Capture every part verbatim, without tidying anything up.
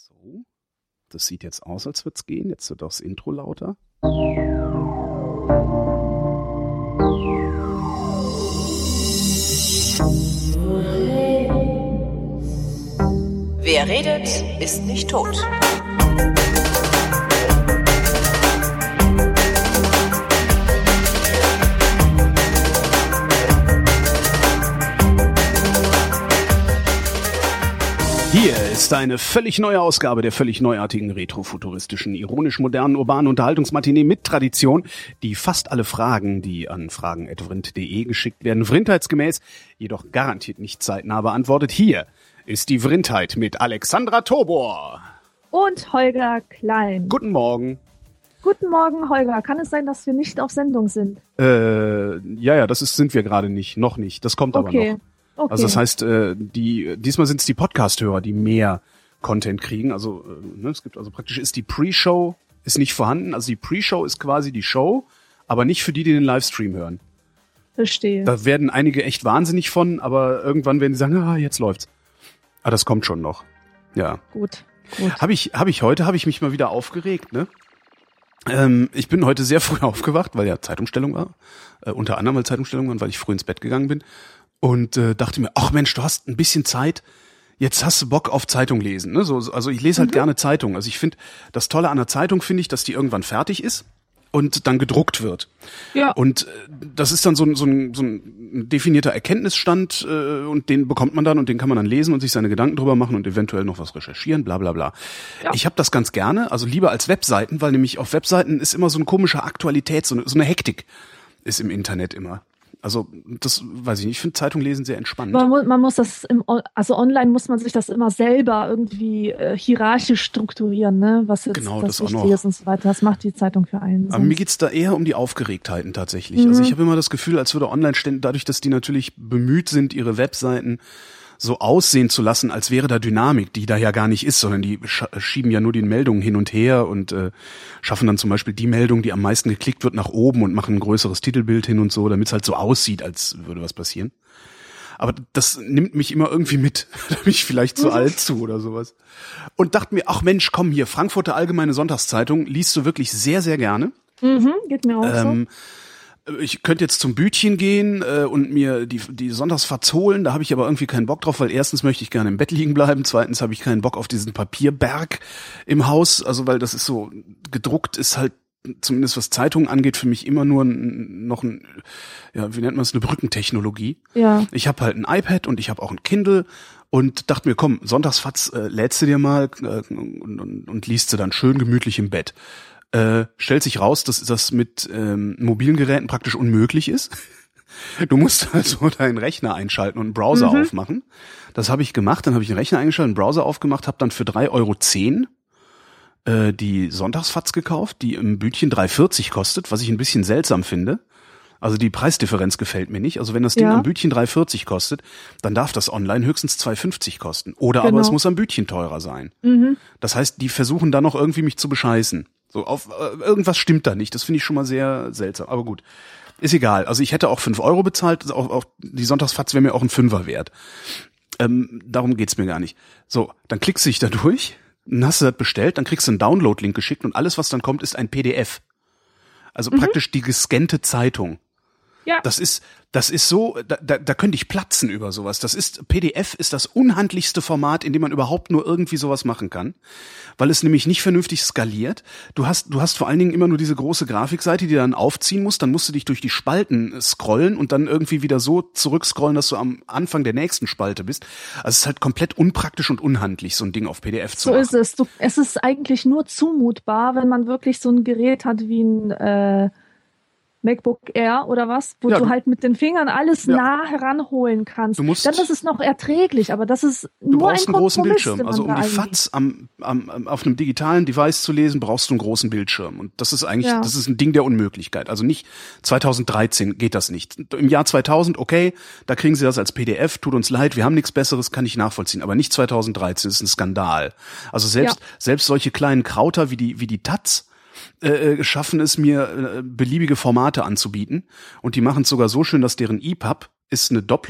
So, das sieht jetzt aus, als würde es gehen. Jetzt wird das Intro lauter. Wer redet, ist nicht tot. Hier ist eine völlig neue Ausgabe der völlig neuartigen, retrofuturistischen, ironisch-modernen, urbanen Unterhaltungsmatinee mit Tradition, die fast alle Fragen, die an fragen at vrind punkt de geschickt werden, vrindheitsgemäß, jedoch garantiert nicht zeitnah beantwortet. Hier ist die Vrindheit mit Alexandra Tobor. Und Holger Klein. Guten Morgen. Guten Morgen, Holger. Kann es sein, dass wir nicht auf Sendung sind? Äh, ja, ja, das ist, sind wir gerade nicht. Noch nicht. Das kommt aber Okay. noch. Okay. Also das heißt, äh, die diesmal sind es die Podcast-Hörer, die mehr Content kriegen. Also äh, ne, es gibt also praktisch ist die Pre-Show ist nicht vorhanden. Also die Pre-Show ist quasi die Show, aber nicht für die, die den Livestream hören. Verstehe. Da werden einige echt wahnsinnig von, aber irgendwann werden die sagen, ah, jetzt läuft's. Aber das kommt schon noch. Ja. Gut. Gut. Habe ich, habe ich heute, habe ich mich mal wieder aufgeregt, ne? Ähm, ich bin heute sehr früh aufgewacht, weil ja Zeitumstellung war. Äh, unter anderem weil Zeitumstellung war, weil ich früh ins Bett gegangen bin. Und äh, dachte mir, ach Mensch, du hast ein bisschen Zeit, jetzt hast du Bock auf Zeitung lesen. Ne? So, also ich lese halt mhm. gerne Zeitung. Also ich finde, das Tolle an der Zeitung finde ich, dass die irgendwann fertig ist und dann gedruckt wird. Ja. Und äh, das ist dann so ein, so ein, so ein definierter Erkenntnisstand äh, und den bekommt man dann und den kann man dann lesen und sich seine Gedanken drüber machen und eventuell noch was recherchieren, bla bla bla. Ja. Ich habe das ganz gerne, also lieber als Webseiten, weil nämlich auf Webseiten ist immer so eine komische Aktualität, so eine, so eine Hektik ist im Internet immer. Also das weiß ich nicht, ich finde Zeitung lesen sehr entspannend. Man muss, man muss das, im, also online muss man sich das immer selber irgendwie äh, hierarchisch strukturieren, ne? Was jetzt genau, das das Wichtige ist und so weiter. Das macht die Zeitung für einen. Aber mir geht's da eher um die Aufgeregtheiten tatsächlich. Mhm. Also ich habe immer das Gefühl, als würde online ständig, dadurch, dass die natürlich bemüht sind, ihre Webseiten so aussehen zu lassen, als wäre da Dynamik, die da ja gar nicht ist, sondern die sch- schieben ja nur die Meldungen hin und her und äh, schaffen dann zum Beispiel die Meldung, die am meisten geklickt wird, nach oben und machen ein größeres Titelbild hin und so, damit es halt so aussieht, als würde was passieren. Aber das nimmt mich immer irgendwie mit. Da bin ich vielleicht zu alt zu oder sowas. Und dachte mir, ach Mensch, komm hier, Frankfurter Allgemeine Sonntagszeitung liest du wirklich sehr, sehr gerne. Mhm, geht mir auch ähm, so. Ich könnte jetzt zum Bütchen gehen äh, und mir die die Sonntagsfatz holen, da habe ich aber irgendwie keinen Bock drauf, weil erstens möchte ich gerne im Bett liegen bleiben, zweitens habe ich keinen Bock auf diesen Papierberg im Haus, also weil das ist so, gedruckt ist halt, zumindest was Zeitungen angeht, für mich immer nur ein, noch ein, ja, wie nennt man es, eine Brückentechnologie. Ja. Ich habe halt ein iPad und ich habe auch ein Kindle und dachte mir, komm, Sonntagsfatz äh, lädst du dir mal äh, und, und, und liest sie dann schön gemütlich im Bett. Äh, stellt sich raus, dass das mit ähm, mobilen Geräten praktisch unmöglich ist. Du musst also deinen Rechner einschalten und einen Browser mhm. aufmachen. Das habe ich gemacht, dann habe ich den Rechner eingeschaltet, einen Browser aufgemacht, habe dann für drei Euro zehn äh, die Sonntagsfatz gekauft, die im Bütchen drei vierzig kostet, was ich ein bisschen seltsam finde. Also die Preisdifferenz gefällt mir nicht. Also wenn das Ding ja. am Bütchen drei vierzig kostet, dann darf das online höchstens zwei fünfzig kosten. Oder genau. aber es muss am Bütchen teurer sein. Mhm. Das heißt, die versuchen da noch irgendwie mich zu bescheißen. So auf äh, irgendwas stimmt da nicht. Das finde ich schon mal sehr seltsam. Aber gut, ist egal. Also ich hätte auch fünf Euro bezahlt. Auch, auch die Sonntagsfatz wäre mir auch ein Fünfer wert. Ähm, darum geht's mir gar nicht. So, dann klickst du dich da durch, dann hast du das bestellt, dann kriegst du einen Download-Link geschickt und alles, was dann kommt, ist ein P D F. Also mhm. praktisch die gescannte Zeitung. Ja. Das ist, das ist so, da, da, da könnte ich platzen über sowas. Das ist, P D F ist das unhandlichste Format, in dem man überhaupt nur irgendwie sowas machen kann, weil es nämlich nicht vernünftig skaliert. Du hast, du hast vor allen Dingen immer nur diese große Grafikseite, die du dann aufziehen musst, dann musst du dich durch die Spalten scrollen und dann irgendwie wieder so zurückscrollen, dass du am Anfang der nächsten Spalte bist. Also es ist halt komplett unpraktisch und unhandlich, so ein Ding auf P D F zu so machen. So ist es. Du, es ist eigentlich nur zumutbar, wenn man wirklich so ein Gerät hat wie ein, äh, MacBook Air oder was, wo ja, du, du halt mit den Fingern alles ja. nah heranholen kannst. Du musst, dann ist es noch erträglich, aber das ist du nur brauchst ein einen großen Kompromiss, Bildschirm. Also um die Fatz am, am, auf einem digitalen Device zu lesen, brauchst du einen großen Bildschirm. Und das ist eigentlich, ja. das ist ein Ding der Unmöglichkeit. Also nicht zwanzig dreizehn geht das nicht. Im Jahr zweitausend, okay, da kriegen sie das als P D F, tut uns leid, wir haben nichts Besseres, kann ich nachvollziehen. Aber nicht zwanzig dreizehn, das ist ein Skandal. Also selbst, ja. selbst solche kleinen Krauter wie die, wie die Taz, äh, schaffen es mir, äh, beliebige Formate anzubieten. Und die machen es sogar so schön, dass deren E P U B ist eine Doppelung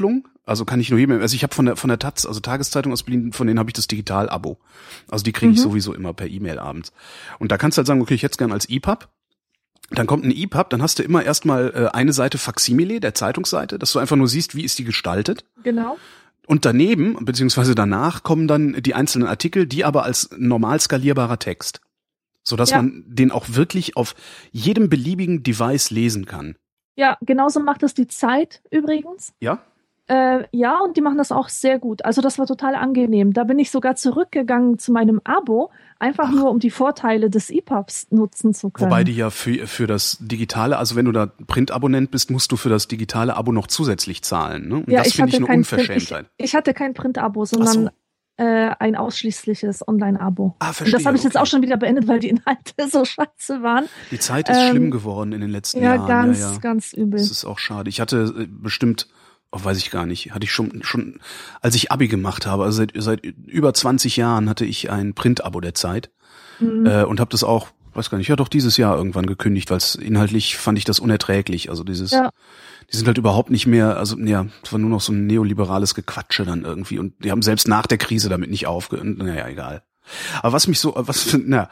Also kann ich nur jedem, also ich habe von der von der Taz, also Tageszeitung aus Berlin, von denen habe ich das Digital-Abo. Also die kriege ich mhm. sowieso immer per E-Mail abends. Und da kannst du halt sagen, okay, ich hätte es gern als E P U B. Dann kommt ein E P U B, dann hast du immer erstmal äh, eine Seite Faksimile, der Zeitungsseite, dass du einfach nur siehst, wie ist die gestaltet. Genau. Und daneben, beziehungsweise danach, kommen dann die einzelnen Artikel, die aber als normal skalierbarer Text. Sodass ja. man den auch wirklich auf jedem beliebigen Device lesen kann. Ja, genauso macht das die Zeit übrigens. Ja? Äh, ja, und die machen das auch sehr gut. Also das war total angenehm. Da bin ich sogar zurückgegangen zu meinem Abo, einfach Ach. nur um die Vorteile des E P U Bs nutzen zu können. Wobei die ja für für das digitale, also wenn du da Print-Abonnent bist, musst du für das digitale Abo noch zusätzlich zahlen. Ne? Und ja, das finde ich eine Unverschämtheit. Print, ich, ich hatte kein Print-Abo, sondern äh, ein ausschließliches Online-Abo. Ah, verstehe. Und das habe ich okay. jetzt auch schon wieder beendet, weil die Inhalte so scheiße waren. Die Zeit ist ähm, schlimm geworden in den letzten ja, Jahren. Ganz, ja, ja, ganz übel. Das ist auch schade. Ich hatte bestimmt Oh, weiß ich gar nicht. Hatte ich schon, schon, als ich Abi gemacht habe, also seit, seit über zwanzig Jahren hatte ich ein Print-Abo der Zeit mhm. äh, und habe das auch, weiß gar nicht, ja doch dieses Jahr irgendwann gekündigt, weil es inhaltlich fand ich das unerträglich. Also dieses, ja. die sind halt überhaupt nicht mehr, also ja, es war nur noch so ein neoliberales Gequatsche dann irgendwie und die haben selbst nach der Krise damit nicht aufgehört. Naja, egal. Aber was mich so, was, na,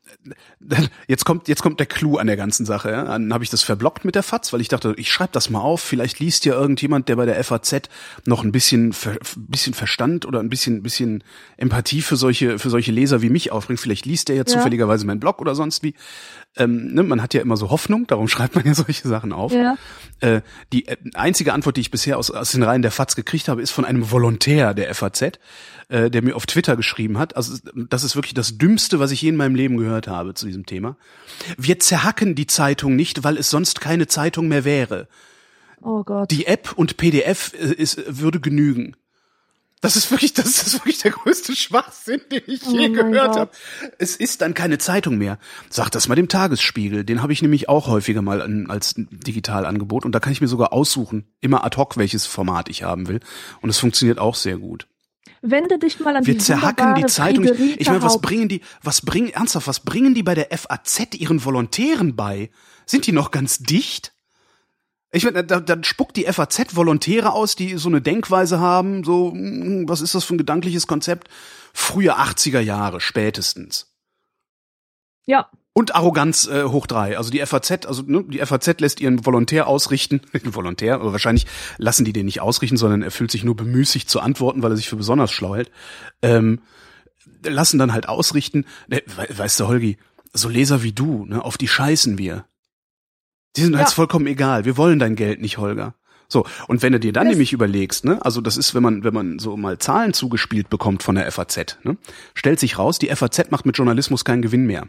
Jetzt kommt jetzt kommt der Clou an der ganzen Sache. Ja? Dann habe ich das verblockt mit der Faz, weil ich dachte, ich schreibe das mal auf. Vielleicht liest ja irgendjemand, der bei der F A Z noch ein bisschen ein bisschen Verstand oder ein bisschen bisschen Empathie für solche für solche Leser wie mich aufbringt. Vielleicht liest der ja, ja. zufälligerweise meinen Blog oder sonst wie. Ähm, ne? Man hat ja immer so Hoffnung, darum schreibt man ja solche Sachen auf. Ja. Äh, die äh, einzige Antwort, die ich bisher aus, aus den Reihen der Faz gekriegt habe, ist von einem Volontär der F A Z, äh, der mir auf Twitter geschrieben hat. Also das ist wirklich das Dümmste, was ich je in meinem Leben gehört habe zu diesem Thema. Wir zerhacken die Zeitung nicht, weil es sonst keine Zeitung mehr wäre. Oh Gott. Die App und P D F ist, würde genügen. Das ist wirklich, das ist wirklich der größte Schwachsinn, den ich oh je gehört habe. Es ist dann keine Zeitung mehr. Sag das mal dem Tagesspiegel. Den habe ich nämlich auch häufiger mal an, als Digitalangebot. Und da kann ich mir sogar aussuchen, immer ad hoc, welches Format ich haben will. Und es funktioniert auch sehr gut. Wende dich mal an Wir die zerhacken die Zeitung. Friederike Ich meine, was Haupt. bringen die, was bringen, ernsthaft, was bringen die bei der F A Z ihren Volontären bei? Sind die noch ganz dicht? Ich meine, da, da spuckt die F A Z Volontäre aus, die so eine Denkweise haben, so, was ist das für ein gedankliches Konzept? Frühe achtziger Jahre, spätestens. Ja. Und Arroganz äh, hoch drei. Also die F A Z, also ne, die F A Z lässt ihren Volontär ausrichten, Volontär, aber wahrscheinlich lassen die den nicht ausrichten, sondern er fühlt sich nur bemüßigt zu antworten, weil er sich für besonders schlau hält. Ähm, lassen dann halt ausrichten, ne, we weißt du, Holgi, so Leser wie du, ne, auf die scheißen wir. Die sind ja. jetzt vollkommen egal. Wir wollen dein Geld nicht, Holger. So, und wenn du dir dann das nämlich überlegst, ne, also das ist, wenn man wenn man so mal Zahlen zugespielt bekommt von der F A Z, ne, stellt sich raus, die F A Z macht mit Journalismus keinen Gewinn mehr.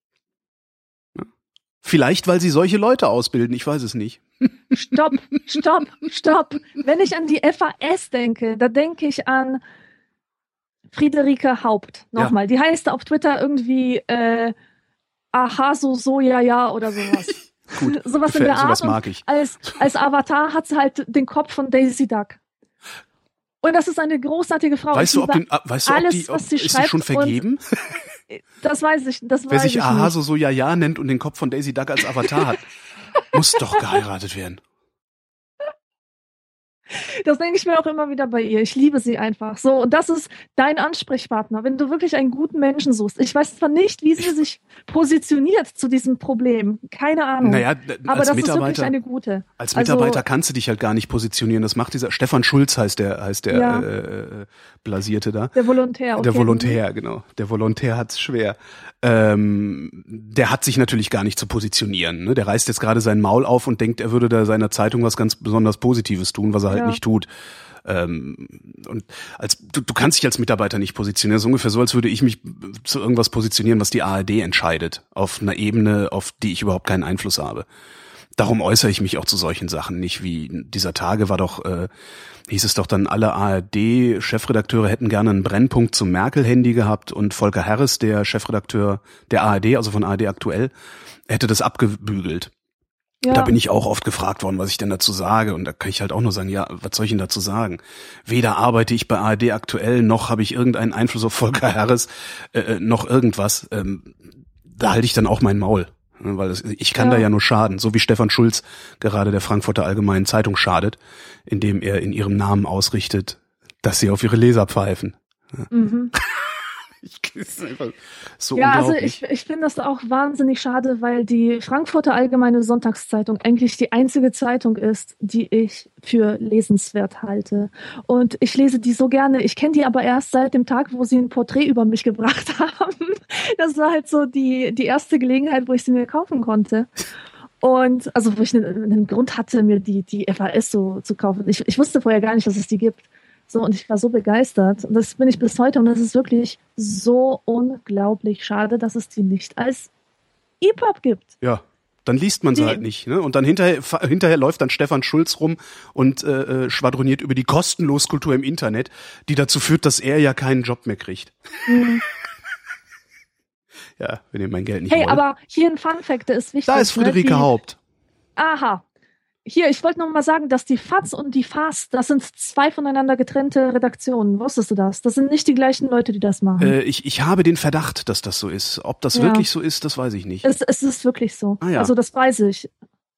Ja. Vielleicht, weil sie solche Leute ausbilden, ich weiß es nicht. Stopp, stopp, stopp. Wenn ich an die F A S denke, da denke ich an Friederike Haupt. Nochmal, ja. Die heißt auf Twitter irgendwie äh, aha, so, so, ja, ja oder sowas. Gut, sowas in der Art. Sowas mag ich. Als, als Avatar hat sie halt den Kopf von Daisy Duck. Und das ist eine großartige Frau. Weißt du, ob, den, weißt du, ob alles, die, ob, was sie ist sie schon vergeben? Das weiß ich, das Wer weiß sich ich Aha nicht. so so ja ja nennt und den Kopf von Daisy Duck als Avatar hat, muss doch geheiratet werden. Das denke ich mir auch immer wieder bei ihr. Ich liebe sie einfach. So, und das ist dein Ansprechpartner, wenn du wirklich einen guten Menschen suchst. Ich weiß zwar nicht, wie sie ich, sich positioniert zu diesem Problem. Keine Ahnung. Naja, aber das ist wirklich eine gute. Als Mitarbeiter also, kannst du dich halt gar nicht positionieren. Das macht dieser Stefan Schulz heißt der, heißt der ja. äh, Blasierte da. Der Volontär. Okay. Der Volontär, genau. Der Volontär hat's schwer. Ähm, der hat sich natürlich gar nicht zu positionieren. Ne? Der reißt jetzt gerade sein Maul auf und denkt, er würde da seiner Zeitung was ganz besonders Positives tun, was er halt ja. nicht tut. Ähm, und als du, du kannst dich als Mitarbeiter nicht positionieren. Das ist ungefähr so, als würde ich mich zu irgendwas positionieren, was die A R D entscheidet, auf einer Ebene, auf die ich überhaupt keinen Einfluss habe. Darum äußere ich mich auch zu solchen Sachen nicht, wie dieser Tage war doch, äh, hieß es doch dann, alle A R D-Chefredakteure hätten gerne einen Brennpunkt zum Merkel-Handy gehabt und Volker Harris, der Chefredakteur der A R D, also von A R D aktuell, hätte das abgebügelt. Ja. Da bin ich auch oft gefragt worden, was ich denn dazu sage. Und da kann ich halt auch nur sagen, ja, was soll ich denn dazu sagen? Weder arbeite ich bei A R D aktuell, noch habe ich irgendeinen Einfluss auf Volker Harris, äh, noch irgendwas. Ähm, da halte ich dann auch mein Maul. Weil das, ich kann ja. da ja nur schaden, so wie Stefan Schulz gerade der Frankfurter Allgemeinen Zeitung schadet, indem er in ihrem Namen ausrichtet, dass sie auf ihre Leser pfeifen. Mhm. Ich, das ist einfach so Ja, also unglaublich. ich, ich finde das auch wahnsinnig schade, weil die Frankfurter Allgemeine Sonntagszeitung eigentlich die einzige Zeitung ist, die ich für lesenswert halte. Und ich lese die so gerne. Ich kenne die aber erst seit dem Tag, wo sie ein Porträt über mich gebracht haben. Das war halt so die, die erste Gelegenheit, wo ich sie mir kaufen konnte. Und also wo ich einen, einen Grund hatte, mir die, die F A S so zu kaufen. Ich, ich wusste vorher gar nicht, dass es die gibt. So, und ich war so begeistert. Und das bin ich bis heute. Und das ist wirklich so unglaublich schade, dass es die nicht als E P U B gibt. Ja, dann liest man sie Nee. halt nicht. Ne? Und dann hinterher, fa- hinterher läuft dann Stefan Schulz rum und äh, äh, schwadroniert über die Kostenloskultur im Internet, die dazu führt, dass er ja keinen Job mehr kriegt. Mhm. Ja, wenn ihr mein Geld nicht Hey, wollt. aber hier ein Fun-Fact, der ist wichtig. Da ist Friederike ne? Die, Haupt. Aha. Hier, ich wollte noch mal sagen, dass die F A Z und die F A S, das sind zwei voneinander getrennte Redaktionen. Wusstest du das? Das sind nicht die gleichen Leute, die das machen. Äh, ich, ich habe den Verdacht, dass das so ist. Ob das Ja. wirklich so ist, das weiß ich nicht. Es, es ist wirklich so. Ah, ja. Also das weiß ich.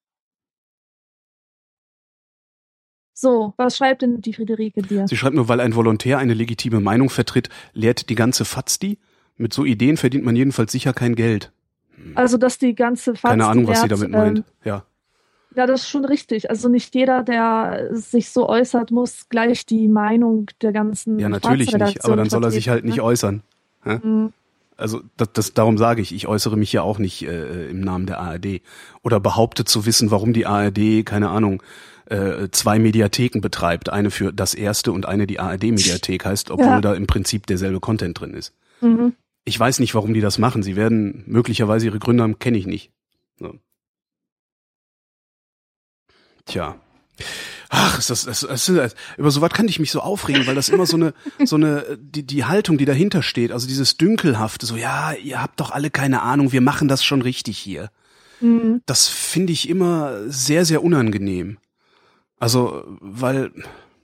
So, was schreibt denn die Friederike dir? Sie schreibt nur, weil ein Volontär eine legitime Meinung vertritt, lehrt die ganze F A Z die. Mit so Ideen verdient man jedenfalls sicher kein Geld. Also, dass die ganze F A Z Keine Ahnung, was sie lehrt, damit meint. Ähm, Ja. ja, das ist schon richtig. Also nicht jeder, der sich so äußert, muss gleich die Meinung der ganzen Ja, natürlich nicht. F A Z-Redaktion Aber dann soll er sich halt nicht vertreten, äußern. Hä? ne? Mhm. Also das, das, darum sage ich, ich äußere mich ja auch nicht äh, im Namen der A R D. Oder behaupte zu wissen, warum die A R D, keine Ahnung, äh, zwei Mediatheken betreibt. Eine für das Erste und eine die A R D-Mediathek heißt, obwohl Ja. da im Prinzip derselbe Content drin ist. Mhm. Ich weiß nicht, warum die das machen. Sie werden möglicherweise ihre Gründer haben, kenne ich nicht. So. Tja. Ach, ist das, das, das, das, über sowas kann ich mich so aufregen, weil das immer so eine, so eine, die, die Haltung, die dahinter steht, also dieses Dünkelhafte, so, ja, ihr habt doch alle keine Ahnung, wir machen das schon richtig hier. Mhm. Das finde ich immer sehr, sehr unangenehm. Also, weil,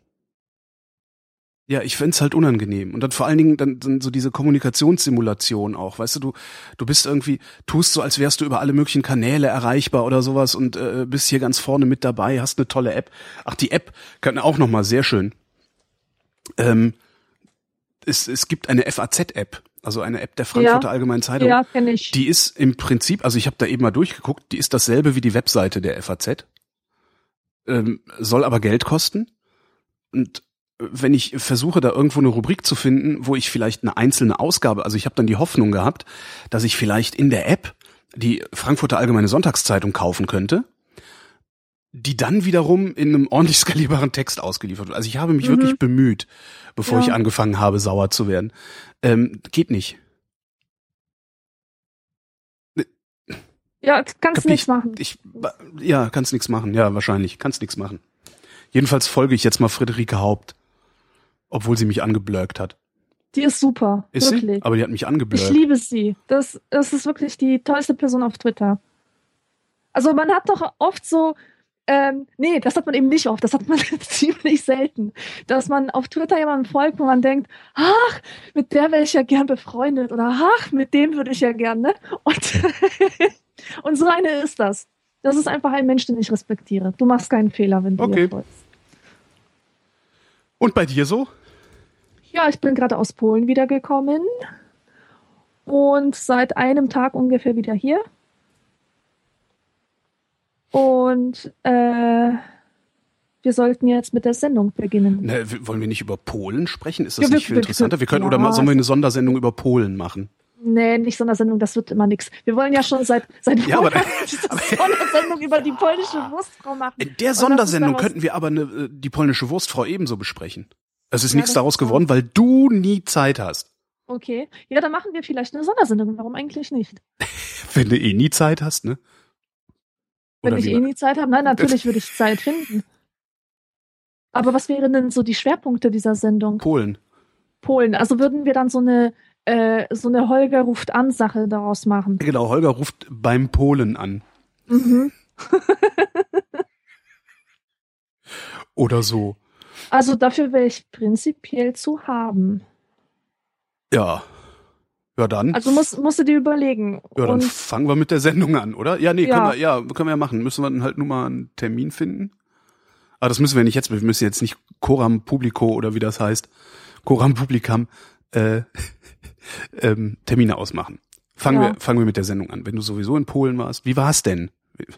ja, ich find's halt unangenehm. Und dann vor allen Dingen dann, dann so diese Kommunikationssimulation auch, weißt du, du, du bist irgendwie, tust so, als wärst du über alle möglichen Kanäle erreichbar oder sowas und äh, bist hier ganz vorne mit dabei, hast eine tolle App. Ach, die App kann auch nochmal sehr schön. Ähm, es, es gibt eine F A Z-App, also eine App der Frankfurter Ja. Allgemeinen Zeitung. Ja, kenne ich. Die ist im Prinzip, also ich habe da eben mal durchgeguckt, die ist dasselbe wie die Webseite der F A Z, ähm, soll aber Geld kosten. Und wenn ich versuche, da irgendwo eine Rubrik zu finden, wo ich vielleicht eine einzelne Ausgabe, also ich habe dann die Hoffnung gehabt, dass ich vielleicht in der App die Frankfurter Allgemeine Sonntagszeitung kaufen könnte, die dann wiederum in einem ordentlich skalierbaren Text ausgeliefert wird. Also ich habe mich Mhm. wirklich bemüht, bevor Ja. ich angefangen habe, sauer zu werden. Ähm, geht nicht. Ja, kannst Kapiert. nichts machen. Ich, ja, kannst nichts machen. Ja, wahrscheinlich. Kannst nichts machen. Jedenfalls folge ich jetzt mal Friederike Haupt, obwohl sie mich angeblöckt hat. Die ist super. Ist wirklich. sie? Aber die hat mich Ich angeblöckt. liebe sie. Das, das ist wirklich die tollste Person auf Twitter. Also man hat doch oft so, ähm, nee, das hat man eben nicht oft, das hat man ziemlich selten, dass man auf Twitter jemandem folgt, wo man denkt, ach, mit der wäre ich ja gern befreundet oder ach, mit dem würde ich ja gern, ne? Und, und so eine ist das. Das ist einfach ein Mensch, den ich respektiere. Du machst keinen Fehler, wenn du Okay. ihr folgst. Und bei dir so? Ja, ich bin gerade aus Polen wiedergekommen und seit einem Tag ungefähr wieder hier. Und äh, wir sollten jetzt mit der Sendung beginnen. Ne, w- wollen wir nicht über Polen sprechen? Ist das Ja, wir- nicht viel wir- interessanter? Wir können, ja. oder mal, sollen wir eine Sondersendung über Polen machen? Nee, nicht Sondersendung, das wird immer nix. Wir wollen ja schon seit seit Ja, aber- Monaten aber- Sondersendung über die polnische Wurstfrau machen. In der Und das Sondersendung ist daraus- könnten wir aber eine, äh, die polnische Wurstfrau ebenso besprechen. Es ist Ja, nichts das daraus ist so. geworden, weil du nie Zeit hast. Okay, ja, dann machen wir vielleicht eine Sondersendung. Warum eigentlich nicht? Wenn du eh nie Zeit hast, ne? Wenn Oder ich wie- eh nie Zeit habe, nein, natürlich würde ich Zeit finden. Aber was wären denn so die Schwerpunkte dieser Sendung? Polen. Polen. Also würden wir dann so eine äh, so eine Holger ruft an Sache daraus machen. Genau, Holger ruft beim Polen an. Mhm. Oder so. Also dafür wäre ich prinzipiell zu haben. Ja. Ja, dann. Also musst, musst du dir überlegen. Ja, dann Und fangen wir mit der Sendung an, oder? Ja, nee, Ja. können wir, ja, können wir ja machen. Müssen wir dann halt nur mal einen Termin finden. Aber das müssen wir nicht jetzt, wir müssen jetzt nicht Coram Publico oder wie das heißt, Coram Publicam, äh, ähm, Termine ausmachen. Fangen Ja. wir, fangen wir mit der Sendung an. Wenn du sowieso in Polen warst, wie war's denn?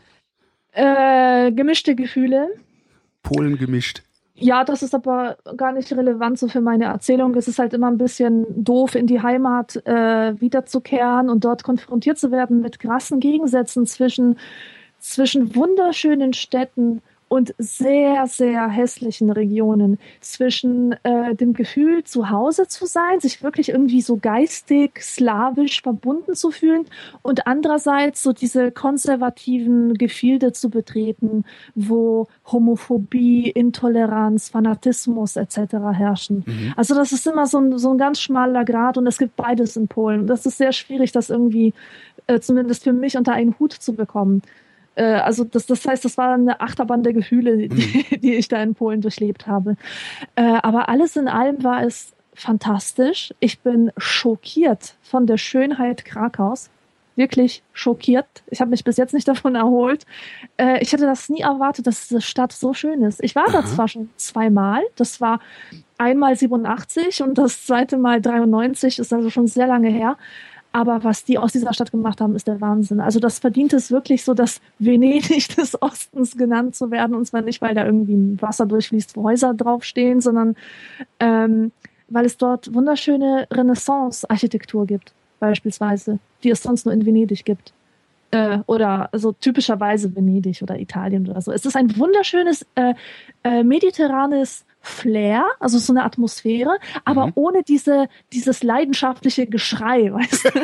äh, gemischte Gefühle. Polen gemischt. Ja, das ist aber gar nicht relevant so für meine Erzählung. Es ist halt immer ein bisschen doof, in die Heimat äh, wiederzukehren und dort konfrontiert zu werden mit krassen Gegensätzen zwischen, zwischen wunderschönen Städten und sehr, sehr hässlichen Regionen, zwischen äh, dem Gefühl, zu Hause zu sein, sich wirklich irgendwie so geistig, slawisch verbunden zu fühlen und andererseits so diese konservativen Gefilde zu betreten, wo Homophobie, Intoleranz, Fanatismus et cetera herrschen. Mhm. Also das ist immer so ein, so ein ganz schmaler Grat und es gibt beides in Polen. Das ist sehr schwierig, das irgendwie äh, zumindest für mich unter einen Hut zu bekommen. Also das, das heißt, das war eine Achterbahn der Gefühle, die, die ich da in Polen durchlebt habe. Äh, aber alles in allem war es fantastisch. Ich bin schockiert von der Schönheit Krakaus. Wirklich schockiert. Ich habe mich bis jetzt nicht davon erholt. Äh, ich hätte das nie erwartet, dass diese Stadt so schön ist. Ich war da zwar schon zweimal. Das war einmal siebenundachtzig und das zweite Mal dreiundneunzig. Ist also schon sehr lange her. Aber was die aus dieser Stadt gemacht haben, ist der Wahnsinn. Also das verdient es wirklich so, das Venedig des Ostens genannt zu werden. Und zwar nicht, weil da irgendwie ein Wasser durchfließt, wo Häuser draufstehen, sondern ähm, weil es dort wunderschöne Renaissance-Architektur gibt, beispielsweise, die es sonst nur in Venedig gibt. Äh, oder also typischerweise Venedig oder Italien oder so. Es ist ein wunderschönes äh, äh, mediterranes Flair, also so eine Atmosphäre, aber mhm. ohne diese dieses leidenschaftliche Geschrei, weißt du?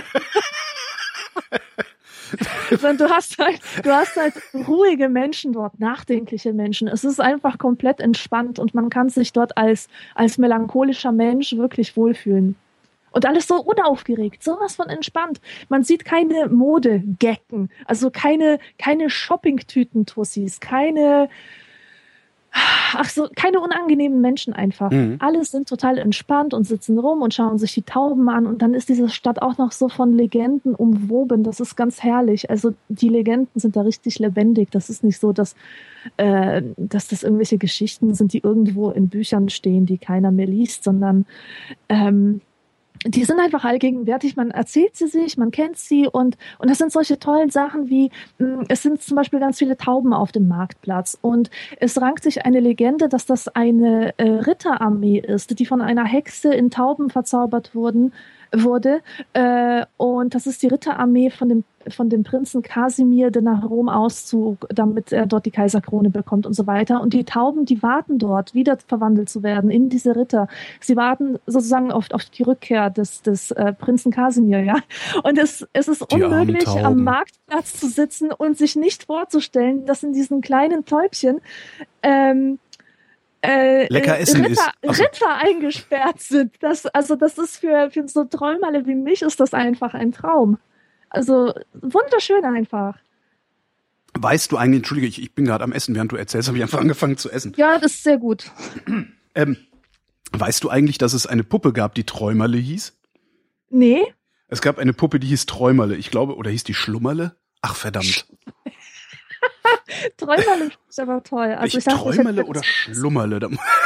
Sondern du hast halt, du hast halt ruhige Menschen dort, nachdenkliche Menschen. Es ist einfach komplett entspannt und man kann sich dort als als melancholischer Mensch wirklich wohlfühlen. Und alles so unaufgeregt, sowas von entspannt. Man sieht keine Modegecken, also keine keine Shoppingtüten-Tussis, keine Ach so, keine unangenehmen Menschen einfach. Mhm. Alle sind total entspannt und sitzen rum und schauen sich die Tauben an. Und dann ist diese Stadt auch noch so von Legenden umwoben. Das ist ganz herrlich. Also die Legenden sind da richtig lebendig. Das ist nicht so, dass, äh, dass das irgendwelche Geschichten sind, die irgendwo in Büchern stehen, die keiner mehr liest, sondern ähm, die sind einfach allgegenwärtig, man erzählt sie sich, man kennt sie und und das sind solche tollen Sachen wie, mh, es sind zum Beispiel ganz viele Tauben auf dem Marktplatz und es rankt sich eine Legende, dass das eine äh, Ritterarmee ist, die von einer Hexe in Tauben verzaubert wurden, wurde äh, und das ist die Ritterarmee von dem von dem Prinzen Kasimir, der nach Rom auszog, damit er dort die Kaiserkrone bekommt und so weiter. Und die Tauben, die warten dort, wieder verwandelt zu werden in diese Ritter. Sie warten sozusagen auf, auf die Rückkehr des, des äh, Prinzen Kasimir, ja. Und es, es ist Die unmöglich, am Marktplatz zu sitzen und sich nicht vorzustellen, dass in diesen kleinen Täubchen ähm, Äh, lecker essen Ritter, ist. Also. Ritter eingesperrt sind. Das, also das ist für, für so Träumerle wie mich ist das einfach ein Traum. Also wunderschön einfach. Weißt du eigentlich, entschuldige, ich, ich bin gerade am Essen, während du erzählst, habe ich einfach angefangen zu essen. Ja, das ist sehr gut. ähm, weißt du eigentlich, dass es eine Puppe gab, die Träumerle hieß? Nee. Es gab eine Puppe, die hieß Träumerle. Ich glaube, oder hieß die Schlummerle? Ach, verdammt. Träumerle ist aber toll. Also ich ich dachte, Träumerle ich oder Schlummerle?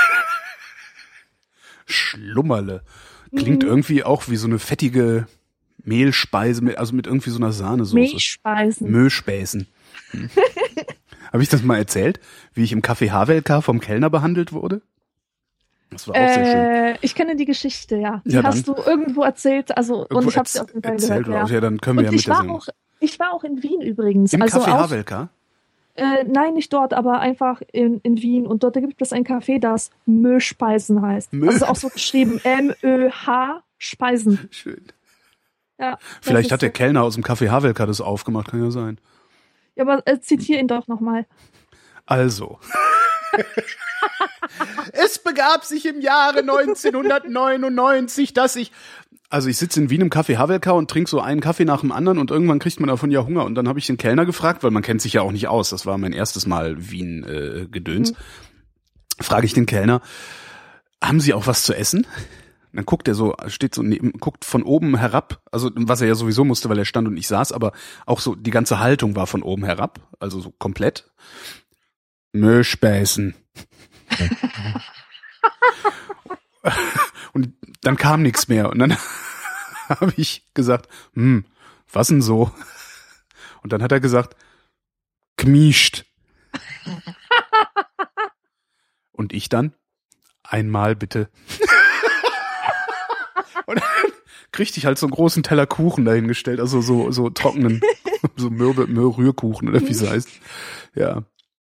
Schlummerle. Klingt Mhm. irgendwie auch wie so eine fettige Mehlspeise, mit, also mit irgendwie so einer Sahnesoße. Milchspeisen. Möhspäßen. Hm. Habe ich das mal erzählt, wie ich im Café Havelka vom Kellner behandelt wurde? Das war auch äh, sehr schön. Ich kenne die Geschichte, ja. Die Ja, hast du irgendwo erzählt, also Irgendwo und ich habe erz- sie auf jeden Fall erzählt gehört. oder Ja. aus. Ja, dann können wir Und ja mit ich der war Sendung. auch, ich war auch in Wien übrigens. Im also Café auch, Havelka? Äh, nein, nicht dort, aber einfach in, in Wien. Und dort gibt es ein Café, das Möhspeisen heißt. Mö- Also auch so geschrieben M Ö H Speisen. Schön. Ja, Vielleicht das hat der ist so. Kellner aus dem Café Havelka das aufgemacht, kann ja sein. Ja, aber äh, zitiere ihn doch nochmal. Also. Es begab sich im Jahre neunzehnhundertneunundneunzig, dass ich... Also ich sitze in Wien im Café Havelka und trinke so einen Kaffee nach dem anderen und irgendwann kriegt man davon ja Hunger. Und dann habe ich den Kellner gefragt, weil man kennt sich ja auch nicht aus. Das war mein erstes Mal Wien-Gedöns. Äh, Frage ich den Kellner, haben Sie auch was zu essen? Und dann guckt er so, steht so neben, guckt von oben herab, also was er ja sowieso musste, weil er stand und ich saß, aber auch so, die ganze Haltung war von oben herab, also so komplett. Möspäßen. Und dann kam nichts mehr und dann habe ich gesagt, hm, was denn so? Und dann hat er gesagt, gmischt. Und ich dann, einmal bitte. Und dann kriegte ich halt so einen großen Teller Kuchen dahingestellt, also so so trockenen, so Mürbe, Mür Rührkuchen oder wie es heißt. Ja.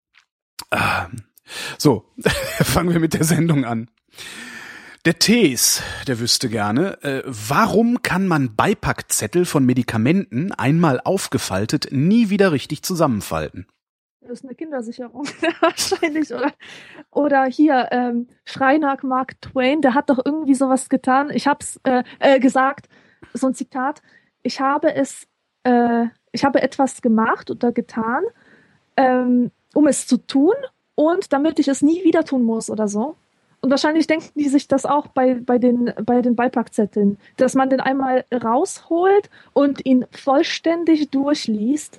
So, fangen wir mit der Sendung an. Der Thees, der wüsste gerne, äh, warum kann man Beipackzettel von Medikamenten einmal aufgefaltet nie wieder richtig zusammenfalten? Das ist eine Kindersicherung wahrscheinlich. Oder, oder hier, ähm, Schreiner Mark Twain, der hat doch irgendwie sowas getan. Ich hab's äh, äh, gesagt, so ein Zitat. Ich habe es, äh, ich habe etwas gemacht oder getan, ähm, um es zu tun und damit ich es nie wieder tun muss oder so. Und wahrscheinlich denken die sich das auch bei, bei, den, bei den Beipackzetteln, dass man den einmal rausholt und ihn vollständig durchliest,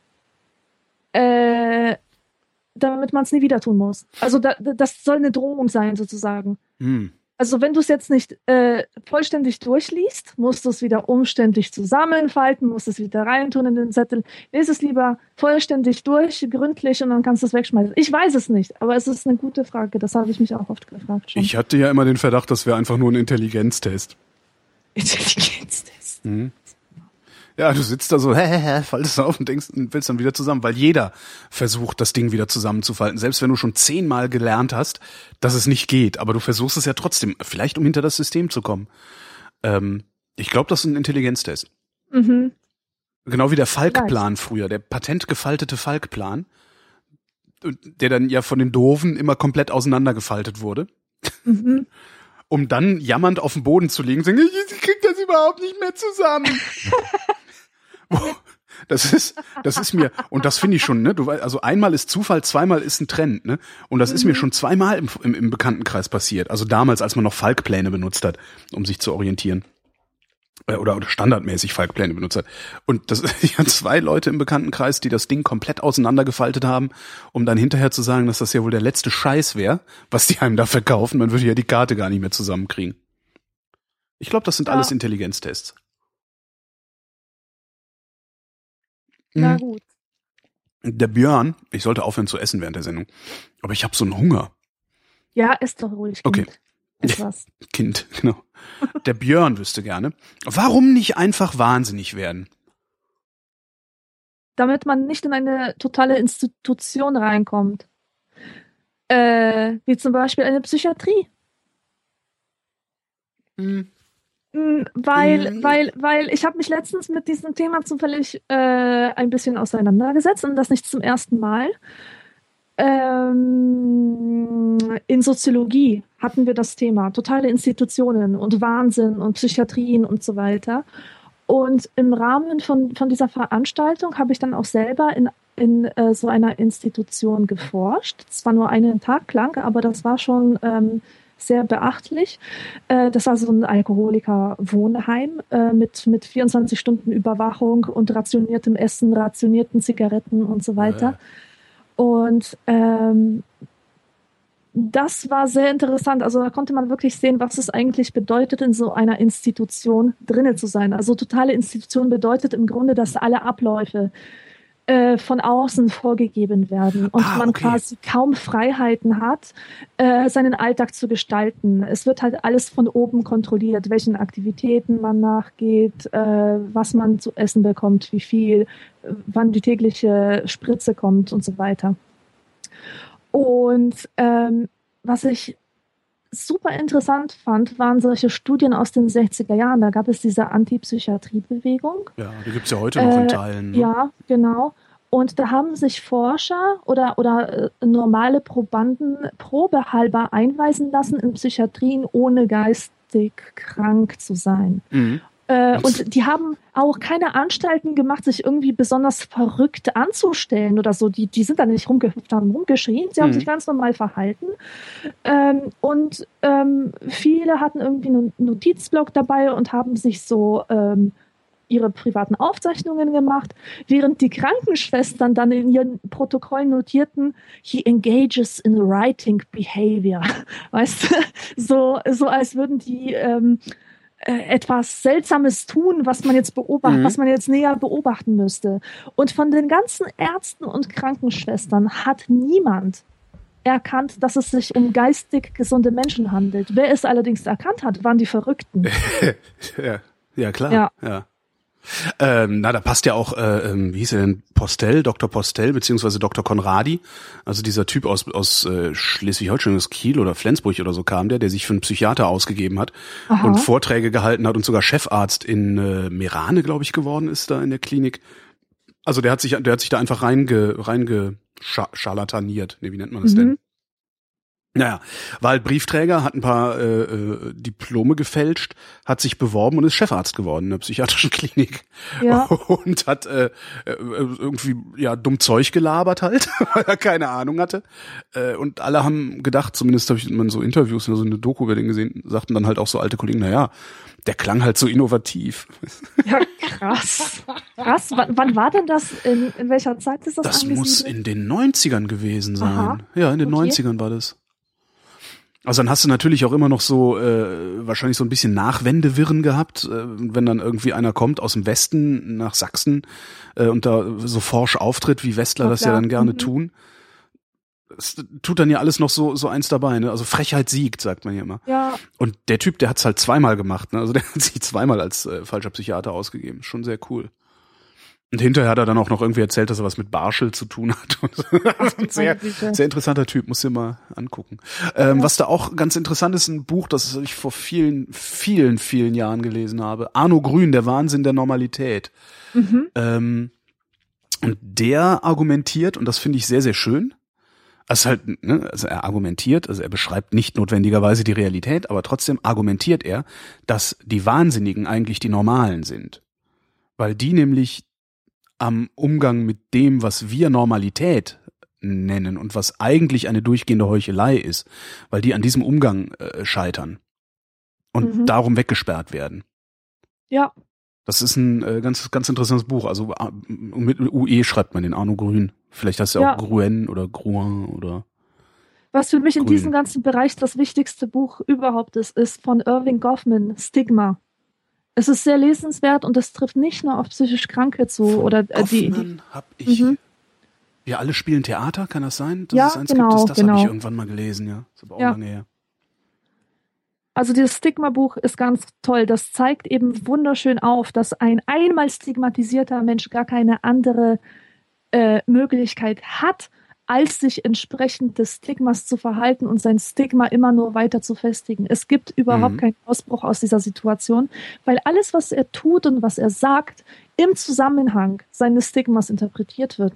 Äh, damit man es nie wieder tun muss. Also da, das soll eine Drohung sein, sozusagen. Hm. Also wenn du es jetzt nicht äh, vollständig durchliest, musst du es wieder umständlich zusammenfalten, musst es wieder reintun in den Zettel. Lies es lieber vollständig durch, gründlich und dann kannst du es wegschmeißen. Ich weiß es nicht, aber es ist eine gute Frage. Das habe ich mich auch oft gefragt schon. Ich hatte ja immer den Verdacht, das wäre einfach nur ein Intelligenztest. Intelligenztest. Hm. Ja, du sitzt da so, hä, hä, hä, faltest auf und denkst und willst dann wieder zusammen, weil jeder versucht, das Ding wieder zusammenzufalten. Selbst wenn du schon zehnmal gelernt hast, dass es nicht geht, aber du versuchst es ja trotzdem, vielleicht um hinter das System zu kommen. Ähm, ich glaube, das ist ein Intelligenztest. Mhm. Genau wie der Falk-Plan früher, der patentgefaltete Falk-Plan, der dann ja von den Doofen immer komplett auseinandergefaltet wurde. Mhm. Um dann jammernd auf den Boden zu liegen und zu sagen, ich krieg das überhaupt nicht mehr zusammen. Das ist, das ist mir, und das finde ich schon, ne, du weißt, also einmal ist Zufall, zweimal ist ein Trend, ne, und das mhm. ist mir schon zweimal im, im, im Bekanntenkreis passiert, also damals, als man noch Falk-Pläne benutzt hat, um sich zu orientieren. Oder, oder standardmäßig Falk-Pläne benutzt hat. Und das, ich hatte zwei Leute im Bekanntenkreis, die das Ding komplett auseinandergefaltet haben, um dann hinterher zu sagen, dass das ja wohl der letzte Scheiß wäre, was die einem da verkaufen, man würde ja die Karte gar nicht mehr zusammenkriegen. Ich glaube, das sind ja alles Intelligenztests. Na gut. Der Björn, ich sollte aufhören zu essen während der Sendung, aber ich habe so einen Hunger. Ja, isst doch ruhig, Kind. Okay. Etwas. Kind, genau. Der Björn wüsste gerne, warum nicht einfach wahnsinnig werden? Damit man nicht in eine totale Institution reinkommt. Äh, wie zum Beispiel eine Psychiatrie. Hm. Weil, Mhm. weil, weil ich habe mich letztens mit diesem Thema zufällig äh, ein bisschen auseinandergesetzt und das nicht zum ersten Mal. Ähm, in Soziologie hatten wir das Thema totale Institutionen und Wahnsinn und Psychiatrien und so weiter. Und im Rahmen von, von dieser Veranstaltung habe ich dann auch selber in, in äh, so einer Institution geforscht. Zwar nur einen Tag lang, aber das war schon ähm, sehr beachtlich. Äh, das war so ein Alkoholiker-Wohnheim äh, mit, mit vierundzwanzig Stunden Überwachung und rationiertem Essen, rationierten Zigaretten und so weiter. Ja. Und ähm, das war sehr interessant. Also da konnte man wirklich sehen, was es eigentlich bedeutet, in so einer Institution drinnen zu sein. Also totale Institution bedeutet im Grunde, dass alle Abläufe äh, von außen vorgegeben werden und ah, man okay. quasi kaum Freiheiten hat, äh, seinen Alltag zu gestalten. Es wird halt alles von oben kontrolliert, welchen Aktivitäten man nachgeht, äh, was man zu essen bekommt, wie viel, wann die tägliche Spritze kommt und so weiter. Und ähm, was ich super interessant fand, waren solche Studien aus den sechziger Jahren. Da gab es diese Antipsychiatriebewegung. Ja, die gibt's ja heute noch äh, in Teilen. Ne? Ja, genau. Und da haben sich Forscher oder, oder äh, normale Probanden probehalber einweisen lassen in Psychiatrien, ohne geistig krank zu sein. Mhm. Äh, und die haben auch keine Anstalten gemacht, sich irgendwie besonders verrückt anzustellen oder so. Die, die sind da nicht rumgehüpft, haben rumgeschrien. Sie haben Mhm. sich ganz normal verhalten. Ähm, und ähm, viele hatten irgendwie einen Notizblock dabei und haben sich so ähm, ihre privaten Aufzeichnungen gemacht, während die Krankenschwestern dann in ihren Protokollen notierten, he engages in writing behavior. Weißt du? So, so als würden die ähm, etwas Seltsames tun, was man jetzt beobachten, mhm. was man jetzt näher beobachten müsste. Und von den ganzen Ärzten und Krankenschwestern hat niemand erkannt, dass es sich um geistig gesunde Menschen handelt. Wer es allerdings erkannt hat, waren die Verrückten. ja, ja, klar. Ja. ja. Ähm, na, da passt ja auch, äh, wie hieß er denn, Postel, Doktor Postel, beziehungsweise Doktor Conradi, also dieser Typ aus aus äh, Schleswig-Holstein, aus Kiel oder Flensburg oder so kam der, der sich für einen Psychiater ausgegeben hat. Aha. Und Vorträge gehalten hat und sogar Chefarzt in äh, Merane, glaube ich, geworden ist da in der Klinik. Also der hat sich, der hat sich da einfach reinge, reinge scharlataniert. Nee, wie nennt man das mhm. denn? Naja, war halt Briefträger, hat ein paar äh, äh, Diplome gefälscht, hat sich beworben und ist Chefarzt geworden in der psychiatrischen Klinik. Ja. Und hat äh, irgendwie ja dumm Zeug gelabert halt, weil er keine Ahnung hatte. Äh, und alle haben gedacht, zumindest habe ich in so Interviews oder so eine Doku über den gesehen, sagten dann halt auch so alte Kollegen, na ja, der klang halt so innovativ. Ja, krass. Krass. W- wann war denn das? In, in welcher Zeit ist das Das angesiedelt? muss in den neunzigern gewesen sein. Aha. Ja, in den Okay. neunzigern war das. Also dann hast du natürlich auch immer noch so äh, wahrscheinlich so ein bisschen Nachwendewirren gehabt, äh, wenn dann irgendwie einer kommt aus dem Westen nach Sachsen äh, und da so forsch auftritt, wie Westler Ja, das ja klar. dann gerne Mhm. tun. Es tut dann ja alles noch so so eins dabei, ne? Also Frechheit siegt, sagt man ja immer. Ja, Und der Typ, der hat's halt zweimal gemacht, ne? Also der hat sich zweimal als äh, falscher Psychiater ausgegeben. Schon sehr cool. Und hinterher hat er dann auch noch irgendwie erzählt, dass er was mit Barschel zu tun hat. Und so. Also ein sehr, sehr interessanter Typ, musst du dir mal angucken. Ähm, ja. Was da auch ganz interessant ist, ein Buch, das ich vor vielen, vielen, vielen Jahren gelesen habe. Arno Grün, der Wahnsinn der Normalität. Mhm. Ähm, und der argumentiert, und das finde ich sehr, sehr schön, also halt, ne, also er argumentiert, also er beschreibt nicht notwendigerweise die Realität, aber trotzdem argumentiert er, dass die Wahnsinnigen eigentlich die Normalen sind. Weil die nämlich am Umgang mit dem, was wir Normalität nennen und was eigentlich eine durchgehende Heuchelei ist, weil die an diesem Umgang äh, scheitern und Mhm. darum weggesperrt werden. ja. Das ist ein äh, ganz ganz interessantes Buch. Also äh, mit U E schreibt man den, Arno Grün. Vielleicht heißt er Ja. auch Gruen oder Gruin oder Was für mich in Grün. diesem ganzen Bereich das wichtigste Buch überhaupt ist, ist von Irving Goffman, Stigma. Es ist sehr lesenswert und es trifft nicht nur auf psychisch Kranke zu. Von oder äh, die, die Goffman hab ich. Mhm. Wir alle spielen Theater, kann das sein? Dass Ja, es eins genau, gibt, das, das genau. habe ich irgendwann mal gelesen, ja. Das ist aber auch Ja. lange her. Also dieses Stigma-Buch ist ganz toll. Das zeigt eben wunderschön auf, dass ein einmal stigmatisierter Mensch gar keine andere äh, Möglichkeit hat, als sich entsprechend des Stigmas zu verhalten und sein Stigma immer nur weiter zu festigen. Es gibt überhaupt Mhm. keinen Ausbruch aus dieser Situation, weil alles, was er tut und was er sagt, im Zusammenhang seines Stigmas interpretiert wird.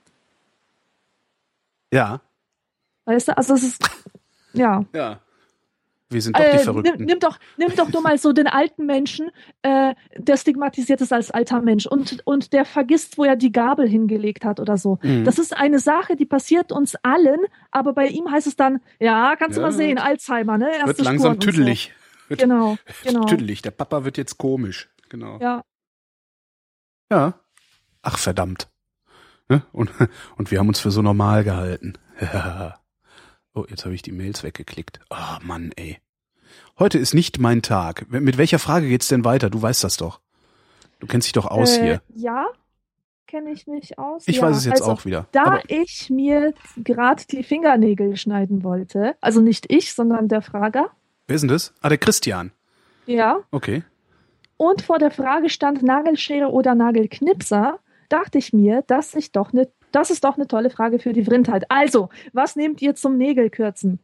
Ja, Weißt du, also es ist, ja. ja. Wir sind doch die Äh, Verrückten. nimm, nimm doch, nimm doch nur mal so den alten Menschen, äh, der stigmatisiert ist als alter Mensch und, und der vergisst, wo er die Gabel hingelegt hat oder so. Mhm. Das ist eine Sache, die passiert uns allen, aber bei ihm heißt es dann, ja, kannst Ja, du mal sehen, Alzheimer, ne? Erste Wird langsam Spuren und so. tüdelig. Wird Genau, genau. tüdelig. Der Papa wird jetzt komisch. Genau. Ja, Ja. Ach, verdammt. Ne? Und, und wir haben uns für so normal gehalten. Oh, jetzt habe ich die Mails weggeklickt. Oh, Mann, ey. Heute ist nicht mein Tag. Mit welcher Frage geht's denn weiter? Du weißt das doch. Du kennst dich doch aus äh, hier. Ja, kenne ich mich aus. Ich ja. weiß es jetzt also, auch wieder. Da Aber ich mir gerade die Fingernägel schneiden wollte, also nicht ich, sondern der Frager, wer ist denn das? Ah, der Christian. ja, Okay. und vor der Frage stand Nagelschere oder Nagelknipser, dachte ich mir, dass ich doch ne, das ist doch eine tolle Frage für die Vrindheit. Also, was nehmt ihr zum Nägelkürzen?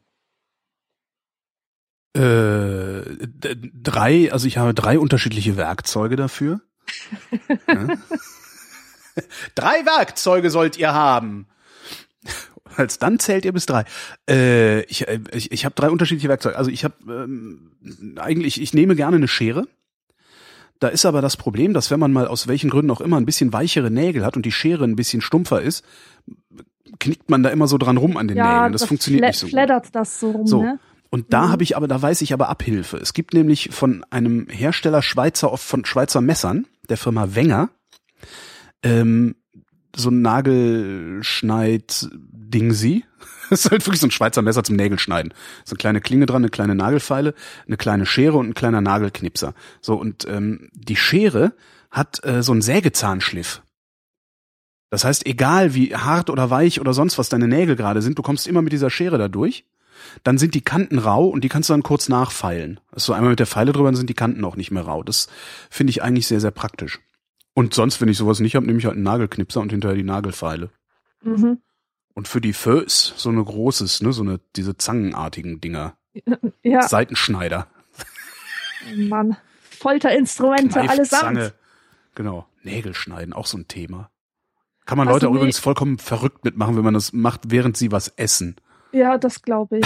Äh, d- drei, also ich habe drei unterschiedliche Werkzeuge dafür. Ja. Drei Werkzeuge sollt ihr haben. Als dann zählt ihr bis drei. Äh, ich ich, ich habe drei unterschiedliche Werkzeuge. Also ich habe ähm, eigentlich, ich nehme gerne eine Schere. Da ist aber das Problem, dass wenn man mal aus welchen Gründen auch immer ein bisschen weichere Nägel hat und die Schere ein bisschen stumpfer ist, knickt man da immer so dran rum an den ja, Nägeln. Das, das funktioniert fl- nicht so gut. Flattert das so rum, so. ne? Und da mhm. habe ich aber, da weiß ich aber Abhilfe. Es gibt nämlich von einem Hersteller Schweizer, von Schweizer Messern, der Firma Wenger, ähm, so ein Nagelschneid-Dingsi. Das ist halt wirklich so ein Schweizer Messer zum Nägelschneiden. So eine kleine Klinge dran, eine kleine Nagelfeile, eine kleine Schere und ein kleiner Nagelknipser. So, und ähm, die Schere hat äh, so einen Sägezahnschliff. Das heißt, egal wie hart oder weich oder sonst was deine Nägel gerade sind, du kommst immer mit dieser Schere da durch. Dann sind die Kanten rau und die kannst du dann kurz nachfeilen. Also einmal mit der Feile drüber, dann sind die Kanten auch nicht mehr rau. Das finde ich eigentlich sehr, sehr praktisch. Und sonst, wenn ich sowas nicht habe, nehme ich halt einen Nagelknipser und hinterher die Nagelfeile. Mhm. Und für die Föß so eine großes, ne, so eine, diese zangenartigen Dinger. Ja. Seitenschneider. Mann. Folterinstrumente, allesamt. Zange. Genau. Nägelschneiden, auch so ein Thema. Kann man Also Leute auch nee. übrigens vollkommen verrückt mitmachen, wenn man das macht, während sie was essen. Ja, das glaube ich.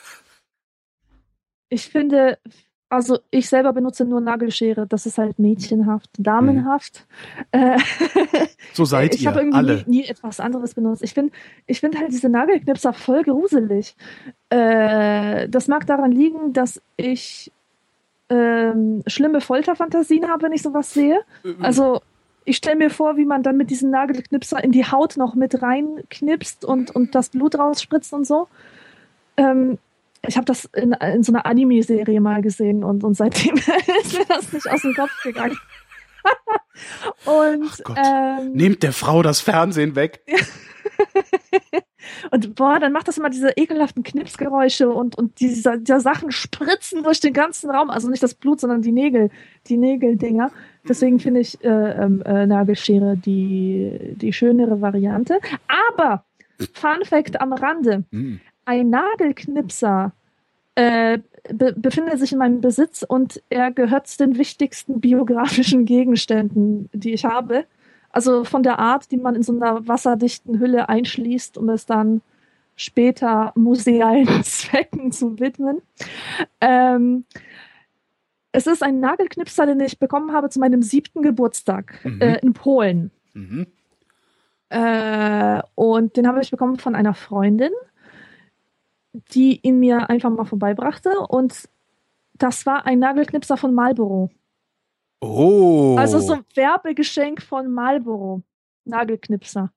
Ich finde, also ich selber benutze nur Nagelschere. Das ist halt mädchenhaft, damenhaft. Mhm. Äh, so seid ich ihr, habe irgendwie alle. Nie, nie etwas anderes benutzt. Ich finde ich finde halt diese Nagelknipser voll gruselig. Äh, das mag daran liegen, dass ich ähm, schlimme Folterfantasien habe, wenn ich sowas sehe. Also ich stelle mir vor, wie man dann mit diesem Nagelknipser in die Haut noch mit reinknipst und, und das Blut rausspritzt und so. Ähm, ich habe das in, in so einer Anime-Serie mal gesehen und, und seitdem ist mir das nicht aus dem Kopf gegangen. und Ach Gott. Ähm, Nehmt der Frau das Fernsehen weg. Und boah, dann macht das immer diese ekelhaften Knipsgeräusche und, und diese, diese Sachen spritzen durch den ganzen Raum. Also nicht das Blut, sondern die Nägel, die Nägeldinger. Deswegen finde ich äh, äh, Nagelschere die, die schönere Variante. Aber, Fun Fact am Rande, Mm. ein Nagelknipser äh, be- befindet sich in meinem Besitz und er gehört zu den wichtigsten biografischen Gegenständen, die ich habe. Also von der Art, die man in so einer wasserdichten Hülle einschließt, um es dann später musealen Zwecken zu widmen. Ähm, es ist ein Nagelknipser, den ich bekommen habe zu meinem siebten Geburtstag Mhm. äh, in Polen. Mhm. Äh, und den habe ich bekommen von einer Freundin, die ihn mir einfach mal vorbeibrachte. Und das war ein Nagelknipser von Marlboro. Oh. Also so ein Werbegeschenk von Marlboro. Nagelknipser.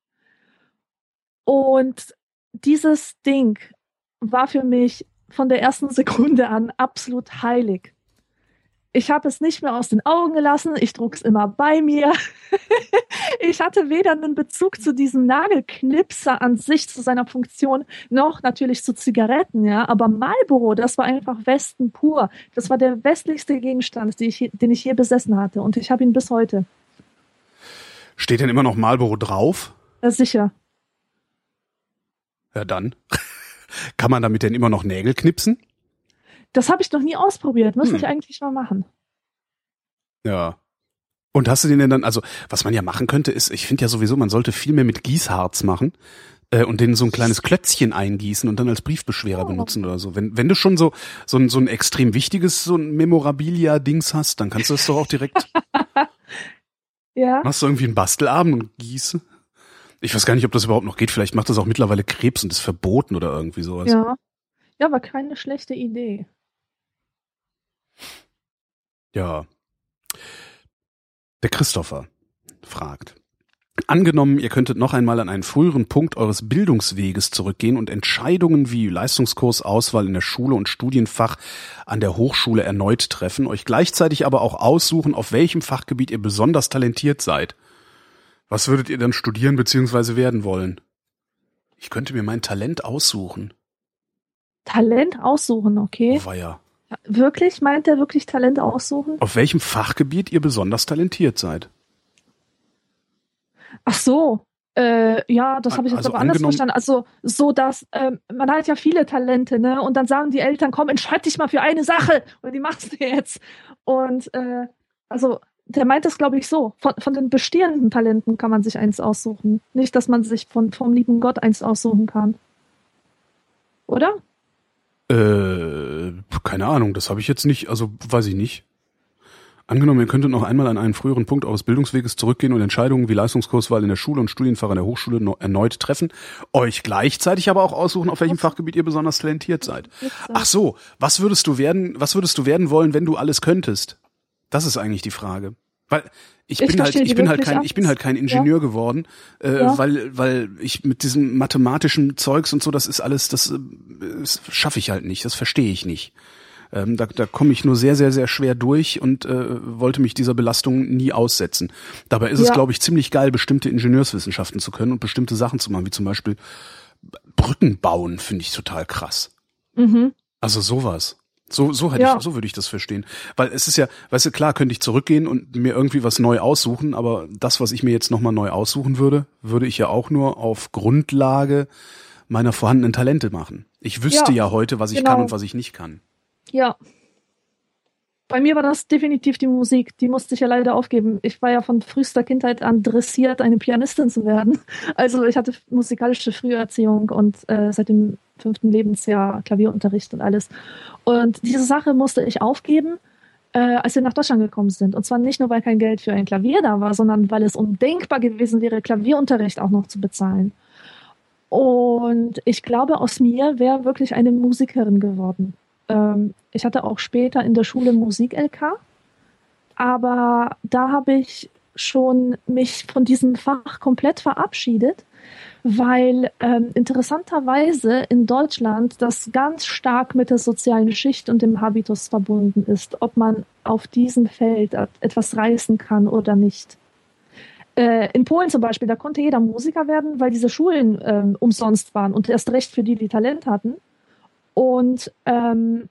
Und dieses Ding war für mich von der ersten Sekunde an absolut heilig. Ich habe es nicht mehr aus den Augen gelassen. Ich trug es immer bei mir. Ich hatte weder einen Bezug zu diesem Nagelknipser an sich, zu seiner Funktion, noch natürlich zu Zigaretten, ja. Aber Marlboro, das war einfach Westen pur. Das war der westlichste Gegenstand, den ich, den ich je besessen hatte. Und ich habe ihn bis heute. Steht denn immer noch Marlboro drauf? Ja, sicher. Ja, dann. Kann man damit denn immer noch Nägel knipsen? Das habe ich noch nie ausprobiert. Muss Hm. ich eigentlich mal machen. Ja. Und hast du den denn dann, also was man ja machen könnte, ist, ich finde ja sowieso, man sollte viel mehr mit Gießharz machen äh, und den so ein kleines Klötzchen eingießen und dann als Briefbeschwerer Oh. benutzen oder so. Wenn wenn du schon so so ein so ein extrem wichtiges so ein Memorabilia-Dings hast, dann kannst du das doch auch direkt. Ja. Machst du irgendwie einen Bastelabend und gieße. Ich weiß gar nicht, ob das überhaupt noch geht. Vielleicht macht das auch mittlerweile Krebs und ist verboten oder irgendwie sowas. Ja. Ja, war keine schlechte Idee. Ja. Der Christopher fragt: Angenommen, ihr könntet noch einmal an einen früheren Punkt eures Bildungsweges zurückgehen und Entscheidungen wie Leistungskurs, Auswahl in der Schule und Studienfach an der Hochschule erneut treffen, euch gleichzeitig aber auch aussuchen, auf welchem Fachgebiet ihr besonders talentiert seid. Was würdet ihr dann studieren bzw. werden wollen? Ich könnte mir mein Talent aussuchen. Talent aussuchen, okay. Oh, weia. Wirklich? Meint er wirklich Talent aussuchen? Auf welchem Fachgebiet ihr besonders talentiert seid? Ach so. Äh, ja, das habe ich jetzt Also aber anders angenommen- verstanden. Also so, dass ähm, man hat ja viele Talente, ne? Und dann sagen die Eltern, komm, entscheid dich mal für eine Sache und die machst du jetzt. Und äh, also der meint das, glaube ich, so. Von, von den bestehenden Talenten kann man sich eins aussuchen. Nicht, dass man sich von, vom lieben Gott eins aussuchen kann. Oder? Äh, keine Ahnung, das habe ich jetzt nicht, also weiß ich nicht. Angenommen, ihr könntet noch einmal an einen früheren Punkt eures Bildungsweges zurückgehen und Entscheidungen wie Leistungskurswahl in der Schule und Studienfach an der Hochschule no- erneut treffen, euch gleichzeitig aber auch aussuchen, auf welchem Fachgebiet ihr besonders talentiert seid. Ach so, was würdest du werden, was würdest du werden wollen, wenn du alles könntest? Das ist eigentlich die Frage. Weil ich, ich bin halt, ich bin halt kein, ich bin halt kein Ingenieur ja. geworden, äh, ja. weil, weil ich mit diesem mathematischen Zeugs und so, das ist alles, das, das schaffe ich halt nicht, das verstehe ich nicht. Ähm, da, da komme ich nur sehr, sehr, sehr schwer durch und äh, wollte mich dieser Belastung nie aussetzen. Dabei ist ja. es, glaube ich, ziemlich geil, bestimmte Ingenieurswissenschaften zu können und bestimmte Sachen zu machen, wie zum Beispiel Brücken bauen, finde ich total krass. Mhm. Also sowas. So, so hätte ja. ich, so würde ich das verstehen. Weil es ist ja, weißt du, klar könnte ich zurückgehen und mir irgendwie was neu aussuchen, aber das, was ich mir jetzt nochmal neu aussuchen würde, würde ich ja auch nur auf Grundlage meiner vorhandenen Talente machen. Ich wüsste ja, ja heute, was ich genau. kann und was ich nicht kann. Ja. Bei mir war das definitiv die Musik. Die musste ich ja leider aufgeben. Ich war ja von frühester Kindheit an dressiert, eine Pianistin zu werden. Also ich hatte musikalische Früherziehung und äh, seit dem fünften Lebensjahr Klavierunterricht und alles. Und diese Sache musste ich aufgeben, äh, als wir nach Deutschland gekommen sind. Und zwar nicht nur, weil kein Geld für ein Klavier da war, sondern weil es undenkbar gewesen wäre, Klavierunterricht auch noch zu bezahlen. Und ich glaube, aus mir wäre wirklich eine Musikerin geworden. Ähm, ich hatte auch später in der Schule Musik-L K, aber da habe ich schon mich von diesem Fach komplett verabschiedet, weil ähm, interessanterweise in Deutschland das ganz stark mit der sozialen Schicht und dem Habitus verbunden ist, ob man auf diesem Feld etwas reißen kann oder nicht. Äh, in Polen zum Beispiel, da konnte jeder Musiker werden, weil diese Schulen ähm, umsonst waren und erst recht für die, die Talent hatten. Und ähm,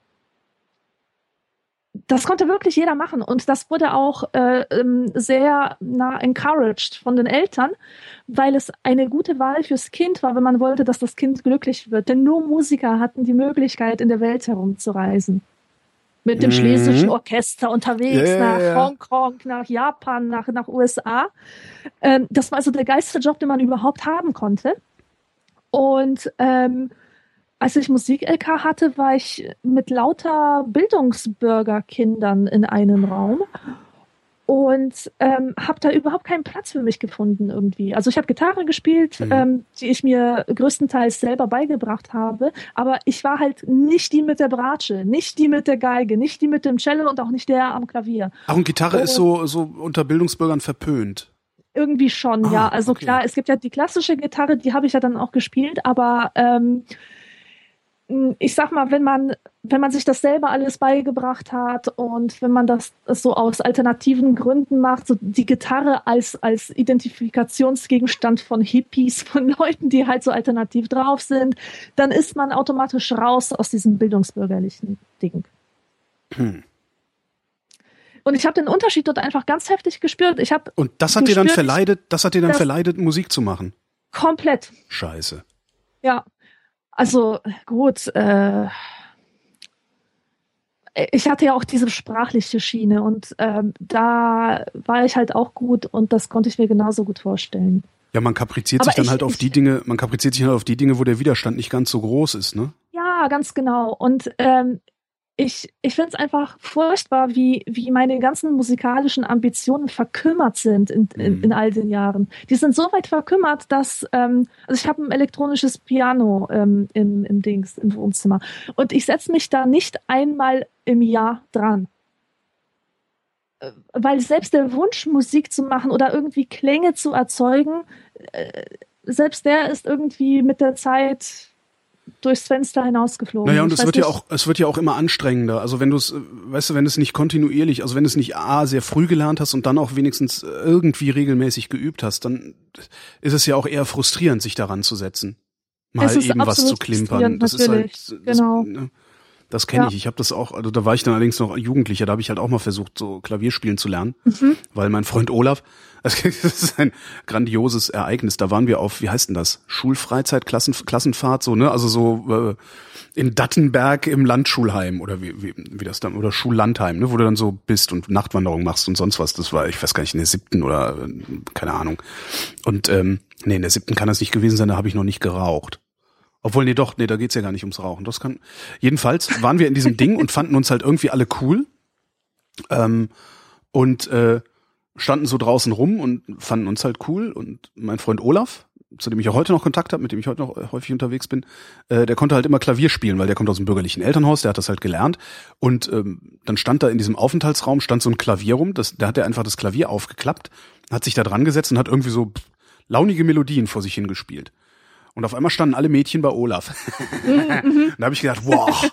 das konnte wirklich jeder machen und das wurde auch äh, sehr na, encouraged von den Eltern, weil es eine gute Wahl fürs Kind war, wenn man wollte, dass das Kind glücklich wird. Denn nur Musiker hatten die Möglichkeit, in der Welt herumzureisen. Mit dem mhm. schlesischen Orchester unterwegs yeah, nach yeah. Hongkong, nach Japan, nach, nach U S A. Ähm, das war also der geilste Job, den man überhaupt haben konnte. Und ähm, als ich Musik-L K hatte, war ich mit lauter Bildungsbürgerkindern in einem Raum und ähm, habe da überhaupt keinen Platz für mich gefunden irgendwie. Also ich habe Gitarre gespielt, mhm. ähm, die ich mir größtenteils selber beigebracht habe, aber ich war halt nicht die mit der Bratsche, nicht die mit der Geige, nicht die mit dem Cello und auch nicht der am Klavier. Ach, und Gitarre und ist so, so unter Bildungsbürgern verpönt? Irgendwie schon, ah, ja. Also okay. Klar, es gibt ja die klassische Gitarre, die habe ich ja dann auch gespielt, aber ähm, ich sag mal, wenn man, wenn man sich das selber alles beigebracht hat und wenn man das so aus alternativen Gründen macht, so die Gitarre als, als Identifikationsgegenstand von Hippies, von Leuten, die halt so alternativ drauf sind, dann ist man automatisch raus aus diesem bildungsbürgerlichen Ding. Hm. Und ich habe den Unterschied dort einfach ganz heftig gespürt. Ich hab Und das hat gespürt, dir dann verleidet, das hat dir dann verleidet, Musik zu machen? Komplett. Scheiße. Ja. Also gut, äh, ich hatte ja auch diese sprachliche Schiene und ähm, da war ich halt auch gut und das konnte ich mir genauso gut vorstellen. Ja, man kapriziert Aber sich dann ich, halt auf ich, die Dinge, man kapriziert sich halt auf die Dinge, wo der Widerstand nicht ganz so groß ist, ne? Ja, ganz genau. Und ähm, ich, ich finde es einfach furchtbar, wie, wie meine ganzen musikalischen Ambitionen verkümmert sind in, in, mhm. in all den Jahren. Die sind so weit verkümmert, dass, ähm, also ich habe ein elektronisches Piano ähm, im, im Dings, im Wohnzimmer. Und ich setze mich da nicht einmal im Jahr dran. Weil selbst der Wunsch, Musik zu machen oder irgendwie Klänge zu erzeugen, äh, selbst der ist irgendwie mit der Zeit durchs Fenster hinausgeflogen. Naja, und es wird ja auch, es wird ja auch immer anstrengender. Also wenn du es, weißt du, wenn du es nicht kontinuierlich, also wenn du es nicht A, sehr früh gelernt hast und dann auch wenigstens irgendwie regelmäßig geübt hast, dann ist es ja auch eher frustrierend, sich daran zu setzen. Mal eben was zu klimpern. Das ist halt, das, genau. Ne, das kenne ja. ich. Ich habe das auch, also da war ich dann allerdings noch Jugendlicher, da habe ich halt auch mal versucht, so Klavierspielen zu lernen, mhm. weil mein Freund Olaf, das ist ein grandioses Ereignis, da waren wir auf, wie heißt denn das, Schulfreizeit, Klassen, Klassenfahrt, so, ne, also so äh, in Dattenberg im Landschulheim oder wie, wie, wie das dann, oder Schullandheim, ne, wo du dann so bist und Nachtwanderung machst und sonst was, das war, ich weiß gar nicht, in der siebten oder, keine Ahnung. Und, ähm, nee, in der siebten kann das nicht gewesen sein, da habe ich noch nicht geraucht. Obwohl, nee, doch, nee, da geht's ja gar nicht ums Rauchen. Das kann. Jedenfalls waren wir in diesem Ding und fanden uns halt irgendwie alle cool. Ähm, und äh, standen so draußen rum und fanden uns halt cool. Und mein Freund Olaf, zu dem ich auch heute noch Kontakt habe, mit dem ich heute noch häufig unterwegs bin, äh, der konnte halt immer Klavier spielen, weil der kommt aus einem bürgerlichen Elternhaus, der hat das halt gelernt. Und ähm, dann stand da in diesem Aufenthaltsraum, stand so ein Klavier rum, das, da hat er einfach das Klavier aufgeklappt, hat sich da dran gesetzt und hat irgendwie so launige Melodien vor sich hingespielt. Und auf einmal standen alle Mädchen bei Olaf. Und da habe ich gedacht, wow,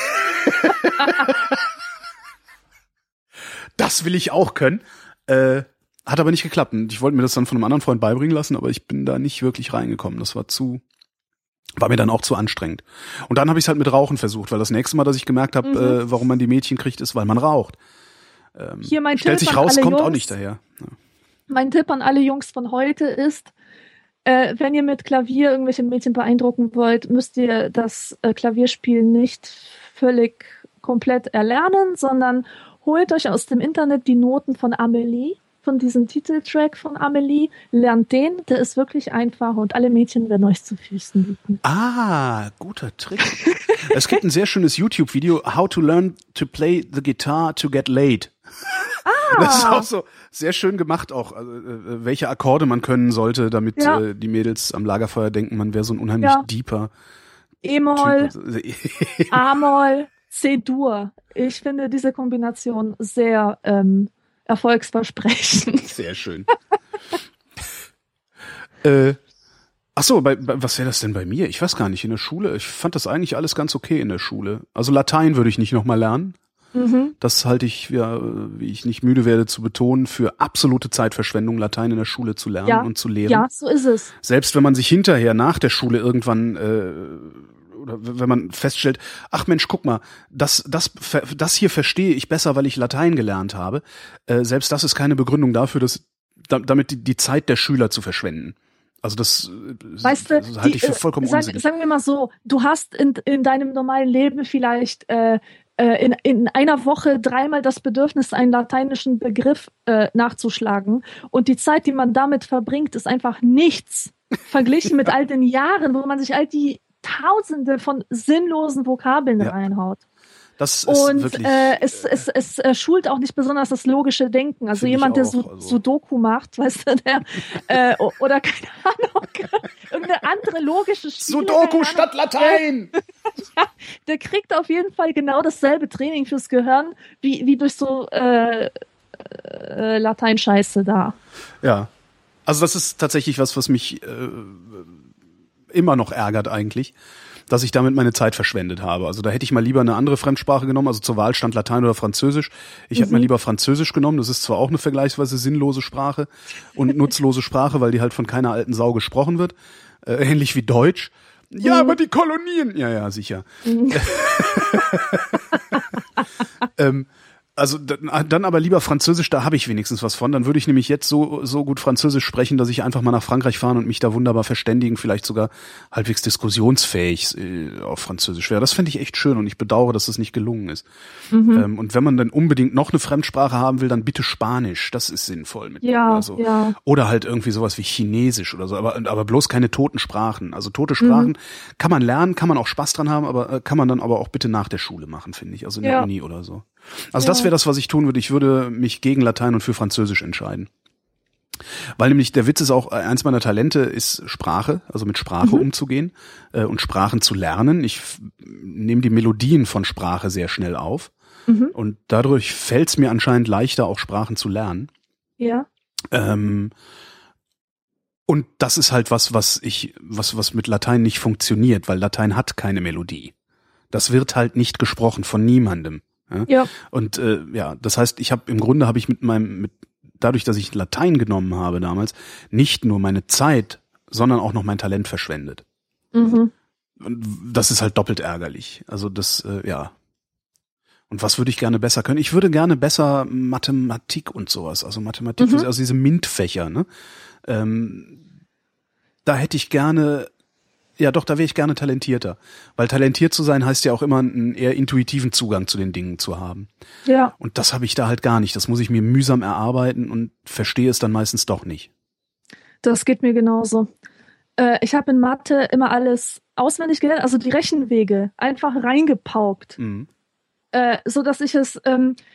das will ich auch können. Äh, hat aber nicht geklappt. Und ich wollte mir das dann von einem anderen Freund beibringen lassen, aber ich bin da nicht wirklich reingekommen. Das war zu, war mir dann auch zu anstrengend. Und dann habe ich es halt mit Rauchen versucht, weil das nächste Mal, dass ich gemerkt habe, mhm. äh, warum man die Mädchen kriegt, ist, weil man raucht. Ähm, Hier mein stellt Tipp sich an raus, alle kommt Jungs. auch nicht daher. Ja. Mein Tipp an alle Jungs von heute ist, äh, wenn ihr mit Klavier irgendwelche Mädchen beeindrucken wollt, müsst ihr das äh, Klavierspielen nicht völlig komplett erlernen, sondern holt euch aus dem Internet die Noten von Amelie, von diesem Titeltrack von Amelie, lernt den, der ist wirklich einfach und alle Mädchen werden euch zu Füßen liegen. Ah, guter Trick. Es gibt ein sehr schönes YouTube-Video, How to Learn to Play the Guitar to Get Laid. Ah. Das ist auch so sehr schön gemacht auch, also, äh, welche Akkorde man können sollte, damit ja. äh, die Mädels am Lagerfeuer denken, man wäre so ein unheimlich ja. deeper E-Moll, Typ. A-Moll, C-Dur. Ich finde diese Kombination sehr ähm, erfolgsversprechend. Sehr schön. äh, ach so, bei, bei, was wäre das denn bei mir? Ich weiß gar nicht, in der Schule, ich fand das eigentlich alles ganz okay in der Schule. Also Latein würde ich nicht nochmal lernen. Mhm. Das halte ich, ja, wie ich nicht müde werde zu betonen, für absolute Zeitverschwendung, Latein in der Schule zu lernen ja. und zu lehren. Ja, so ist es. Selbst wenn man sich hinterher nach der Schule irgendwann äh, oder wenn man feststellt, ach Mensch, guck mal, das das das hier verstehe ich besser, weil ich Latein gelernt habe. Äh, selbst das ist keine Begründung dafür, dass damit die, die Zeit der Schüler zu verschwenden. Also das, weißt das du, halte die, ich für vollkommen sag, unsinnig. Sagen wir mal so, du hast in in deinem normalen Leben vielleicht äh, In, in einer Woche dreimal das Bedürfnis, einen lateinischen Begriff äh, nachzuschlagen. Und die Zeit, die man damit verbringt, ist einfach nichts verglichen mit all den Jahren, wo man sich all die Tausende von sinnlosen Vokabeln ja. reinhaut. Das ist und wirklich, äh, es, es, es äh, schult auch nicht besonders das logische Denken. Also jemand, der so, also. Sudoku macht, weißt du, der äh, oder keine Ahnung, irgendeine andere logische Spiele. Sudoku statt Latein! Ja, der kriegt auf jeden Fall genau dasselbe Training fürs Gehirn wie, wie durch so äh, äh, Lateinscheiße da. Ja, also das ist tatsächlich was, was mich äh, immer noch ärgert eigentlich, dass ich damit meine Zeit verschwendet habe. Also da hätte ich mal lieber eine andere Fremdsprache genommen, also zur Wahl stand Latein oder Französisch. Ich mhm. hätte mal lieber Französisch genommen, das ist zwar auch eine vergleichsweise sinnlose Sprache und nutzlose Sprache, weil die halt von keiner alten Sau gesprochen wird, äh, ähnlich wie Deutsch. Ja, mhm. aber die Kolonien, ja, ja, sicher. Mhm. ähm, Also dann aber lieber Französisch, da habe ich wenigstens was von. Dann würde ich nämlich jetzt so so gut Französisch sprechen, dass ich einfach mal nach Frankreich fahren und mich da wunderbar verständigen, vielleicht sogar halbwegs diskussionsfähig äh, auf Französisch wäre. Das fände ich echt schön und ich bedauere, dass das nicht gelungen ist. Mhm. Ähm, und wenn man dann unbedingt noch eine Fremdsprache haben will, dann bitte Spanisch. Das ist sinnvoll. Mit ja, oder so. ja. Oder halt irgendwie sowas wie Chinesisch oder so. Aber aber bloß keine toten Sprachen. Also tote Sprachen mhm. kann man lernen, kann man auch Spaß dran haben, aber äh, kann man dann aber auch bitte nach der Schule machen, finde ich. Also in ja. der Uni oder so. Also ja. das wäre das, was ich tun würde. Ich würde mich gegen Latein und für Französisch entscheiden. Weil nämlich der Witz ist auch, eins meiner Talente ist Sprache, also mit Sprache mhm. umzugehen äh, und Sprachen zu lernen. Ich f- nehme die Melodien von Sprache sehr schnell auf mhm. und dadurch fällt es mir anscheinend leichter, auch Sprachen zu lernen. Ja. Ähm, und das ist halt was, was ich, was, was mit Latein nicht funktioniert, weil Latein hat keine Melodie. Das wird halt nicht gesprochen von niemandem. Ja. ja. Und äh, ja, das heißt, ich habe im Grunde habe ich mit meinem mit dadurch, dass ich Latein genommen habe damals, nicht nur meine Zeit, sondern auch noch mein Talent verschwendet. Mhm. Und das ist halt doppelt ärgerlich. Also das äh, ja. Und was würde ich gerne besser können? Ich würde gerne besser Mathematik und sowas, also Mathematik, mhm. also diese MINT-Fächer, ne? Ähm, da hätte ich gerne Ja, doch, da wäre ich gerne talentierter. Weil talentiert zu sein heißt ja auch immer einen eher intuitiven Zugang zu den Dingen zu haben. Ja. Und das habe ich da halt gar nicht. Das muss ich mir mühsam erarbeiten und verstehe es dann meistens doch nicht. Das geht mir genauso. Äh, ich habe in Mathe immer alles auswendig gelernt, also die Rechenwege einfach reingepaukt. Mhm. Äh, so dass ich es, ähm,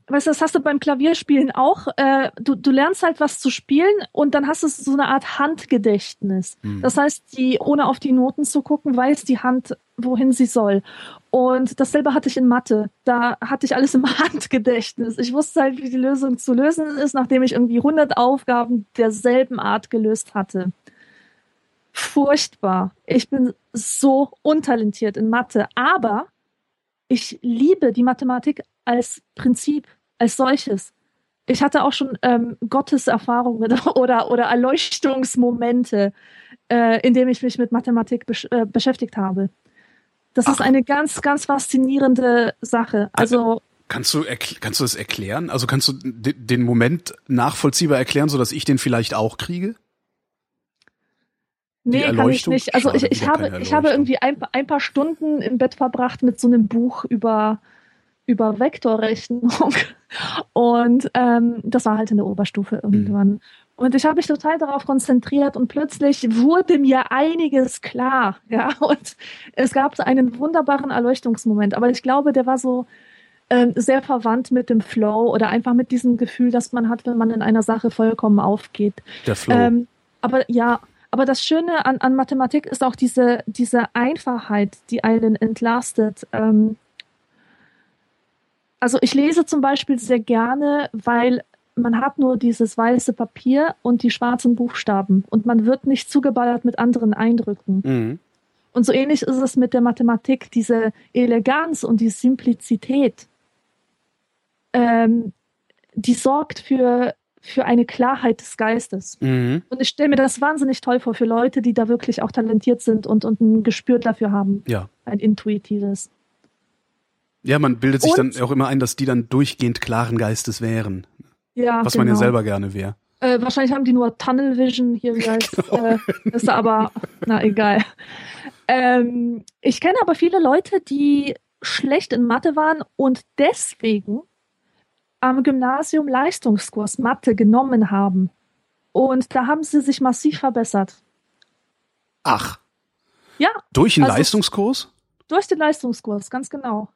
weißt du, das hast du beim Klavierspielen auch. Äh, du, du lernst halt was zu spielen und dann hast du so eine Art Handgedächtnis. Hm. Das heißt, die, ohne auf die Noten zu gucken, weiß die Hand, wohin sie soll. Und dasselbe hatte ich in Mathe. Da hatte ich alles im Handgedächtnis. Ich wusste halt, wie die Lösung zu lösen ist, nachdem ich irgendwie hundert Aufgaben derselben Art gelöst hatte. Furchtbar. Ich bin so untalentiert in Mathe, aber ich liebe die Mathematik als Prinzip, als solches. Ich hatte auch schon ähm, Gotteserfahrungen oder, oder Erleuchtungsmomente, äh, in denen ich mich mit Mathematik besch- äh, beschäftigt habe. Das Ach. ist eine ganz, ganz faszinierende Sache. Also Kannst du, erkl- kannst du das erklären? Also kannst du d- den Moment nachvollziehbar erklären, sodass ich den vielleicht auch kriege? Nee, kann ich nicht. Also ich, ich habe, ich habe irgendwie ein, ein paar Stunden im Bett verbracht mit so einem Buch über, über Vektorrechnung. Und ähm, das war halt in der Oberstufe irgendwann. Mhm. Und ich habe mich total darauf konzentriert und plötzlich wurde mir einiges klar. Ja, und es gab einen wunderbaren Erleuchtungsmoment. Aber ich glaube, der war so ähm, sehr verwandt mit dem Flow oder einfach mit diesem Gefühl, das man hat, wenn man in einer Sache vollkommen aufgeht. Der Flow. Ähm, aber ja, aber das Schöne an, an Mathematik ist auch diese, diese Einfachheit, die einen entlastet. Ähm, also ich lese zum Beispiel sehr gerne, weil man hat nur dieses weiße Papier und die schwarzen Buchstaben und man wird nicht zugeballert mit anderen Eindrücken. Mhm. Und so ähnlich ist es mit der Mathematik, diese Eleganz und die Simplizität, ähm, die sorgt für, für eine Klarheit des Geistes. Mhm. Und ich stelle mir das wahnsinnig toll vor für Leute, die da wirklich auch talentiert sind und, und ein Gespür dafür haben. Ja. Ein intuitives. Ja, man bildet sich und, dann auch immer ein, dass die dann durchgehend klaren Geistes wären. Ja, was genau. man ja selber gerne wäre. Äh, wahrscheinlich haben die nur Tunnel Vision hier, wie heißt genau. äh, ist aber, na egal. Ähm, ich kenne aber viele Leute, die schlecht in Mathe waren und deswegen am Gymnasium Leistungskurs Mathe genommen haben. Und da haben sie sich massiv verbessert. Ach. Ja. Durch einen also, Leistungskurs? Durch den Leistungskurs, ganz genau.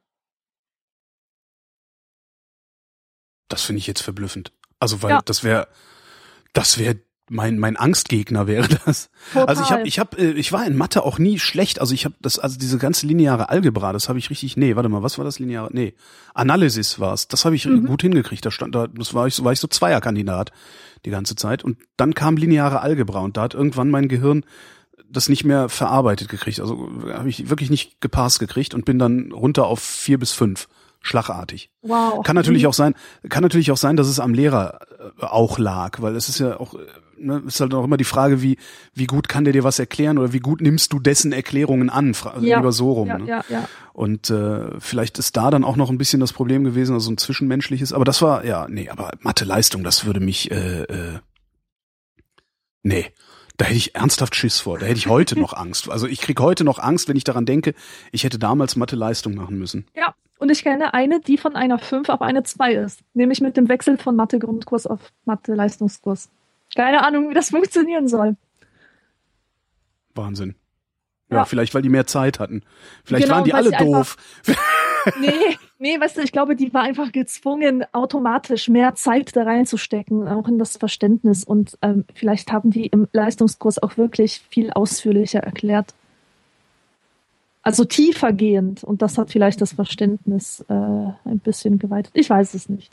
Das finde ich jetzt verblüffend. Also, weil ja. das wäre, das wäre mein mein Angstgegner wäre das. Total. Also ich habe ich habe ich war in Mathe auch nie schlecht. Also ich habe das also diese ganze lineare Algebra, das habe ich richtig. Nee, warte mal, was war das lineare? Nee, Analysis war's. Das habe ich mhm. gut hingekriegt. Da stand da, das war ich so war ich so Zweierkandidat die ganze Zeit. Und dann kam lineare Algebra und da hat irgendwann mein Gehirn das nicht mehr verarbeitet gekriegt. Also habe ich wirklich nicht gepasst gekriegt und bin dann runter auf vier bis fünf. Schlagartig. Wow. Kann natürlich auch sein, kann natürlich auch sein, dass es am Lehrer äh, auch lag, weil es ist ja auch, ne, ist halt auch immer die Frage, wie wie gut kann der dir was erklären oder wie gut nimmst du dessen Erklärungen an, also ja. lieber so rum. Ja, ne? ja, ja. Und äh, vielleicht ist da dann auch noch ein bisschen das Problem gewesen, also ein zwischenmenschliches, aber das war, ja, nee, aber Mathe-Leistung, das würde mich, äh, äh, nee. Da hätte ich ernsthaft Schiss vor. Da hätte ich heute noch Angst. Also ich krieg heute noch Angst, wenn ich daran denke, ich hätte damals Mathe-Leistung machen müssen. Ja, und ich kenne eine, die von einer fünf auf eine zwei ist. Nämlich mit dem Wechsel von Mathe-Grundkurs auf Mathe-Leistungskurs. Keine Ahnung, wie das funktionieren soll. Wahnsinn. Ja, ja. Vielleicht, weil die mehr Zeit hatten. Vielleicht genau, waren die alle doof. Nee, nee, weißt du, ich glaube, die war einfach gezwungen, automatisch mehr Zeit da reinzustecken, auch in das Verständnis. Und ähm, vielleicht haben die im Leistungskurs auch wirklich viel ausführlicher erklärt. Also tiefergehend. Und das hat vielleicht das Verständnis äh, ein bisschen geweitet. Ich weiß es nicht.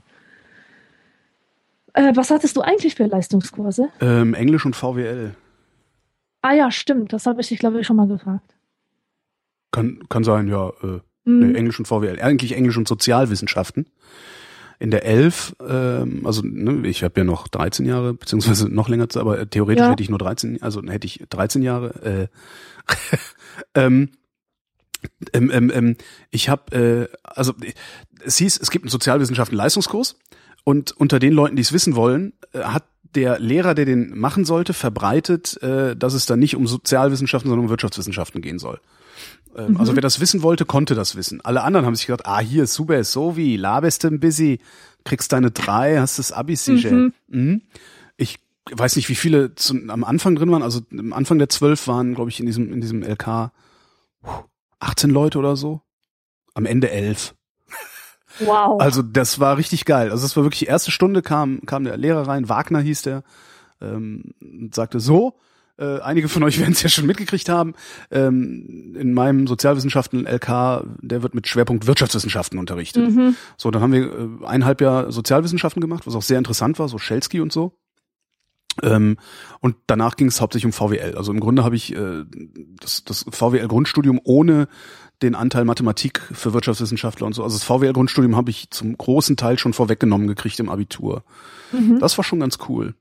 Äh, was hattest du eigentlich für Leistungskurse? Ähm, Englisch und V W L. Ah ja, stimmt. Das habe ich dich, glaube ich, schon mal gefragt. Kann, kann sein, ja. Äh. Nee, Englisch und V W L, eigentlich Englisch und Sozialwissenschaften. In der elf, ähm, also ne, ich habe ja noch dreizehn Jahre, beziehungsweise noch länger, aber theoretisch ja. hätte ich nur dreizehn, also hätte ich dreizehn Jahre. Äh, ähm, ähm, ähm, ähm, ich habe, äh, also es hieß, es gibt einen Sozialwissenschaften-Leistungskurs und unter den Leuten, die es wissen wollen, äh, hat der Lehrer, der den machen sollte, verbreitet, äh, dass es dann nicht um Sozialwissenschaften, sondern um Wirtschaftswissenschaften gehen soll. Mhm. Also wer das wissen wollte, konnte das wissen. Alle anderen haben sich gedacht, ah, hier, super, so wie, labest du ein bisschen, kriegst deine drei, hast das Abi sicher. Mhm. Mhm. Ich weiß nicht, wie viele zu, am Anfang drin waren, also am Anfang der zwölf waren, glaube ich, in diesem in diesem L K achtzehn Leute oder so. Am Ende elf. Wow. Also das war richtig geil. Also das war wirklich, erste Stunde kam kam der Lehrer rein, Wagner hieß der, ähm, und sagte so, äh, einige von euch werden es ja schon mitgekriegt haben, ähm, in meinem Sozialwissenschaften L K, der wird mit Schwerpunkt Wirtschaftswissenschaften unterrichtet. Mhm. So, dann haben wir äh, eineinhalb Jahr Sozialwissenschaften gemacht, was auch sehr interessant war, so Schelsky und so. Ähm, und danach ging es hauptsächlich um V W L. Also im Grunde habe ich äh, das, das V W L-Grundstudium ohne den Anteil Mathematik für Wirtschaftswissenschaftler und so. Also das V W L-Grundstudium habe ich zum großen Teil schon vorweggenommen gekriegt im Abitur. Mhm. Das war schon ganz cool.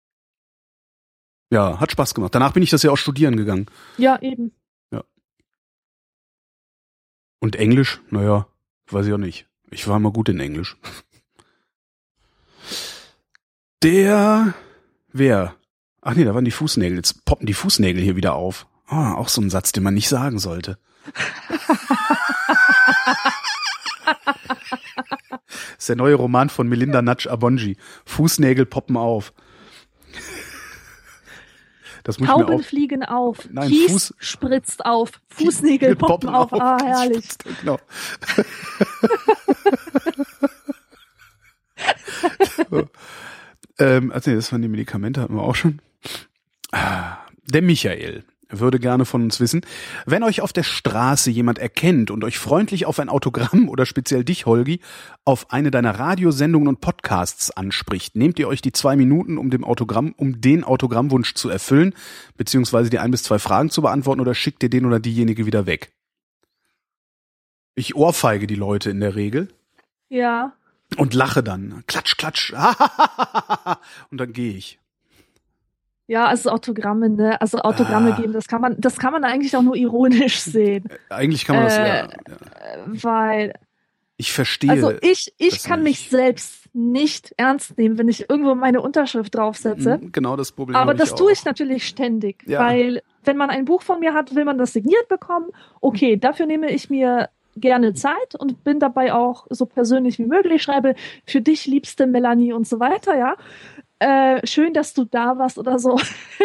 Ja, hat Spaß gemacht. Danach bin ich das ja auch studieren gegangen. Ja, eben. Ja. Und Englisch? Naja, weiß ich auch nicht. Ich war immer gut in Englisch. Der... Wer? Ach nee, da waren die Fußnägel. Jetzt poppen die Fußnägel hier wieder auf. Ah, auch so ein Satz, den man nicht sagen sollte. Das ist der neue Roman von Melinda Natsch-Abonji. Fußnägel poppen auf. Das muss Tauben ich mir auch... fliegen auf. Nein, Kies Fuß... spritzt auf. Fußnägel poppen, poppen auf. auf. Ah, herrlich. Spritzt, genau. So. Ähm, also nee, das waren die Medikamente, hatten wir auch schon. Der Michael würde gerne von uns wissen, wenn euch auf der Straße jemand erkennt und euch freundlich auf ein Autogramm oder speziell dich, Holgi, auf eine deiner Radiosendungen und Podcasts anspricht, nehmt ihr euch die zwei Minuten, um dem Autogramm, um den Autogrammwunsch zu erfüllen, beziehungsweise die ein bis zwei Fragen zu beantworten, oder schickt ihr den oder diejenige wieder weg? Ich ohrfeige die Leute in der Regel. Ja. Und lache dann. Klatsch, klatsch. Und dann gehe ich. Ja, also Autogramme, ne? Also Autogramme ah. geben, das kann man, das kann man eigentlich auch nur ironisch sehen. Eigentlich kann man das, äh, ja, ja. Weil. Ich verstehe. Also ich, ich kann nicht. mich selbst nicht ernst nehmen, wenn ich irgendwo meine Unterschrift draufsetze. Genau das Problem. Aber das ich tue auch. ich natürlich ständig. Ja. Weil, wenn man ein Buch von mir hat, will man das signiert bekommen. Okay, dafür nehme ich mir gerne Zeit und bin dabei auch so persönlich wie möglich, schreibe für dich, liebste Melanie und so weiter, ja. Äh, schön, dass du da warst oder so.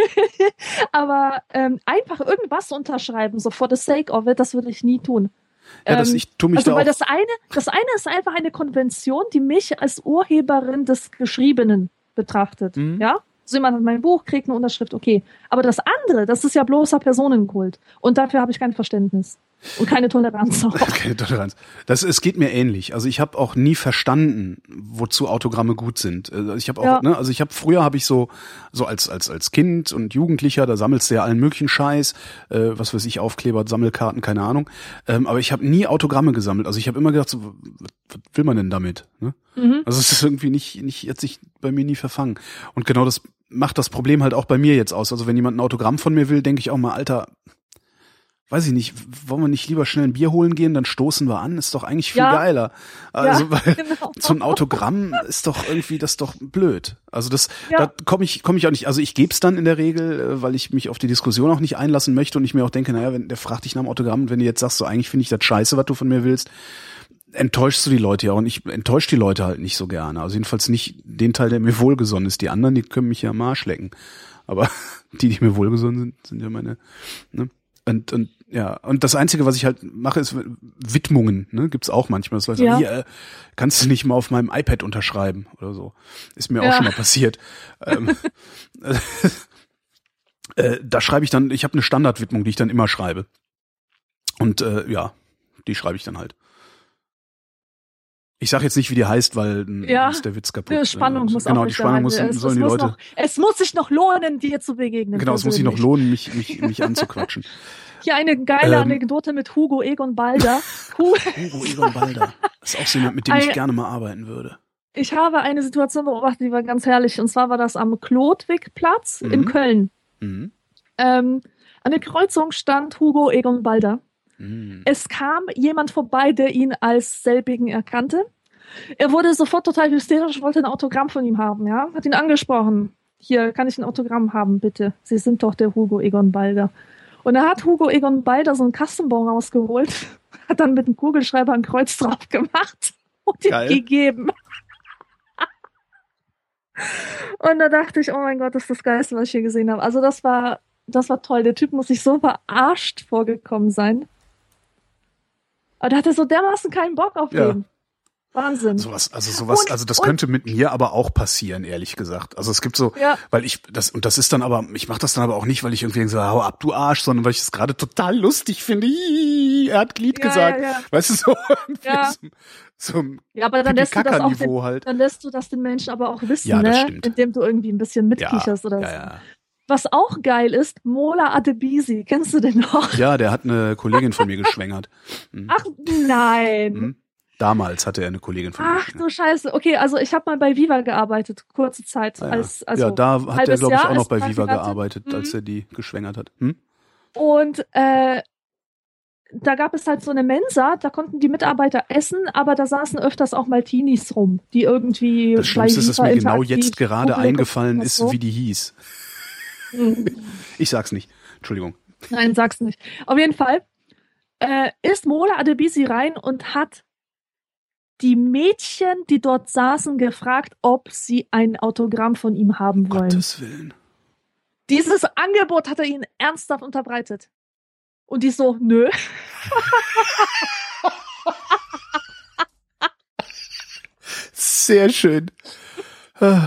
Aber ähm, einfach irgendwas unterschreiben, so for the sake of it, das würde ich nie tun. Ja, das, ich tu mich also da weil auch das eine, das eine ist einfach eine Konvention, die mich als Urheberin des Geschriebenen betrachtet, mhm. ja. So jemand hat mein Buch, kriegt eine Unterschrift, okay. Aber das andere, das ist ja bloßer Personenkult. Und dafür habe ich kein Verständnis. Und keine Toleranz auch. Keine Toleranz. Das, es geht mir ähnlich. Also ich habe auch nie verstanden, wozu Autogramme gut sind. Ich habe auch, ja. ne, also ich habe früher habe ich so, so als als als Kind und Jugendlicher, da sammelst du ja allen möglichen Scheiß, äh, was weiß ich, Aufkleber, Sammelkarten, keine Ahnung. Ähm, aber ich habe nie Autogramme gesammelt. Also ich habe immer gedacht, so, was will man denn damit? Ne? Mhm. Also es ist irgendwie nicht, nicht, hat sich bei mir nie verfangen. Und genau das macht das Problem halt auch bei mir jetzt aus. Also wenn jemand ein Autogramm von mir will, denke ich auch mal, Alter, weiß ich nicht, wollen wir nicht lieber schnell ein Bier holen gehen, dann stoßen wir an, ist doch eigentlich viel ja. geiler. Also, ja, weil genau. so ein Autogramm ist doch irgendwie, das ist doch blöd. Also das, ja. da komme ich, komme ich auch nicht, also ich gebe es dann in der Regel, weil ich mich auf die Diskussion auch nicht einlassen möchte und ich mir auch denke, naja, wenn der fragt dich nach dem Autogramm und wenn du jetzt sagst, so eigentlich finde ich das scheiße, was du von mir willst, enttäuschst du die Leute ja auch und ich enttäusche die Leute halt nicht so gerne. Also jedenfalls nicht den Teil, der mir wohlgesonnen ist. Die anderen, die können mich ja am Arsch lecken. Aber die, die mir wohlgesonnen sind, sind ja meine, ne? Und, und ja, und das Einzige, was ich halt mache, ist Widmungen, ne? Gibt's auch manchmal. Das weiß ich, ja. hier, äh, kannst du nicht mal auf meinem iPad unterschreiben oder so. Ist mir ja. auch schon mal passiert. ähm, äh, da schreibe ich dann, ich habe eine Standardwidmung, die ich dann immer schreibe. Und äh, ja, die schreibe ich dann halt. Ich sage jetzt nicht, wie die heißt, weil ja, ist der Witz kaputt. Die Spannung muss genau, auch die Spannung muss, es, sollen es die muss Leute. Noch, es muss sich noch lohnen, dir zu begegnen. Genau, es muss sich noch lohnen, mich, mich, mich anzuquatschen. Hier eine geile ähm, Anekdote mit Hugo Egon Balder. Hugo Egon Balder. Das ist auch so jemand, mit dem ich gerne mal arbeiten würde. Ich habe eine Situation beobachtet, die war ganz herrlich. Und zwar war das am Klodwigplatz mhm. in Köln. Mhm. Ähm, an der Kreuzung stand Hugo Egon Balder. Mhm. Es kam jemand vorbei, der ihn als selbigen erkannte. Er wurde sofort total hysterisch, wollte ein Autogramm von ihm haben, ja, hat ihn angesprochen. Hier, kann ich ein Autogramm haben, bitte? Sie sind doch der Hugo Egon Balder. Und da hat Hugo Egon Balder so einen Kastenbon rausgeholt, hat dann mit einem Kugelschreiber ein Kreuz drauf gemacht und ihm gegeben. Und da dachte ich, oh mein Gott, das ist das Geilste, was ich hier gesehen habe. Also das war, das war toll. Der Typ muss sich so verarscht vorgekommen sein. Aber da hatte so dermaßen keinen Bock auf ja. den. Wahnsinn. Sowas, also sowas, Und- also das und- könnte mit mir aber auch passieren, ehrlich gesagt. Also es gibt so, Ja. weil ich das und das ist dann aber, ich mache das dann aber auch nicht, weil ich irgendwie so, hau ab, du Arsch, sondern weil ich es gerade total lustig finde. Hihi, er hat Glied Ja, gesagt, ja, ja. weißt du, so, Ja. so, so ein Ja, aber dann lässt du das auch den, Pipi-Kaka-Niveau halt. dann lässt du das den Menschen aber auch wissen, Ja, das ne? stimmt. Indem du irgendwie ein bisschen Ja, mitkicherst oder ja, so. ja. Was auch geil ist, Mola Adebisi. Kennst du den noch? Ja, der hat eine Kollegin von mir geschwängert. Hm. Ach nein. Hm. Damals hatte er eine Kollegin von mir Ach geschwängert. du Scheiße. Okay, also ich habe mal bei Viva gearbeitet, kurze Zeit. Ah, ja. als, also ja, da hat er, halbes glaube ich, Jahr auch noch als bei Viva Praktikantin. gearbeitet, als Mhm. er die geschwängert hat. Hm? Und äh, da gab es halt so eine Mensa, da konnten die Mitarbeiter essen, aber da saßen öfters auch mal Teenies rum, die irgendwie Das Schlimmste ist, dass Viva mir genau interaktiv jetzt gerade Google eingefallen oder ist, so. wie die hieß. Mhm. Ich sag's nicht. Entschuldigung. Nein, sag's nicht. Auf jeden Fall äh, ist Mola Adebisi rein und hat die Mädchen, die dort saßen, gefragt, ob sie ein Autogramm von ihm haben wollen. Gottes Willen. Dieses Angebot hat er ihnen ernsthaft unterbreitet. Und die so, nö. Sehr schön. Äh.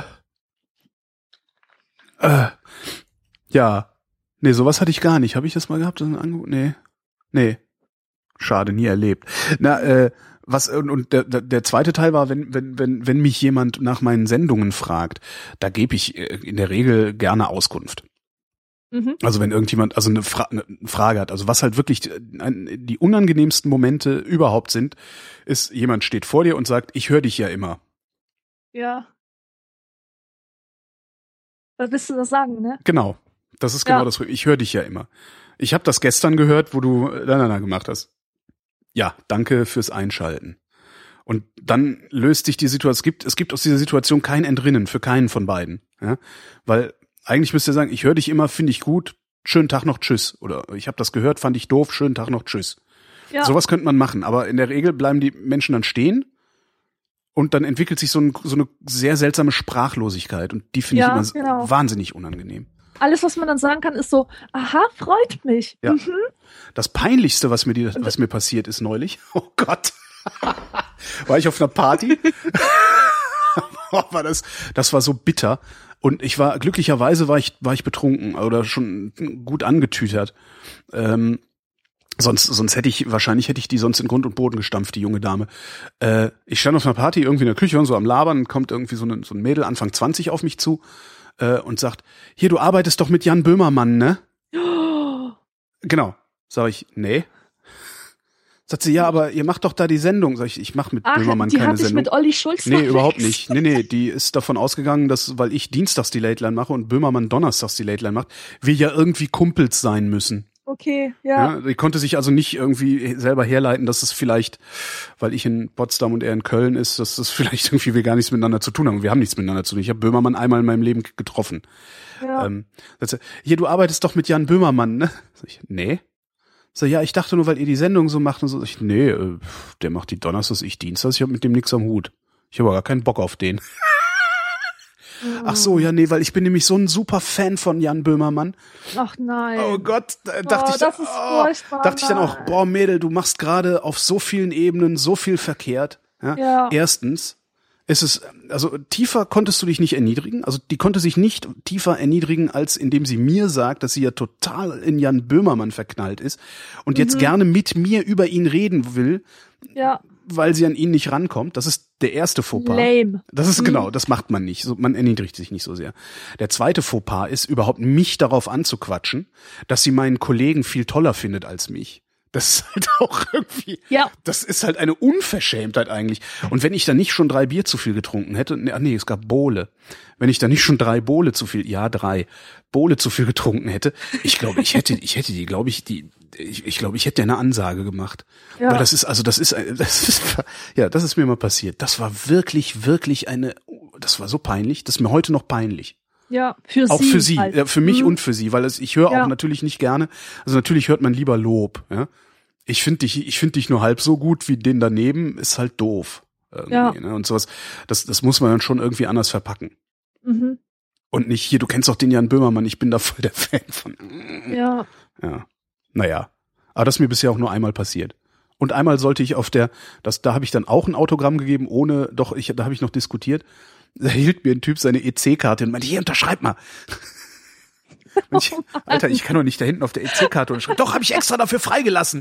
Äh. Ja. Nee, sowas hatte ich gar nicht. Habe ich das mal gehabt? Das ist ein Angebot? Nee. Nee. Schade, nie erlebt. Na, äh, was, und, und der, der zweite Teil war, wenn, wenn, wenn, wenn mich jemand nach meinen Sendungen fragt, da gebe ich in der Regel gerne Auskunft. Mhm. Also wenn irgendjemand also eine, Fra- eine Frage hat, also was halt wirklich die, die unangenehmsten Momente überhaupt sind, ist, jemand steht vor dir und sagt, ich höre dich ja immer. Ja. Was willst du das sagen, ne? Genau. Das ist genau Ja. das. Ich höre dich ja immer. Ich habe das gestern gehört, wo du äh, na, na, na gemacht hast. Ja, danke fürs Einschalten. Und dann löst sich die Situation, es gibt, es gibt aus dieser Situation kein Entrinnen für keinen von beiden. Ja? Weil eigentlich müsst ihr sagen, ich höre dich immer, finde ich gut, schönen Tag noch, tschüss. Oder ich habe das gehört, fand ich doof, schönen Tag noch, tschüss. Ja. Sowas könnte man machen, aber in der Regel bleiben die Menschen dann stehen und dann entwickelt sich so, ein, so eine sehr seltsame Sprachlosigkeit und die finde Ja, ich immer genau. wahnsinnig unangenehm. Alles, was man dann sagen kann, ist so, aha, freut mich. Ja. Mhm. Das Peinlichste, was mir, die, was mir passiert ist neulich, oh Gott, war ich auf einer Party, war das, das war so bitter und ich war, glücklicherweise war ich, war ich betrunken oder schon gut angetütert. Ähm, Sonst, sonst hätte ich, wahrscheinlich hätte ich die sonst in Grund und Boden gestampft, die junge Dame. Äh, ich stand auf einer Party irgendwie in der Küche und so am Labern, kommt irgendwie so, eine, so ein Mädel Anfang zwanzig auf mich zu äh, und sagt, hier, du arbeitest doch mit Jan Böhmermann, ne? Oh, Genau. Sag ich, nee. Sagt sie, ja, aber ihr macht doch da die Sendung. Sag ich, ich mach mit ach, Böhmermann die keine hatte ich Sendung. mit Olli Schulz Nee, noch überhaupt fix. nicht. Nee, nee, die ist davon ausgegangen, dass, weil ich dienstags die Late Line mache und Böhmermann donnerstags die Late Line macht, wir ja irgendwie Kumpels sein müssen. Okay, ja. Ja, die konnte sich also nicht irgendwie selber herleiten, dass es vielleicht, weil ich in Potsdam und er in Köln ist, dass das vielleicht irgendwie wir gar nichts miteinander zu tun haben. Wir haben nichts miteinander zu tun. Ich habe Böhmermann einmal in meinem Leben getroffen. ja. Ähm, sagt sie, hier, du arbeitest doch mit Jan Böhmermann, ne? Sag ich, nee. So, ja, ich dachte nur, weil ihr die Sendung so macht und so. Sag ich, nee, äh, der macht die Donnerstags, ich Dienstags, ich habe mit dem nix am Hut. Ich habe gar keinen Bock auf den. Ach so, ja, nee, weil ich bin nämlich so ein super Fan von Jan Böhmermann. Ach nein. Oh Gott, da dachte Oh, ich dann, das ist oh, furchtbar, dachte ich dann auch, nein. boah, Mädel, du machst gerade auf so vielen Ebenen so viel verkehrt. Ja? Ja. Erstens ist es, also tiefer konntest du dich nicht erniedrigen. Also die konnte sich nicht tiefer erniedrigen, als indem sie mir sagt, dass sie ja total in Jan Böhmermann verknallt ist und jetzt Mhm. gerne mit mir über ihn reden will, Ja, weil sie an ihn nicht rankommt. Das ist der erste Fauxpas. lame. Das ist Mhm. genau, das macht man nicht. So, man erniedrigt sich nicht so sehr. Der zweite Fauxpas ist, überhaupt mich darauf anzuquatschen, dass sie meinen Kollegen viel toller findet als mich. Das ist halt auch irgendwie, Ja. das ist halt eine Unverschämtheit eigentlich. Und wenn ich da nicht schon drei Bier zu viel getrunken hätte, nee, ach nee, es gab Bowle. Wenn ich da nicht schon drei Bowle zu viel, ja, drei Bowle zu viel getrunken hätte, ich glaube, ich hätte, ich hätte die, glaube ich, die, ich, ich glaube, ich hätte eine Ansage gemacht. Ja. Weil das ist, also das ist, das ist, ja, das ist mir mal passiert. Das war wirklich, wirklich eine, das war so peinlich, das ist mir heute noch peinlich. Ja, für Auch sie. für sie, halt. ja, für mich Mhm. und für sie, weil es, ich höre Ja. auch natürlich nicht gerne, also natürlich hört man lieber Lob, ja. Ich finde dich, ich finde dich nur halb so gut wie den daneben, ist halt doof. Irgendwie, Ja. ne? Und sowas, das, das muss man dann schon irgendwie anders verpacken. Mhm. Und nicht hier, du kennst doch den Jan Böhmermann, ich bin da voll der Fan von. Ja. Ja. Naja. Aber das ist mir bisher auch nur einmal passiert. Und einmal sollte ich auf der, das, da habe ich dann auch ein Autogramm gegeben, ohne, doch, ich, da habe ich noch diskutiert. Da hielt mir ein Typ seine E C-Karte und meinte, hier, unterschreib mal. Und ich, Alter, ich kann doch nicht da hinten auf der E C-Karte unterschreiben. Doch, habe ich extra dafür freigelassen.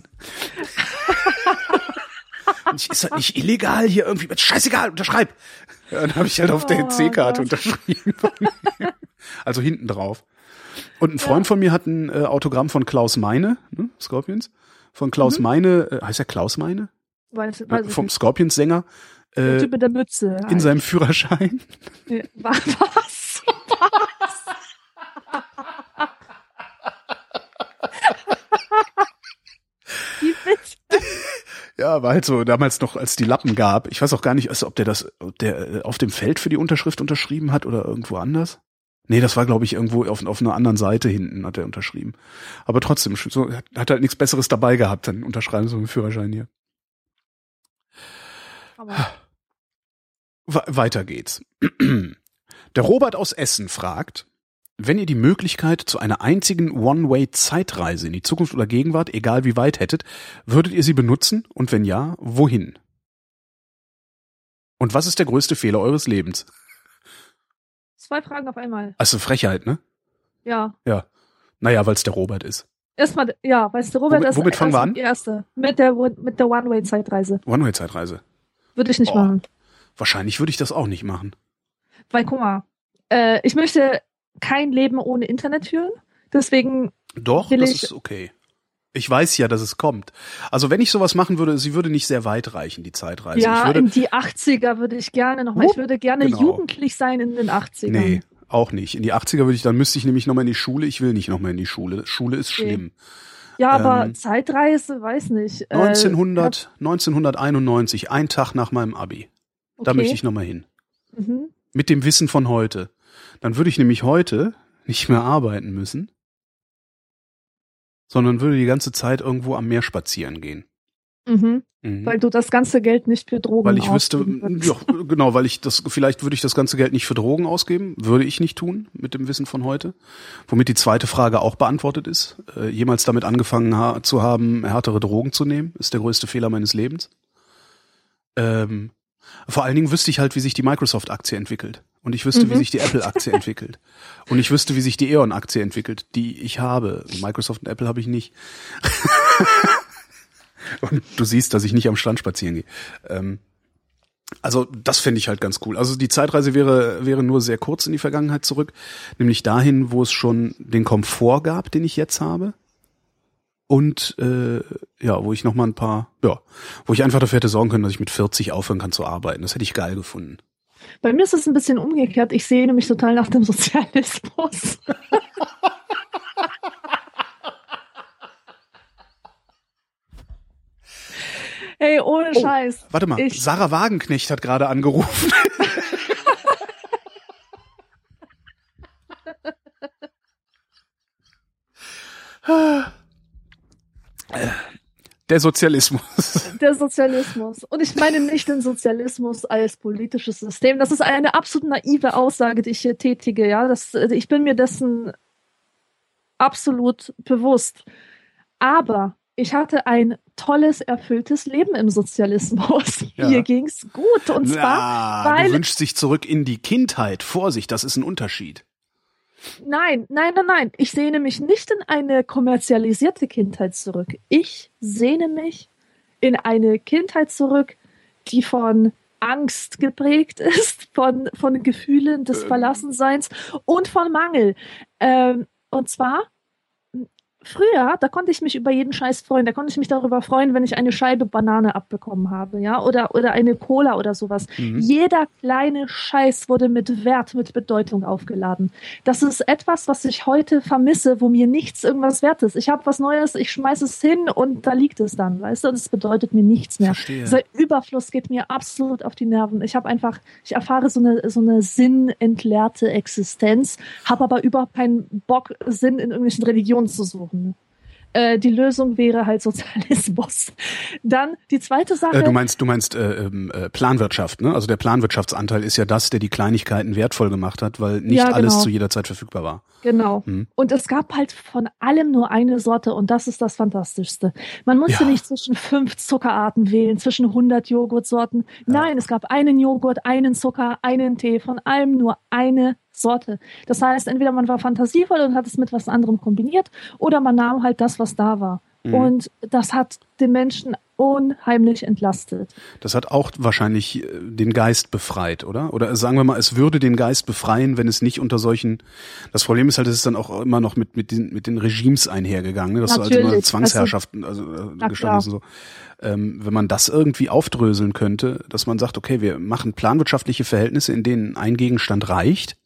Und ich, ist das nicht illegal hier irgendwie? Scheißegal, unterschreib. Ja, dann habe ich halt auf der E C-Karte oh, unterschrieben. Also hinten drauf. Und ein Freund ja. von mir hat ein äh, Autogramm von Klaus Meine, ne, Scorpions. Von Klaus mhm. Meine, äh, heißt er Klaus Meine? Weiß, weiß Vom Scorpions-Sänger. Äh, der Typ mit der Mütze. In halt. Seinem Führerschein. Ja, was? Was? Wie bitte? Ja, war halt so damals noch, als die Lappen gab. Ich weiß auch gar nicht, ob der das, ob der auf dem Feld für die Unterschrift unterschrieben hat oder irgendwo anders. Nee, das war, glaube ich, irgendwo auf, auf einer anderen Seite hinten hat er unterschrieben. Aber trotzdem, so, hat halt nichts Besseres dabei gehabt, dann unterschreiben so einen Führerschein hier. Aber. Weiter geht's. Der Robert aus Essen fragt, wenn ihr die Möglichkeit zu einer einzigen One-Way-Zeitreise in die Zukunft oder Gegenwart, egal wie weit hättet, würdet ihr sie benutzen? Und wenn ja, wohin? Und was ist der größte Fehler eures Lebens? Zwei Fragen auf einmal. Also Frechheit, ne? Ja. Ja. Naja, weil es der Robert ist. Erstmal, ja, weil es der Robert womit, ist. Womit fangen wir an? Die erste. Mit der, mit der One-Way-Zeitreise. One-Way-Zeitreise. Würde ich nicht oh, machen. Wahrscheinlich würde ich das auch nicht machen. Weil, guck mal, äh, ich möchte kein Leben ohne Internet führen. Deswegen. Doch, will das ich, ist okay. Ich weiß ja, dass es kommt. Also wenn ich sowas machen würde, sie würde nicht sehr weit reichen, die Zeitreise. Ja, ich würde, in die achtziger würde ich gerne nochmal. Ich würde gerne genau. jugendlich sein in den achtzigern. Nee, auch nicht. In die achtziger würde ich, dann müsste ich nämlich nochmal in die Schule. Ich will nicht nochmal in die Schule. Schule ist okay. schlimm. Ja, aber ähm, Zeitreise, weiß nicht. neunzehnhundert, äh, neunzehnhunderteinundneunzig, ein Tag nach meinem Abi. Okay. Da möchte ich nochmal hin. Mhm. Mit dem Wissen von heute. Dann würde ich nämlich heute nicht mehr arbeiten müssen, sondern würde die ganze Zeit irgendwo am Meer spazieren gehen. Mhm. Mhm. Weil du das ganze Geld nicht für Drogen Weil ich wüsste, ja, genau, weil ich das, vielleicht würde ich das ganze Geld nicht für Drogen ausgeben, würde ich nicht tun, mit dem Wissen von heute. Womit die zweite Frage auch beantwortet ist. Äh, jemals damit angefangen ha- zu haben, härtere Drogen zu nehmen, ist der größte Fehler meines Lebens. Ähm, vor allen Dingen wüsste ich halt, wie sich die Microsoft-Aktie entwickelt. Und ich wüsste, mhm. wie sich die Apple-Aktie entwickelt. Und ich wüsste, wie sich die E.ON-Aktie entwickelt, die ich habe. Microsoft und Apple habe ich nicht. Und du siehst, dass ich nicht am Strand spazieren gehe. Ähm, also das fände ich halt ganz cool. Also die Zeitreise wäre wäre nur sehr kurz in die Vergangenheit zurück. Nämlich dahin, wo es schon den Komfort gab, den ich jetzt habe. Und äh, ja, wo ich noch mal ein paar, ja, wo ich einfach dafür hätte sorgen können, dass ich mit vierzig aufhören kann zu arbeiten. Das hätte ich geil gefunden. Bei mir ist es ein bisschen umgekehrt. Ich sehne mich total nach dem Sozialismus. Ey, ohne oh, Scheiß. Warte mal, ich, Sarah Wagenknecht hat gerade angerufen. Der Sozialismus. Der Sozialismus. Und ich meine nicht den Sozialismus als politisches System. Das ist eine absolut naive Aussage, die ich hier tätige. Ja, das, ich bin mir dessen absolut bewusst. Aber ich hatte ein tolles, erfülltes Leben im Sozialismus. Ja. Mir ging's gut. Und zwar, Na, weil... Du wünschst dich zurück in die Kindheit. Vorsicht, das ist ein Unterschied. Nein, nein, nein, nein. Ich sehne mich nicht in eine kommerzialisierte Kindheit zurück. Ich sehne mich in eine Kindheit zurück, die von Angst geprägt ist, von, von Gefühlen des ähm. Verlassenseins und von Mangel. Ähm, und zwar... Früher, da konnte ich mich über jeden Scheiß freuen. Da konnte ich mich darüber freuen, wenn ich eine Scheibe Banane abbekommen habe, ja, oder oder eine Cola oder sowas. Mhm. Jeder kleine Scheiß wurde mit Wert, mit Bedeutung aufgeladen. Das ist etwas, was ich heute vermisse, wo mir nichts irgendwas wert ist. Ich habe was Neues, ich schmeiße es hin und da liegt es dann, weißt du? Und es bedeutet mir nichts mehr. Verstehe. Dieser Überfluss geht mir absolut auf die Nerven. Ich habe einfach, ich erfahre so eine so eine sinnentleerte Existenz, habe aber überhaupt keinen Bock, Sinn in irgendwelchen Religionen zu suchen. Äh, die Lösung wäre halt Sozialismus. Dann die zweite Sache. Äh, du meinst, du meinst äh, äh, Planwirtschaft, ne? Also der Planwirtschaftsanteil ist ja das, der die Kleinigkeiten wertvoll gemacht hat, weil nicht Ja, genau. alles zu jeder Zeit verfügbar war. Genau. Hm. Und es gab halt von allem nur eine Sorte und das ist das Fantastischste. Man musste Ja. nicht zwischen fünf Zuckerarten wählen, zwischen hundert Joghurtsorten. Nein, es gab einen Joghurt, einen Zucker, einen Tee, von allem nur eine Sorte. Das heißt, entweder man war fantasievoll und hat es mit was anderem kombiniert oder man nahm halt das, was da war. Mhm. Und das hat den Menschen unheimlich entlastet. Das hat auch wahrscheinlich äh, den Geist befreit, oder? Oder sagen wir mal, es würde den Geist befreien, wenn es nicht unter solchen. Das Problem ist halt, es ist dann auch immer noch mit mit den mit den Regimes einhergegangen, ne? Dass Natürlich. du halt immer Zwangsherrschaften also, also Na gestanden hast und so. Ähm, wenn man das irgendwie aufdröseln könnte, dass man sagt, okay, wir machen planwirtschaftliche Verhältnisse, in denen ein Gegenstand reicht,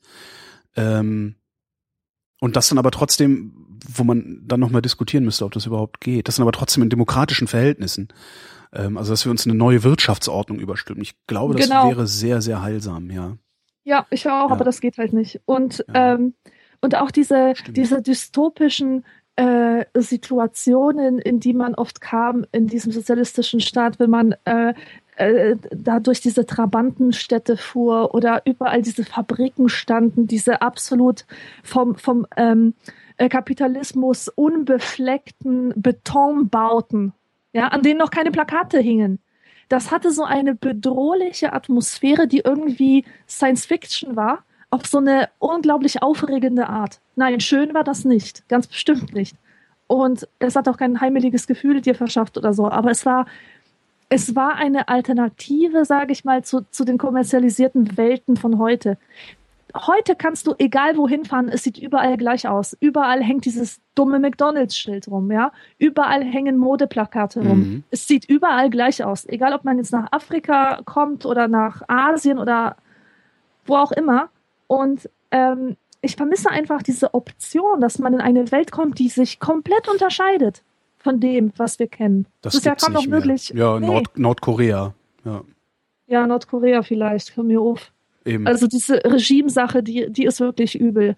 ähm, und das dann aber trotzdem, wo man dann nochmal diskutieren müsste, ob das überhaupt geht. Das dann aber trotzdem in demokratischen Verhältnissen. Ähm, also, dass wir uns eine neue Wirtschaftsordnung überstülpen. Ich glaube, das Genau. wäre sehr, sehr heilsam, ja. Ja, ich auch, Ja. aber das geht halt nicht. Und, Ja. ähm, und auch diese, Stimmt. diese dystopischen äh, Situationen, in die man oft kam in diesem sozialistischen Staat, wenn man äh, äh, da durch diese Trabantenstädte fuhr oder überall diese Fabriken standen, diese absolut vom, vom ähm, äh, Kapitalismus unbefleckten Betonbauten, ja, an denen noch keine Plakate hingen. Das hatte so eine bedrohliche Atmosphäre, die irgendwie Science Fiction war, auf so eine unglaublich aufregende Art. Nein, schön war das nicht, ganz bestimmt nicht. Und es hat auch kein heimeliges Gefühl dir verschafft oder so, aber es war, es war eine Alternative, sage ich mal, zu, zu den kommerzialisierten Welten von heute. Heute kannst du egal wohin fahren, es sieht überall gleich aus. Überall hängt dieses dumme McDonalds-Schild rum, ja. Überall hängen Modeplakate rum. Mhm. Es sieht überall gleich aus. Egal, ob man jetzt nach Afrika kommt oder nach Asien oder wo auch immer. Und ähm, ich vermisse einfach diese Option, dass man in eine Welt kommt, die sich komplett unterscheidet von dem, was wir kennen. Das ist ja gibt's kaum noch nicht mehr. möglich. Ja, Nee. Nord Nordkorea. Ja, Ja, Nordkorea vielleicht, hör mir auf. eben. Also diese Regimesache, die, die ist wirklich übel.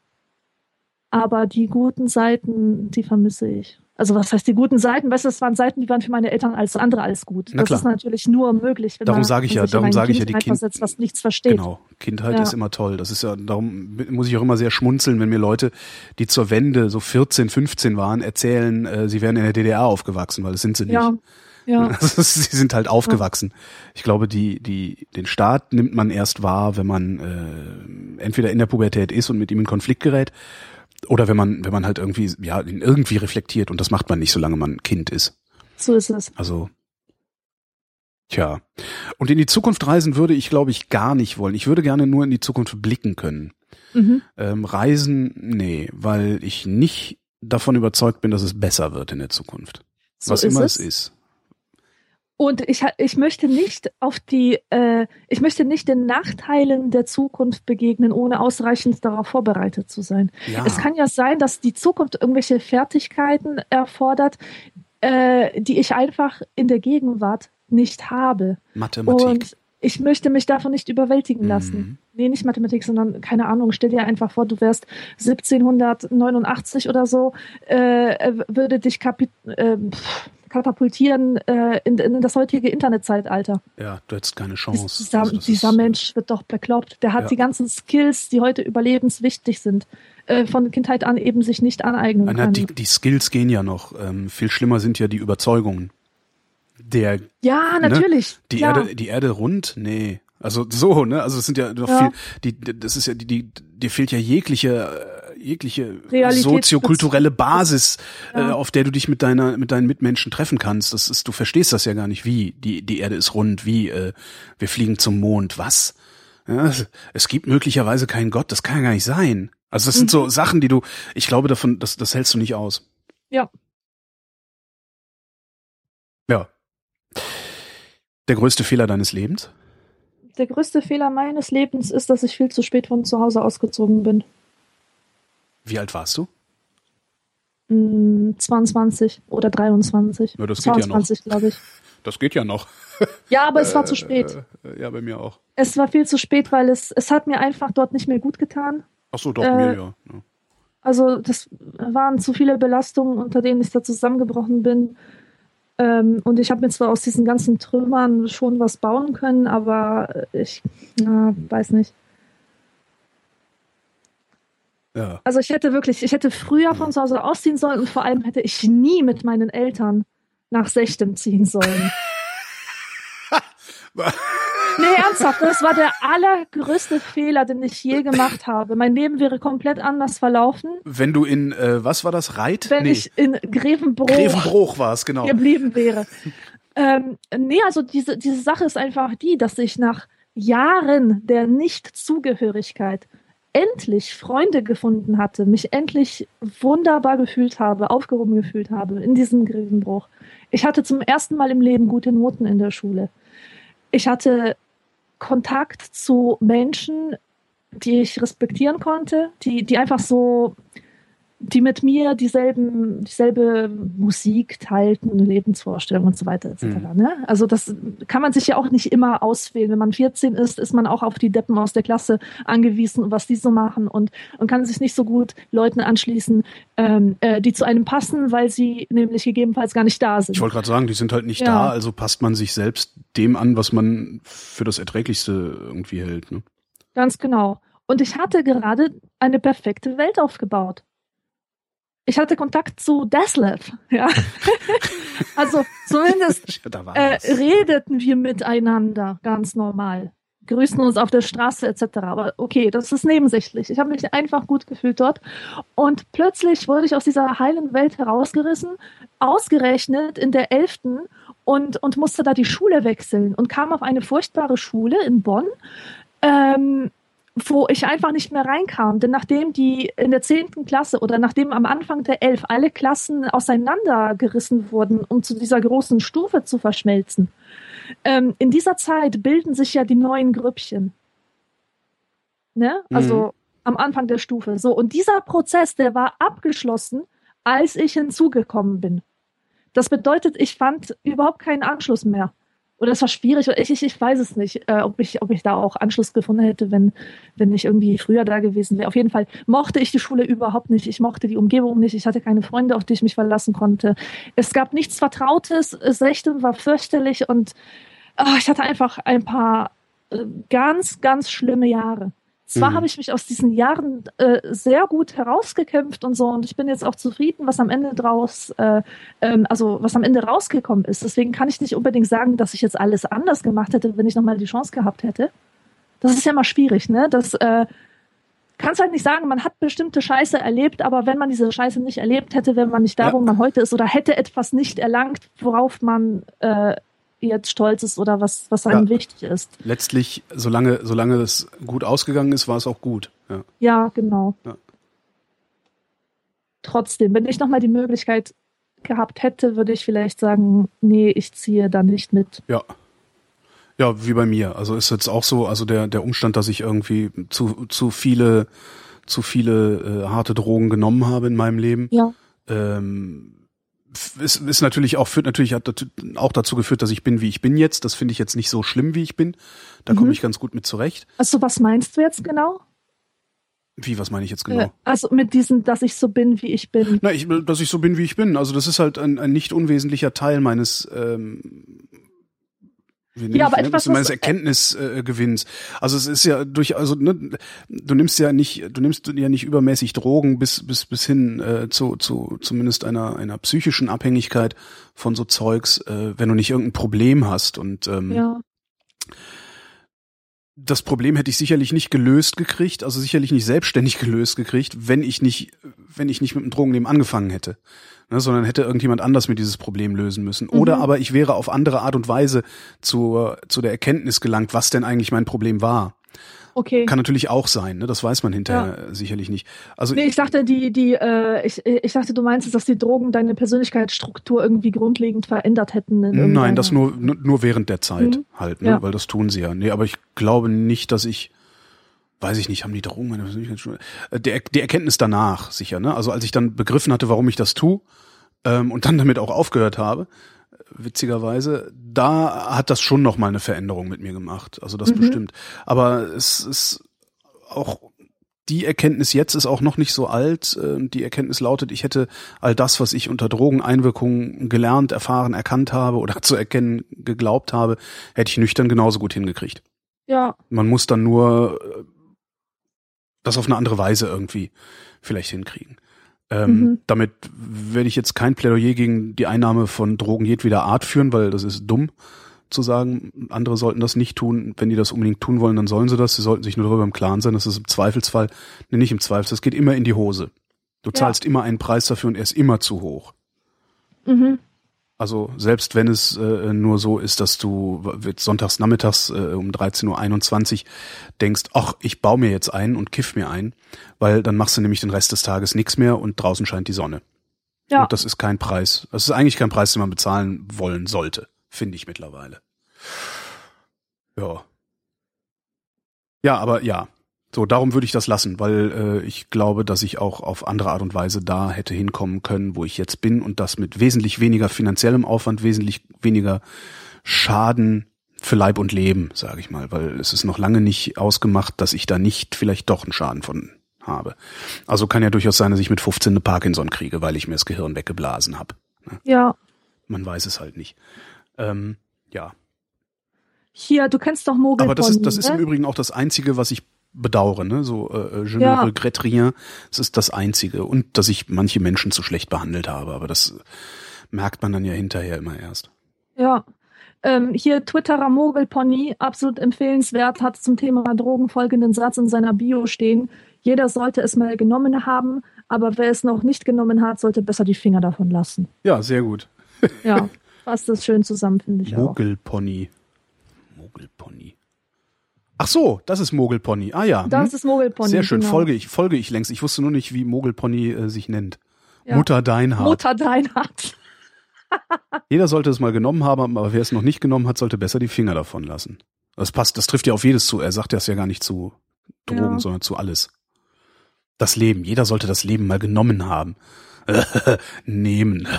Aber die guten Seiten, die vermisse ich. Also was heißt die guten Seiten? Weißt du, das waren Seiten, die waren für meine Eltern alles andere als gut. Na Das klar. ist natürlich nur möglich, wenn Darum man sage ich ja, sich in darum ein sage ich Kind ja, die Kind- reinversetzt, was nichts versteht. Genau, Kindheit Ja. ist immer toll. Das ist ja, darum muss ich auch immer sehr schmunzeln, wenn mir Leute, die zur Wende so vierzehn, fünfzehn waren, erzählen, äh, sie wären in der D D R aufgewachsen, weil das sind sie nicht. Ja, ja. Also, sie sind halt aufgewachsen. Ich glaube, die, die, den Staat nimmt man erst wahr, wenn man äh, entweder in der Pubertät ist und mit ihm in Konflikt gerät, oder wenn man, wenn man halt irgendwie, ja, ihn irgendwie reflektiert, und das macht man nicht, solange man Kind ist. So ist es. Also, tja. Und in die Zukunft reisen würde ich, glaube ich, gar nicht wollen. Ich würde gerne nur in die Zukunft blicken können. Mhm. Ähm, reisen, nee, weil ich nicht davon überzeugt bin, dass es besser wird in der Zukunft. So Was ist immer es. es ist. Und ich, ha- ich möchte nicht auf die, äh, ich möchte nicht den Nachteilen der Zukunft begegnen, ohne ausreichend darauf vorbereitet zu sein. Ja. Es kann ja sein, dass die Zukunft irgendwelche Fertigkeiten erfordert, äh, die ich einfach in der Gegenwart nicht habe. Mathematik. Und ich möchte mich davon nicht überwältigen lassen. Mhm. Nee, nicht Mathematik, sondern keine Ahnung. Stell dir einfach vor, du wärst siebzehnhundertneunundachtzig oder so, äh, würde dich kapi- äh, pff, katapultieren äh, in, in das heutige Internetzeitalter. Ja, du hättest keine Chance. Dies- Dieser, Also das dieser ist- Mensch wird doch bekloppt. Der hat Ja. die ganzen Skills, die heute überlebenswichtig sind, äh, von Kindheit an eben sich nicht aneignen Na, können. die, die Skills gehen ja noch. Ähm, viel schlimmer sind ja die Überzeugungen. Der, ja, ne? natürlich. die klar. Erde, die Erde rund? Nee. Also so, ne? Also es sind ja noch Ja. viel, die, das ist ja, die, die, dir fehlt ja jegliche, äh, jegliche Realitätsbezug. soziokulturelle Basis, Ja. äh, auf der du dich mit deiner, mit deinen Mitmenschen treffen kannst. Das ist, du verstehst das ja gar nicht. Wie? Die, die Erde ist rund. Wie? Äh, wir fliegen zum Mond. Was? Ja, es gibt möglicherweise keinen Gott. Das kann ja gar nicht sein. Also das sind Mhm. so Sachen, die du, ich glaube davon, das, das hältst du nicht aus. Ja. Ja. Der größte Fehler deines Lebens? Der größte Fehler meines Lebens ist, dass ich viel zu spät von zu Hause ausgezogen bin. Wie alt warst du? Hm, zweiundzwanzig oder dreiundzwanzig. Ja, das geht ja noch. zweiundzwanzig, glaube ich. Das geht ja noch. Ja, aber es war zu spät. Äh, ja, bei mir auch. Es war viel zu spät, weil es, es hat mir einfach dort nicht mehr gut getan. Ach so, doch, Äh, mir ja. ja. Also das waren zu viele Belastungen, unter denen ich da zusammengebrochen bin. Ähm, und ich habe mir zwar aus diesen ganzen Trümmern schon was bauen können, aber ich na, weiß nicht. Ja. Also ich hätte wirklich, ich hätte früher von zu Hause ausziehen sollen und vor allem hätte ich nie mit meinen Eltern nach Sechtem ziehen sollen. Nee, ernsthaft, das war der allergrößte Fehler, den ich je gemacht habe. Mein Leben wäre komplett anders verlaufen. Wenn du in, äh, was war das, Reit? Wenn nee. ich in Grevenbruch, Grevenbruch war es, genau. geblieben wäre. ähm, nee, also diese, diese Sache ist einfach die, dass ich nach Jahren der Nicht-Zugehörigkeit endlich Freunde gefunden hatte, mich endlich wunderbar gefühlt habe, aufgehoben gefühlt habe in diesem Grevenbruch. Ich hatte zum ersten Mal im Leben gute Noten in der Schule. Ich hatte Kontakt zu Menschen, die ich respektieren konnte, die, die einfach so, die mit mir dieselben, dieselbe Musik teilten, Lebensvorstellungen und so weiter et cetera. Mhm. Ne? Also das kann man sich ja auch nicht immer auswählen. Wenn man vierzehn ist, ist man auch auf die Deppen aus der Klasse angewiesen und was die so machen und, und kann sich nicht so gut Leuten anschließen, ähm, äh, die zu einem passen, weil sie nämlich gegebenenfalls gar nicht da sind. Ich wollte gerade sagen, die sind halt nicht ja. da, also passt man sich selbst dem an, was man für das Erträglichste irgendwie hält. Ne? Ganz genau. Und ich hatte gerade eine perfekte Welt aufgebaut. Ich hatte Kontakt zu Deslev, ja. Also zumindest ja, äh, redeten wir miteinander ganz normal, grüßten uns auf der Straße et cetera. Aber okay, das ist nebensächlich. Ich habe mich einfach gut gefühlt dort und plötzlich wurde ich aus dieser heilen Welt herausgerissen, ausgerechnet in der elften und und musste da die Schule wechseln und kam auf eine furchtbare Schule in Bonn. Ähm, wo ich einfach nicht mehr reinkam. Denn nachdem die in der zehnten Klasse oder nachdem am Anfang der elf alle Klassen auseinandergerissen wurden, um zu dieser großen Stufe zu verschmelzen, ähm, in dieser Zeit bilden sich ja die neuen Grüppchen. Ne? Also mhm. am Anfang der Stufe. So, und dieser Prozess, der war abgeschlossen, als ich hinzugekommen bin. Das bedeutet, ich fand überhaupt keinen Anschluss mehr. Oder es war schwierig, ich, ich, ich weiß es nicht, äh, ob ich, ob ich da auch Anschluss gefunden hätte, wenn, wenn ich irgendwie früher da gewesen wäre. Auf jeden Fall mochte ich die Schule überhaupt nicht. Ich mochte die Umgebung nicht. Ich hatte keine Freunde, auf die ich mich verlassen konnte. Es gab nichts Vertrautes. Sechtem war fürchterlich und oh, ich hatte einfach ein paar äh, ganz, ganz schlimme Jahre. Zwar mhm. habe ich mich aus diesen Jahren äh, sehr gut herausgekämpft und so und ich bin jetzt auch zufrieden, was am Ende draus, äh, ähm, also was am Ende rausgekommen ist. Deswegen kann ich nicht unbedingt sagen, dass ich jetzt alles anders gemacht hätte, wenn ich nochmal die Chance gehabt hätte. Das ist ja mal schwierig, ne? Das äh, kannst halt nicht sagen, man hat bestimmte Scheiße erlebt, aber wenn man diese Scheiße nicht erlebt hätte, wäre man nicht da, ja. wo man heute ist oder hätte etwas nicht erlangt, worauf man äh, jetzt stolz ist oder was, was einem ja. wichtig ist. Letztlich, solange, solange es gut ausgegangen ist, war es auch gut. Ja, ja genau. Ja. Trotzdem, wenn ich nochmal die Möglichkeit gehabt hätte, würde ich vielleicht sagen, nee, ich ziehe da nicht mit. Ja. Ja, wie bei mir. Also ist jetzt auch so, also der, der Umstand, dass ich irgendwie zu, zu viele, zu viele äh, harte Drogen genommen habe in meinem Leben. Ja. Ähm, Ist, ist natürlich auch, führt natürlich auch dazu geführt, dass ich bin, wie ich bin jetzt. Das finde ich jetzt nicht so schlimm, wie ich bin. Da mhm. komme ich ganz gut mit zurecht. Also was meinst du jetzt genau? Wie, was meine ich jetzt genau? Äh, also mit diesem, dass ich so bin, wie ich bin. Na, ich, dass ich so bin, wie ich bin. Also das ist halt ein, ein nicht unwesentlicher Teil meines ähm, Wie ja, aber ich, etwas, ne? meines Erkenntnisgewinns. Äh, also es ist ja durch, also ne, du nimmst ja nicht, du nimmst ja nicht übermäßig Drogen bis bis bis hin äh, zu zu zumindest einer einer psychischen Abhängigkeit von so Zeugs, äh, wenn du nicht irgendein Problem hast und ähm, ja. das Problem hätte ich sicherlich nicht gelöst gekriegt, also sicherlich nicht selbstständig gelöst gekriegt, wenn ich nicht wenn ich nicht mit dem Drogennehmen angefangen hätte. Ne, sondern hätte irgendjemand anders mir dieses Problem lösen müssen. Oder mhm. aber ich wäre auf andere Art und Weise zur, zu der Erkenntnis gelangt, was denn eigentlich mein Problem war. Okay. Kann natürlich auch sein, ne? Das weiß man hinterher ja. sicherlich nicht. Also nee, ich dachte, die, die, äh, ich, ich dachte, du meinst, dass die Drogen deine Persönlichkeitsstruktur irgendwie grundlegend verändert hätten. In Nein, das nur, nur während der Zeit mhm. halt, ne? Ja. Weil das tun sie ja. Nee, aber ich glaube nicht, dass ich Weiß ich nicht, haben die Drogen meine Persönlichkeit? Die, die Erkenntnis danach, sicher, ne? Also als ich dann begriffen hatte, warum ich das tue, ähm, und dann damit auch aufgehört habe, witzigerweise, da hat das schon noch mal eine Veränderung mit mir gemacht. Also das mhm. bestimmt. Aber es ist auch die Erkenntnis jetzt ist auch noch nicht so alt. Die Erkenntnis lautet, ich hätte all das, was ich unter Drogeneinwirkungen gelernt, erfahren, erkannt habe oder zu erkennen geglaubt habe, hätte ich nüchtern genauso gut hingekriegt. Ja. Man muss dann nur das auf eine andere Weise irgendwie vielleicht hinkriegen. Ähm, mhm. Damit werde ich jetzt kein Plädoyer gegen die Einnahme von Drogen jedweder Art führen, weil das ist dumm zu sagen, andere sollten das nicht tun. Wenn die das unbedingt tun wollen, dann sollen sie das. Sie sollten sich nur darüber im Klaren sein, dass es im Zweifelsfall, nee, nicht im Zweifelsfall, das geht immer in die Hose. Du zahlst ja. immer einen Preis dafür und er ist immer zu hoch. Mhm. Also selbst wenn es äh, nur so ist, dass du sonntags nachmittags äh, um dreizehn Uhr einundzwanzig denkst, ach, ich baue mir jetzt ein und kiff mir ein, weil dann machst du nämlich den Rest des Tages nichts mehr und draußen scheint die Sonne. Ja. Und das ist kein Preis. Das ist eigentlich kein Preis, den man bezahlen wollen sollte. Finde ich mittlerweile. Ja. Ja, aber ja. So, darum würde ich das lassen, weil äh, ich glaube, dass ich auch auf andere Art und Weise da hätte hinkommen können, wo ich jetzt bin und das mit wesentlich weniger finanziellem Aufwand, wesentlich weniger Schaden für Leib und Leben, sage ich mal, weil es ist noch lange nicht ausgemacht, dass ich da nicht vielleicht doch einen Schaden von habe. Also kann ja durchaus sein, dass ich mit fünfzehn eine Parkinson kriege, weil ich mir das Gehirn weggeblasen habe. Ne? Ja. Man weiß es halt nicht. Ähm, ja. Hier, du kennst doch Mogelpony, aber das ist, das ne? ist im Übrigen auch das Einzige, was ich bedauere, ne? So, äh, je ne ja. regrette rien. Das ist das Einzige. Und dass ich manche Menschen zu schlecht behandelt habe. Aber das merkt man dann ja hinterher immer erst. Ja. Ähm, hier Twitterer Mogelpony, absolut empfehlenswert, hat zum Thema Drogen folgenden Satz in seiner Bio stehen. Jeder sollte es mal genommen haben, aber wer es noch nicht genommen hat, sollte besser die Finger davon lassen. Ja, sehr gut. Ja. Fasst das schön zusammen, finde ich auch. Mogelpony. Mogelpony. Ach so, das ist Mogelpony. Ah ja. Das hm? ist Mogelpony. Sehr schön, genau. folge ich, folge ich längst. Ich wusste nur nicht, wie Mogelpony äh, sich nennt. Ja. Mutter Deinhardt. Mutter Deinhardt. Jeder sollte es mal genommen haben, aber wer es noch nicht genommen hat, sollte besser die Finger davon lassen. Das passt, das trifft ja auf jedes zu. Er sagt das ja gar nicht zu Drogen, ja. sondern zu alles. Das Leben. Jeder sollte das Leben mal genommen haben. Nehmen.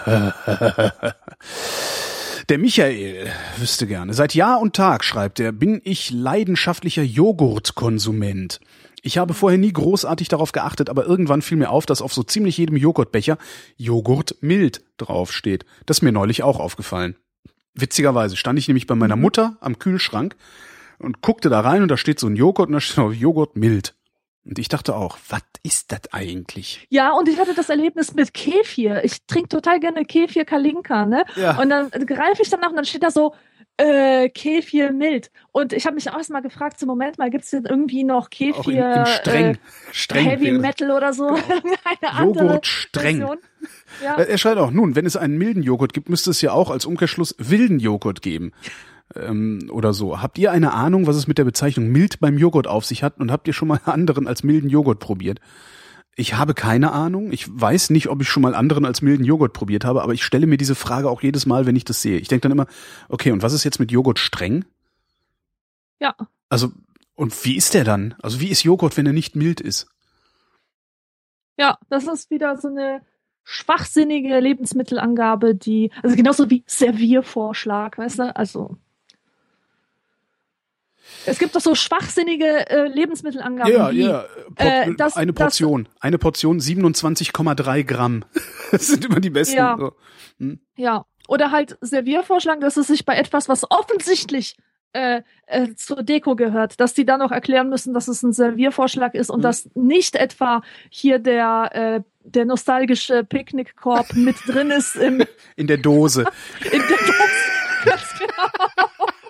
Der Michael wüsste gerne. Seit Jahr und Tag, schreibt er, bin ich leidenschaftlicher Joghurtkonsument. Ich habe vorher nie großartig darauf geachtet, aber irgendwann fiel mir auf, dass auf so ziemlich jedem Joghurtbecher Joghurt mild draufsteht. Das ist mir neulich auch aufgefallen. Witzigerweise stand ich nämlich bei meiner Mutter am Kühlschrank und guckte da rein und da steht so ein Joghurt und da steht auf Joghurt mild. Und ich dachte auch, was ist das eigentlich? Ja, und ich hatte das Erlebnis mit Kefir. Ich trinke total gerne Kefir Kalinka, ne? Ja. Und dann greife ich danach und dann steht da so, äh, Kefir mild. Und ich habe mich auch erstmal gefragt, so Moment mal, gibt's denn irgendwie noch Kefir auch in, in streng, äh, streng Heavy Metal oder so? Eine andere Joghurt streng. Version? Ja. Er schreibt auch, nun, wenn es einen milden Joghurt gibt, müsste es ja auch als Umkehrschluss wilden Joghurt geben. Ähm, oder so. Habt ihr eine Ahnung, was es mit der Bezeichnung mild beim Joghurt auf sich hat? Und habt ihr schon mal anderen als milden Joghurt probiert? Ich habe keine Ahnung. Ich weiß nicht, ob ich schon mal anderen als milden Joghurt probiert habe, aber ich stelle mir diese Frage auch jedes Mal, wenn ich das sehe. Ich denke dann immer, okay, und was ist jetzt mit Joghurt streng? Ja. Also, und wie ist der dann? Also, wie ist Joghurt, wenn er nicht mild ist? Ja, das ist wieder so eine schwachsinnige Lebensmittelangabe, die, also genauso wie Serviervorschlag, weißt du, also es gibt doch so schwachsinnige äh, Lebensmittelangaben ja, wie ja, Por- äh, das, eine Portion, das, eine Portion siebenundzwanzig Komma drei Gramm. Das sind immer die besten. Ja, so. hm. ja. Oder halt Serviervorschlag, dass es sich bei etwas, was offensichtlich Äh, äh, zur Deko gehört, dass die dann noch erklären müssen, dass es ein Serviervorschlag ist und mhm. dass nicht etwa hier der äh, der nostalgische Picknickkorb mit drin ist im in der Dose. In der Dose, ganz genau.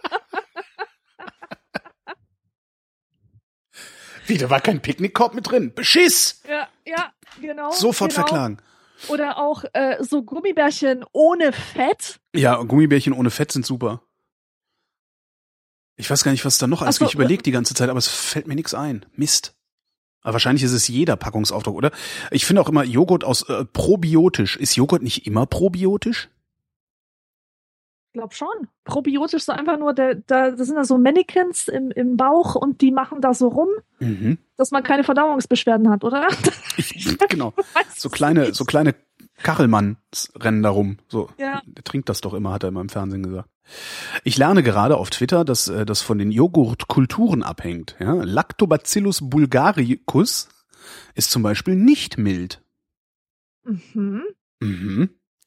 Wie, da war kein Picknickkorb mit drin? Beschiss! Ja, ja, genau. Sofort genau. verklagen. Oder auch äh, so Gummibärchen ohne Fett. Ja, Gummibärchen ohne Fett sind super. Ich weiß gar nicht, was da noch alles. So, ich überlege die ganze Zeit, aber es fällt mir nichts ein. Mist. Aber wahrscheinlich ist es jeder Packungsaufdruck, oder? Ich finde auch immer Joghurt aus äh, probiotisch. Ist Joghurt nicht immer probiotisch? Ich glaube schon. Probiotisch ist einfach nur, da, da das sind da so Mannequins im, im Bauch und die machen da so rum, mhm. dass man keine Verdauungsbeschwerden hat, oder? Ich, genau. So kleine, so kleine Kachelmanns rennen da rum. So. Ja. Der trinkt das doch immer, hat er immer im Fernsehen gesagt. Ich lerne gerade auf Twitter, dass äh, das von den Joghurtkulturen abhängt. Ja? Lactobacillus bulgaricus ist zum Beispiel nicht mild. Mhm. Mhm.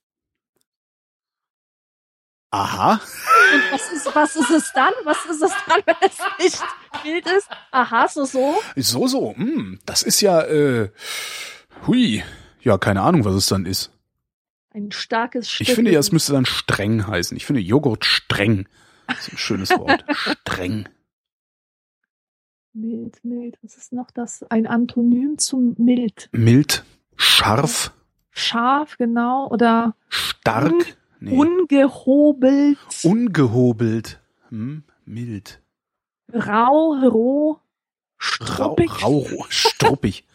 Aha. Und was ist, was ist es dann? Was ist es dann, wenn es nicht mild ist? Aha, so, so. So, so. Hm, das ist ja, äh, hui. Ja, keine Ahnung, was es dann ist. Ein starkes Stück. Ich finde ja, es müsste dann streng heißen. Ich finde Joghurt streng. Das ist ein schönes Wort. Streng. Mild, mild. Was ist noch das? Ein Antonym zum mild. Mild, scharf, Scharf, genau. Oder stark, un nee. ungehobelt. Ungehobelt, hm, mild. Rau, roh. Struppig. Rau, rau, struppig.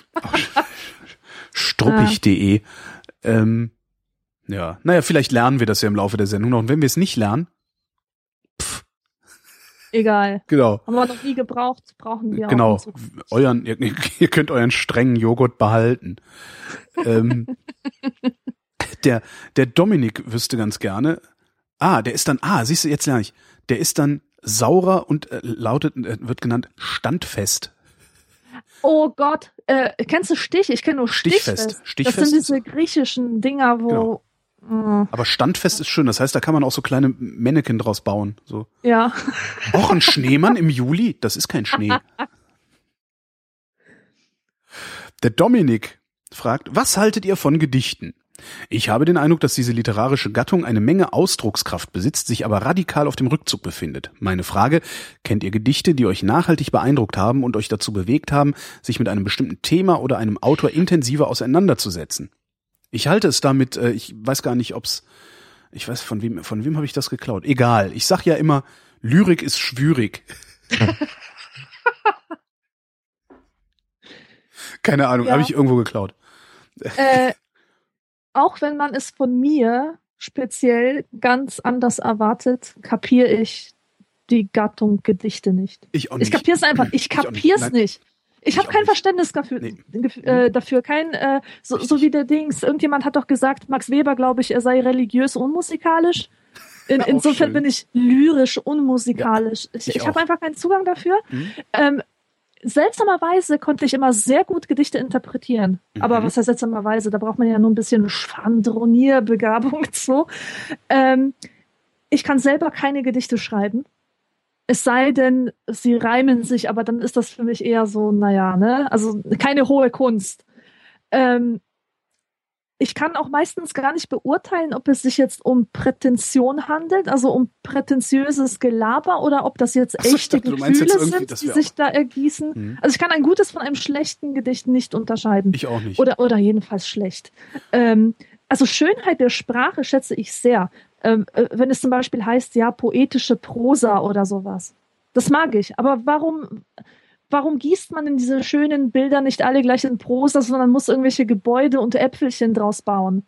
Struppig punkt de. Ähm, ja, naja, vielleicht lernen wir das ja im Laufe der Sendung noch. Und wenn wir es nicht lernen, pff. Egal. Genau. Haben wir noch nie gebraucht, brauchen wir genau. auch. Genau. Euren, ihr, ihr könnt euren strengen Joghurt behalten. ähm, der, der Dominik wüsste ganz gerne, ah, der ist dann, ah, siehst du, jetzt lerne ich, der ist dann saurer und äh, lautet, äh, wird genannt standfest. Oh Gott, äh, kennst du Stich? Ich kenne nur Stichfest. Stichfest. Stichfest. Das sind diese griechischen Dinger, wo... Genau. Mh. Aber standfest ist schön, das heißt, da kann man auch so kleine Mannequin draus bauen. So. Ja. Och, ein Schneemann im Juli? Das ist kein Schnee. Der Dominik fragt, was haltet ihr von Gedichten? Ich habe den Eindruck, dass diese literarische Gattung eine Menge Ausdruckskraft besitzt, sich aber radikal auf dem Rückzug befindet. Meine Frage, kennt ihr Gedichte, die euch nachhaltig beeindruckt haben und euch dazu bewegt haben, sich mit einem bestimmten Thema oder einem Autor intensiver auseinanderzusetzen? Ich halte es damit, äh, ich weiß gar nicht, ob's, ich weiß, von wem, von wem habe ich das geklaut? Egal, ich sag ja immer, Lyrik ist schwierig. Keine Ahnung, Ja. habe ich irgendwo geklaut. Äh, auch wenn man es von mir speziell ganz anders erwartet, kapiere ich die Gattung Gedichte nicht. Ich auch Ich nicht. kapiere es einfach, ich Ich auch nicht. kapiere es Nein. nicht. Ich Ich habe auch kein nicht. Verständnis dafür, Nee. gef- äh, dafür. Kein, äh, so, so wie der Dings. Irgendjemand hat doch gesagt, Max Weber, glaube ich, er sei religiös unmusikalisch. In, Ja, auch insofern schön. bin ich lyrisch unmusikalisch. ich ich ich habe auch. einfach keinen Zugang dafür. Mhm. Ähm, seltsamerweise konnte ich immer sehr gut Gedichte interpretieren. Mhm. Aber was heißt seltsamerweise? Da braucht man ja nur ein bisschen Schwadronierbegabung zu. Ähm, ich kann selber keine Gedichte schreiben. Es sei denn, sie reimen sich, aber dann ist das für mich eher so, naja, ne? Also keine hohe Kunst. Ähm, ich kann auch meistens gar nicht beurteilen, ob es sich jetzt um Prätension handelt, also um prätentiöses Gelaber oder ob das jetzt Ach so, ich echte dachte, du meinst jetzt Gefühle irgendwie, sind, das die wär sich auch- da ergießen. Mhm. Also ich kann ein gutes von einem schlechten Gedicht nicht unterscheiden. Ich auch nicht. Oder, oder jedenfalls schlecht. Ähm, also Schönheit der Sprache schätze ich sehr. Ähm, äh, wenn es zum Beispiel heißt, ja, poetische Prosa oder sowas. Das mag ich. Aber warum, warum gießt man in diese schönen Bilder nicht alle gleich in Prosa, sondern muss irgendwelche Gebäude und Äpfelchen draus bauen?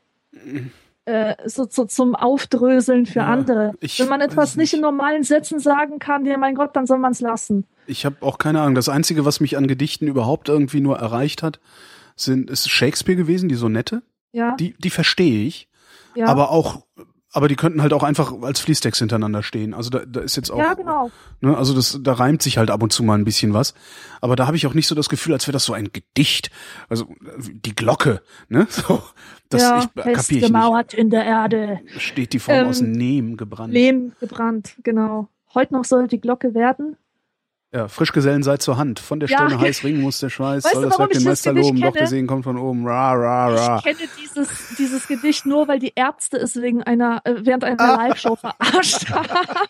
Äh, so, so zum Aufdröseln für Ja, andere. ich Wenn man weiß etwas nicht nicht. in normalen Sätzen sagen kann, ja, mein Gott, dann soll man es lassen. Ich habe auch keine Ahnung. Das Einzige, was mich an Gedichten überhaupt irgendwie nur erreicht hat, sind ist Shakespeare gewesen, die Sonette. Ja, Die, die verstehe ich. ja. Aber auch, aber die könnten halt auch einfach als Fließtext hintereinander stehen. Also da, da ist jetzt auch, ja, genau. ne, also das, da reimt sich halt ab und zu mal ein bisschen was. Aber da habe ich auch nicht so das Gefühl, als wäre das so ein Gedicht. Also die Glocke, ne? So, das ja, ich kapiere ich nicht. festgemauert in der Erde. Steht die Form Ähm, aus Nehm gebrannt. Lehm gebrannt, genau. Heute noch soll die Glocke werden. Ja, Frischgesellen sei zur Hand. Von der Ja. Stirne heiß ringen muss der Schweiß. Weißt Soll du, das warum Werk den ich das Meister Gedicht loben, doch kenne? der Segen kommt von oben. Ra, ra, ra. Ich kenne dieses, dieses Gedicht nur, weil die Ärzte es wegen einer, äh, während einer Live-Show verarscht haben.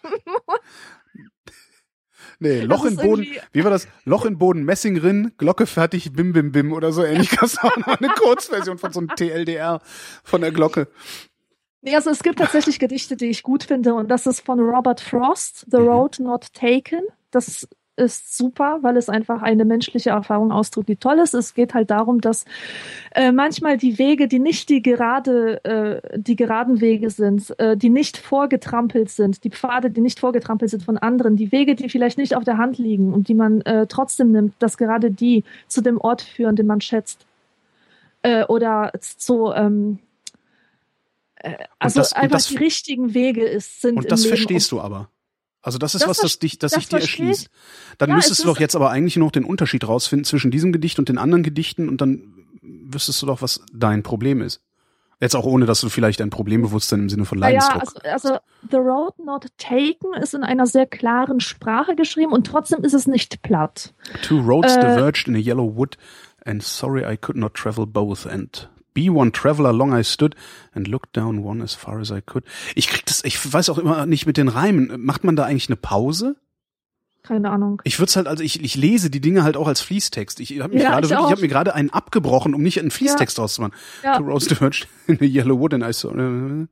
Nee, Loch Das in ist Boden, irgendwie- wie war das? Loch in Boden, Messingrin, Glocke fertig, bim, bim, bim oder so ähnlich. Das war noch eine Kurzversion von so einem T L D R von der Glocke. Nee, also es gibt tatsächlich Gedichte, die ich gut finde, und das ist von Robert Frost, The Mhm. Road Not Taken. Das ist super, weil es einfach eine menschliche Erfahrung ausdrückt, die toll ist. Es geht halt darum, dass äh, manchmal die Wege, die nicht die gerade, äh, die geraden Wege sind, äh, die nicht vorgetrampelt sind, die Pfade, die nicht vorgetrampelt sind von anderen, die Wege, die vielleicht nicht auf der Hand liegen und die man äh, trotzdem nimmt, dass gerade die zu dem Ort führen, den man schätzt. Äh, oder zu, ähm, äh, also das, einfach das, die richtigen Wege ist, sind Und das im Leben. verstehst du aber. Also das ist Das was, das dich, das das sich dir verstehe erschließt. Dann Ja, müsstest es du doch ist- jetzt aber eigentlich noch den Unterschied rausfinden zwischen diesem Gedicht und den anderen Gedichten und dann wüsstest du doch, was dein Problem ist. Jetzt auch ohne, dass du vielleicht ein Problembewusstsein im Sinne von Ja, ja, Leidensdruck. also, also The Road Not Taken ist in einer sehr klaren Sprache geschrieben und trotzdem ist es nicht platt. Two roads äh, diverged in a yellow wood, and sorry I could not travel both, and be one traveler long I stood, and looked down one as far as I could. Ich krieg das, ich weiß auch immer nicht mit den Reimen. Macht man da eigentlich eine Pause? Keine Ahnung. Ich würde es halt, also ich, ich lese die Dinge halt auch als Fließtext. Ich habe mich Ja, gerade ich wirklich, auch. ich habe mir gerade einen abgebrochen, um nicht einen Fließtext draus zu machen. Ja. To roast the verge in a yellow wood and I saw. Hm.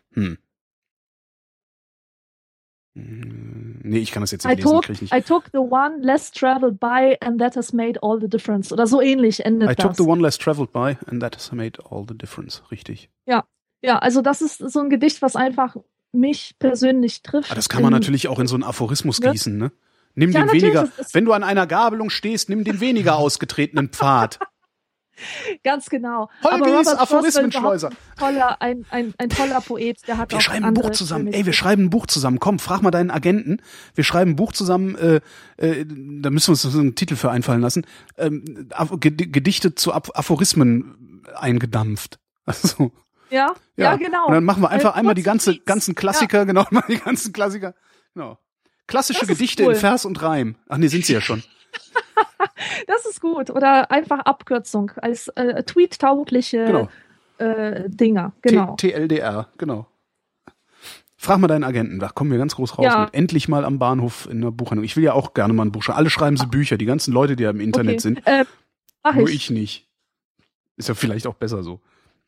Nee, ich kann das jetzt I nicht lesen, took, krieg ich nicht. I took the one less traveled by and that has made all the difference. Oder so ähnlich endet I took das. the one less traveled by and that has made all the difference. Richtig. Ja, also das ist so ein Gedicht, was einfach mich persönlich trifft. Aber das kann man In- natürlich auch in so einen Aphorismus Ja. gießen, ne? Nimm Ja, den natürlich, weniger, das ist- wenn du an einer Gabelung stehst, nimm den weniger ausgetretenen Pfad. Ganz genau. Holgis, Aber Robert Frost war Aphorismenschleuser. überhaupt ein toller, ein, ein, ein toller Poet, der hat Wir auch schreiben ein andere Buch zusammen. schöne Ey, wir Gedichte. schreiben ein Buch zusammen. Komm, frag mal deinen Agenten. Wir schreiben ein Buch zusammen. Äh, äh, da müssen wir uns so einen Titel für einfallen lassen. Ähm, Aph- Ged- Gedichte zu Aph- Aphorismen eingedampft. Also, Ja, ja, genau. Und dann machen wir einfach Ein einmal die kurzen ganze, Tweets. ganzen Klassiker, genau, mal die ganzen Klassiker. Genau. Klassische Das ist Gedichte cool. in Vers und Reim. Ach nee, sind sie ja schon. Das ist gut. Oder einfach Abkürzung als äh, tweet-taugliche Genau. äh, Dinger. Genau. T- TLDR, genau. Frag mal deinen Agenten, da kommen wir ganz groß raus Ja. mit. Endlich mal am Bahnhof in der Buchhandlung. Ich will ja auch gerne mal ein Buch schreiben. Alle schreiben sie Bücher, die ganzen Leute, die ja im Internet Okay. sind. Äh, mach Nur ich. ich nicht. Ist ja vielleicht auch besser so.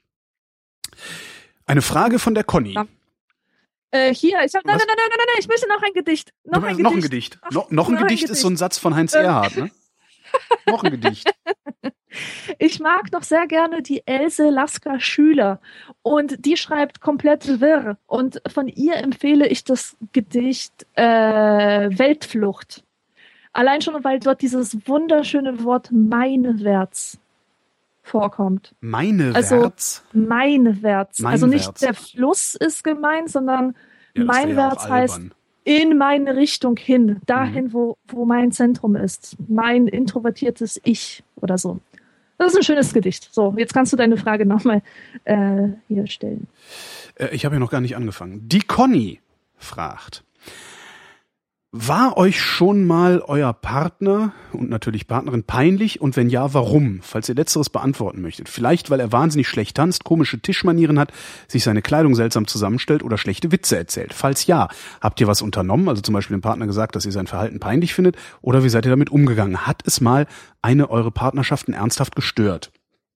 Eine Frage von der Conny. Ja. Äh, hier, ich hab, nein, Was? nein, nein, nein, nein, nein, ich möchte noch ein Gedicht. Noch noch ein ein Gedicht. noch ein Gedicht. Ach, No, noch ein noch ein Gedicht ist so ein Gedicht. Satz von Heinz Ähm. Erhardt, ne? Noch ein Gedicht. Ich mag noch sehr gerne die Else Lasker Schüler und die schreibt komplett wirr und von ihr empfehle ich das Gedicht äh, Weltflucht. Allein schon, weil dort dieses wunderschöne Wort meinewärts vorkommt. Meine Also, Wärts. Meinwärts. Also nicht Meinwärts. der Fluss ist gemeint, sondern Ja, das wär ja auch meinwärts heißt albern. in meine Richtung hin, dahin, Mhm. wo, wo mein Zentrum ist. Mein introvertiertes Ich oder so. Das ist ein schönes Gedicht. So, jetzt kannst du deine Frage nochmal äh, hier stellen. Äh, ich habe ja noch gar nicht angefangen. Die Conny fragt: War euch schon mal euer Partner und natürlich Partnerin peinlich und wenn ja, warum? Falls ihr Letzteres beantworten möchtet. Vielleicht, weil er wahnsinnig schlecht tanzt, komische Tischmanieren hat, sich seine Kleidung seltsam zusammenstellt oder schlechte Witze erzählt. Falls ja, habt ihr was unternommen? Also zum Beispiel dem Partner gesagt, dass ihr sein Verhalten peinlich findet? Oder wie seid ihr damit umgegangen? Hat es mal eine eure Partnerschaften ernsthaft gestört?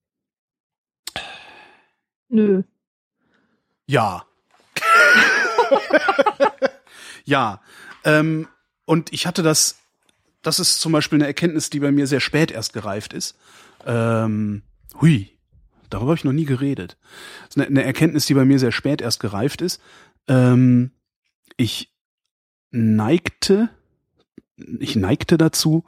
Nö. Ja. Ja. Ähm, und ich hatte das, das ist zum Beispiel eine Erkenntnis, die bei mir sehr spät erst gereift ist. Ähm, hui, darüber habe ich noch nie geredet. Das ist eine, eine Erkenntnis, die bei mir sehr spät erst gereift ist. Ähm, ich neigte, ich neigte dazu,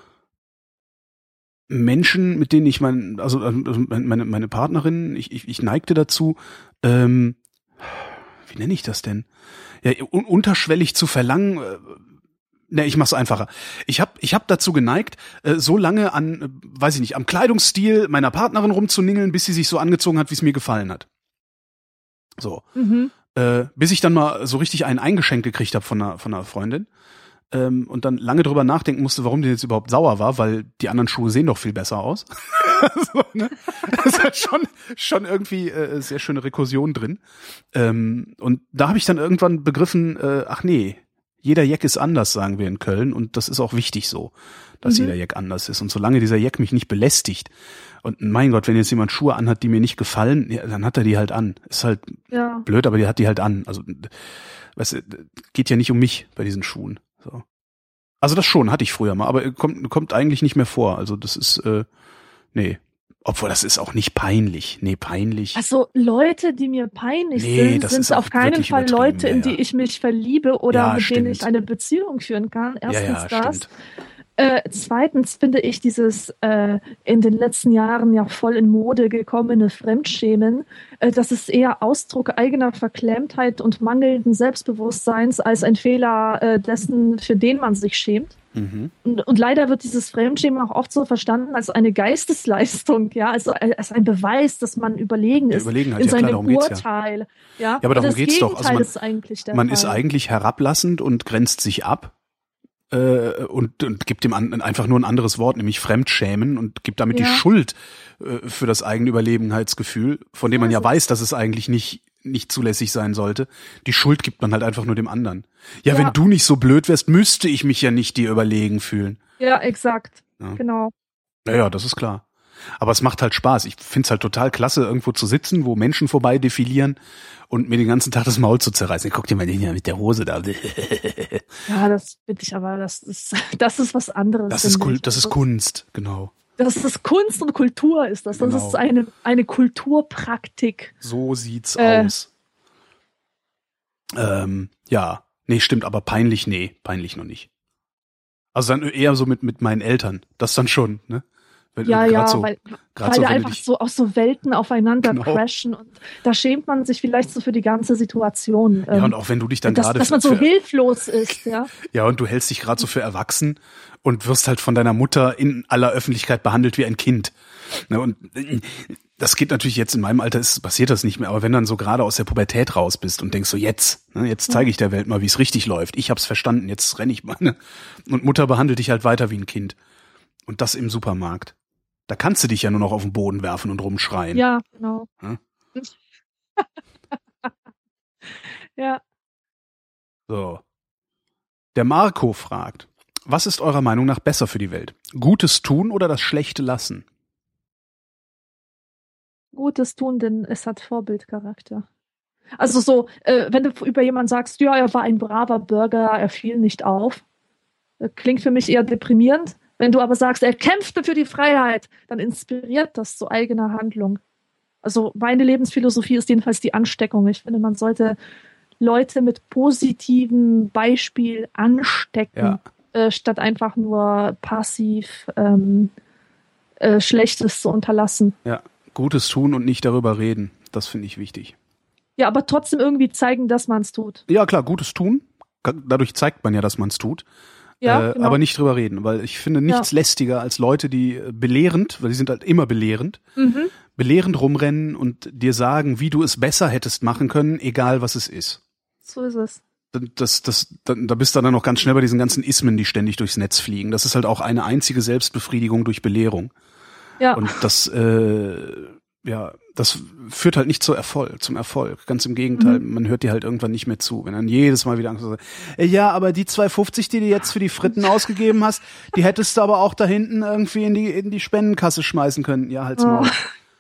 Menschen, mit denen ich mein, also, also meine, meine Partnerin, ich, ich, ich neigte dazu, ähm, wie nenne ich das denn? Ja, un- unterschwellig zu verlangen, äh, ne, ich mach's einfacher. Ich hab, ich hab dazu geneigt, äh, so lange an, äh, weiß ich nicht, am Kleidungsstil meiner Partnerin rumzuningeln, bis sie sich so angezogen hat, wie es mir gefallen hat. So. Mhm. Äh, bis ich dann mal so richtig einen eingeschenkt gekriegt habe von einer, von einer Freundin. Ähm, und dann lange drüber nachdenken musste, warum die jetzt überhaupt sauer war, weil die anderen Schuhe sehen doch viel besser aus. so, ne? Das hat schon, schon irgendwie äh, sehr schöne Rekursion drin. Ähm, und da habe ich dann irgendwann begriffen, äh, ach nee, jeder Jack ist anders, sagen wir in Köln. Und das ist auch wichtig so, dass Mhm. jeder Jack anders ist. Und solange dieser Jack mich nicht belästigt, und mein Gott, wenn jetzt jemand Schuhe anhat, die mir nicht gefallen, ja, dann hat er die halt an. Ist halt Ja. blöd, aber die hat die halt an. Also, weißt du, geht ja nicht um mich bei diesen Schuhen. So. Also das schon, hatte ich früher mal, aber kommt, kommt eigentlich nicht mehr vor. Also das ist, äh, nee. Obwohl, das ist auch nicht peinlich. Nee, peinlich. Also Leute, die mir peinlich Nee, sind, das sind ist auch auf keinen wirklich Fall übertrieben, Leute, in ja, die ja. ich mich verliebe oder Ja, mit denen stimmt. ich eine Beziehung führen kann. ja, Erstens ja, das. stimmt. Äh, zweitens finde ich dieses äh, in den letzten Jahren ja voll in Mode gekommene Fremdschämen, äh, das ist eher Ausdruck eigener Verklemmtheit und mangelnden Selbstbewusstseins als ein Fehler äh, dessen, für den man sich schämt. Mhm. Und, und leider wird dieses Fremdschämen auch oft so verstanden als eine Geistesleistung, ja, also als ein Beweis, dass man überlegen ist Überlegenheit, in ja, klar, seinem darum geht's Urteil. Ja, Ja, aber darum das geht's doch. Also Gegenteil man- ist eigentlich der Man Fall. ist eigentlich herablassend und grenzt sich ab äh, und, und gibt dem an, einfach nur ein anderes Wort, nämlich Fremdschämen und gibt damit Ja. die Schuld äh, für das eigene Überlegenheitsgefühl, von dem man ja Also- weiß, dass es eigentlich nicht nicht zulässig sein sollte. Die Schuld gibt man halt einfach nur dem anderen. Ja, Ja. wenn du nicht so blöd wärst, müsste ich mich ja nicht dir überlegen fühlen. Ja, exakt. Ja. Genau. Naja, das ist klar. Aber es macht halt Spaß. Ich find's halt total klasse, irgendwo zu sitzen, wo Menschen vorbei defilieren und mir den ganzen Tag das Maul zu zerreißen. Guck dir mal den hier mit der Hose da. Ja, das finde ich aber, das ist, das ist was anderes. Das ist finde Kult, ich. das ist Also, Kunst, genau. Das ist Kunst und Kultur ist das. Das Genau. ist eine, eine Kulturpraktik. So sieht's Äh. aus. Ähm, ja, nee, stimmt, aber peinlich, nee, peinlich noch nicht. Also dann eher so mit mit meinen Eltern, das dann schon, ne? Wenn, Ja, grad ja, so, weil, grad weil so, da wenn du einfach dich- so aus so Welten aufeinander Genau. crashen und da schämt man sich vielleicht so für die ganze Situation. Ja, ähm, und auch wenn du dich dann dass, gerade dass man für, so für, hilflos ist, ja. ja, und du hältst dich gerade so für erwachsen und wirst halt von deiner Mutter in aller Öffentlichkeit behandelt wie ein Kind. Ne, und äh, das geht natürlich jetzt in meinem Alter, ist, passiert das nicht mehr, aber wenn dann so gerade aus der Pubertät raus bist und denkst so, jetzt, ne, jetzt zeige ich der Welt mal, wie es richtig läuft. Ich hab's verstanden, jetzt renn ich mal. Ne? Und Mutter behandelt dich halt weiter wie ein Kind. Und das im Supermarkt. Da kannst du dich ja nur noch auf den Boden werfen und rumschreien. Ja, genau. Hm? Ja. So. Der Marco fragt, was ist eurer Meinung nach besser für die Welt? Gutes tun oder das Schlechte lassen? Gutes tun, denn es hat Vorbildcharakter. Also so, äh, wenn du über jemanden sagst, ja, er war ein braver Bürger, er fiel nicht auf, äh, klingt für mich eher deprimierend. Wenn du aber sagst, er kämpfte für die Freiheit, dann inspiriert das zu eigener Handlung. Also meine Lebensphilosophie ist jedenfalls die Ansteckung. Ich finde, man sollte Leute mit positivem Beispiel anstecken, Ja. äh, statt einfach nur passiv ähm, äh, Schlechtes zu unterlassen. Ja, Gutes tun und nicht darüber reden. Das finde ich wichtig. Ja, aber trotzdem irgendwie zeigen, dass man es tut. Ja, klar, Gutes tun. Dadurch zeigt man ja, dass man es tut. Ja, äh, genau. Aber nicht drüber reden, weil ich finde nichts lästiger als Leute, die äh, belehrend, weil die sind halt immer belehrend, Mhm. belehrend rumrennen und dir sagen, wie du es besser hättest machen können, egal was es ist. So ist es. Das, das, da, da bist du dann noch ganz schnell bei diesen ganzen Ismen, die ständig durchs Netz fliegen. Das ist halt auch eine einzige Selbstbefriedigung durch Belehrung. Ja, Und das, äh, ja, das führt halt nicht zu Erfolg, zum Erfolg. Ganz im Gegenteil, Mhm. man hört dir halt irgendwann nicht mehr zu. Wenn dann jedes Mal wieder Angst hat, äh, ja, aber die zwei fünfzig, die du jetzt für die Fritten ausgegeben hast, die hättest du aber auch da hinten irgendwie in die, in die Spendenkasse schmeißen können. Ja, halt's Maul.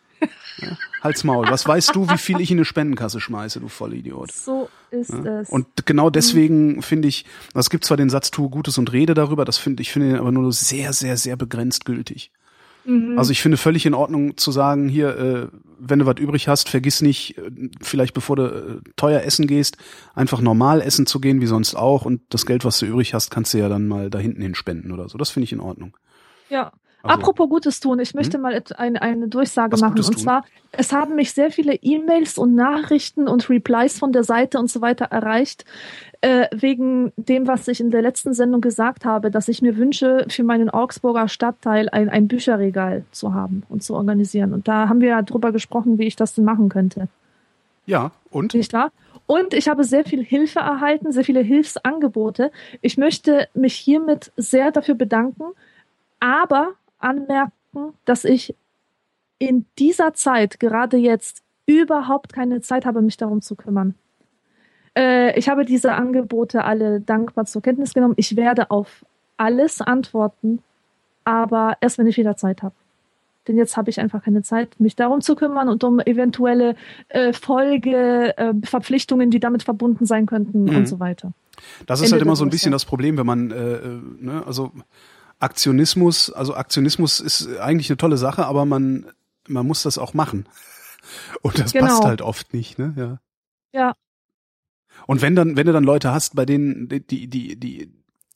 Ja, halt's Maul. Was weißt du, wie viel ich in eine Spendenkasse schmeiße, du Vollidiot? so ist Ja. es. Und genau deswegen finde ich, es gibt zwar den Satz, tue Gutes und rede darüber, das finde ich finde den aber nur sehr, sehr, sehr begrenzt gültig. Mhm. Also ich finde völlig in Ordnung zu sagen, hier, äh, wenn du was übrig hast, vergiss nicht, äh, vielleicht bevor du äh, teuer essen gehst, einfach normal essen zu gehen, wie sonst auch. Und das Geld, was du übrig hast, kannst du ja dann mal da hinten hin spenden oder so. Das finde ich in Ordnung. Ja. Also- Apropos Gutes tun, ich möchte mal et- eine, eine Durchsage Was machen. Gutes Und tun? zwar, es haben mich sehr viele E-Mails und Nachrichten und Replies von der Seite und so weiter erreicht, äh, wegen dem, was ich in der letzten Sendung gesagt habe, dass ich mir wünsche, für meinen Augsburger Stadtteil ein, ein Bücherregal zu haben und zu organisieren. Und da haben wir ja drüber gesprochen, wie ich das denn machen könnte. Ja, und? Nicht wahr? Und ich habe sehr viel Hilfe erhalten, sehr viele Hilfsangebote. Ich möchte mich hiermit sehr dafür bedanken, aber anmerken, dass ich in dieser Zeit, gerade jetzt, überhaupt keine Zeit habe, mich darum zu kümmern. Äh, ich habe diese Angebote alle dankbar zur Kenntnis genommen. Ich werde auf alles antworten, aber erst, wenn ich wieder Zeit habe. Denn jetzt habe ich einfach keine Zeit, mich darum zu kümmern und um eventuelle äh, Folgeverpflichtungen, äh, die damit verbunden sein könnten Mhm. und so weiter. Das ist Ende halt immer der so ein bisschen Durchsage. das Problem, wenn man, äh, äh, ne, also Aktionismus, also Aktionismus ist eigentlich eine tolle Sache, aber man, man muss das auch machen. Und das Genau. passt halt oft nicht, ne? Ja. Ja. Und wenn dann, wenn du dann Leute hast, bei denen, die, die, die,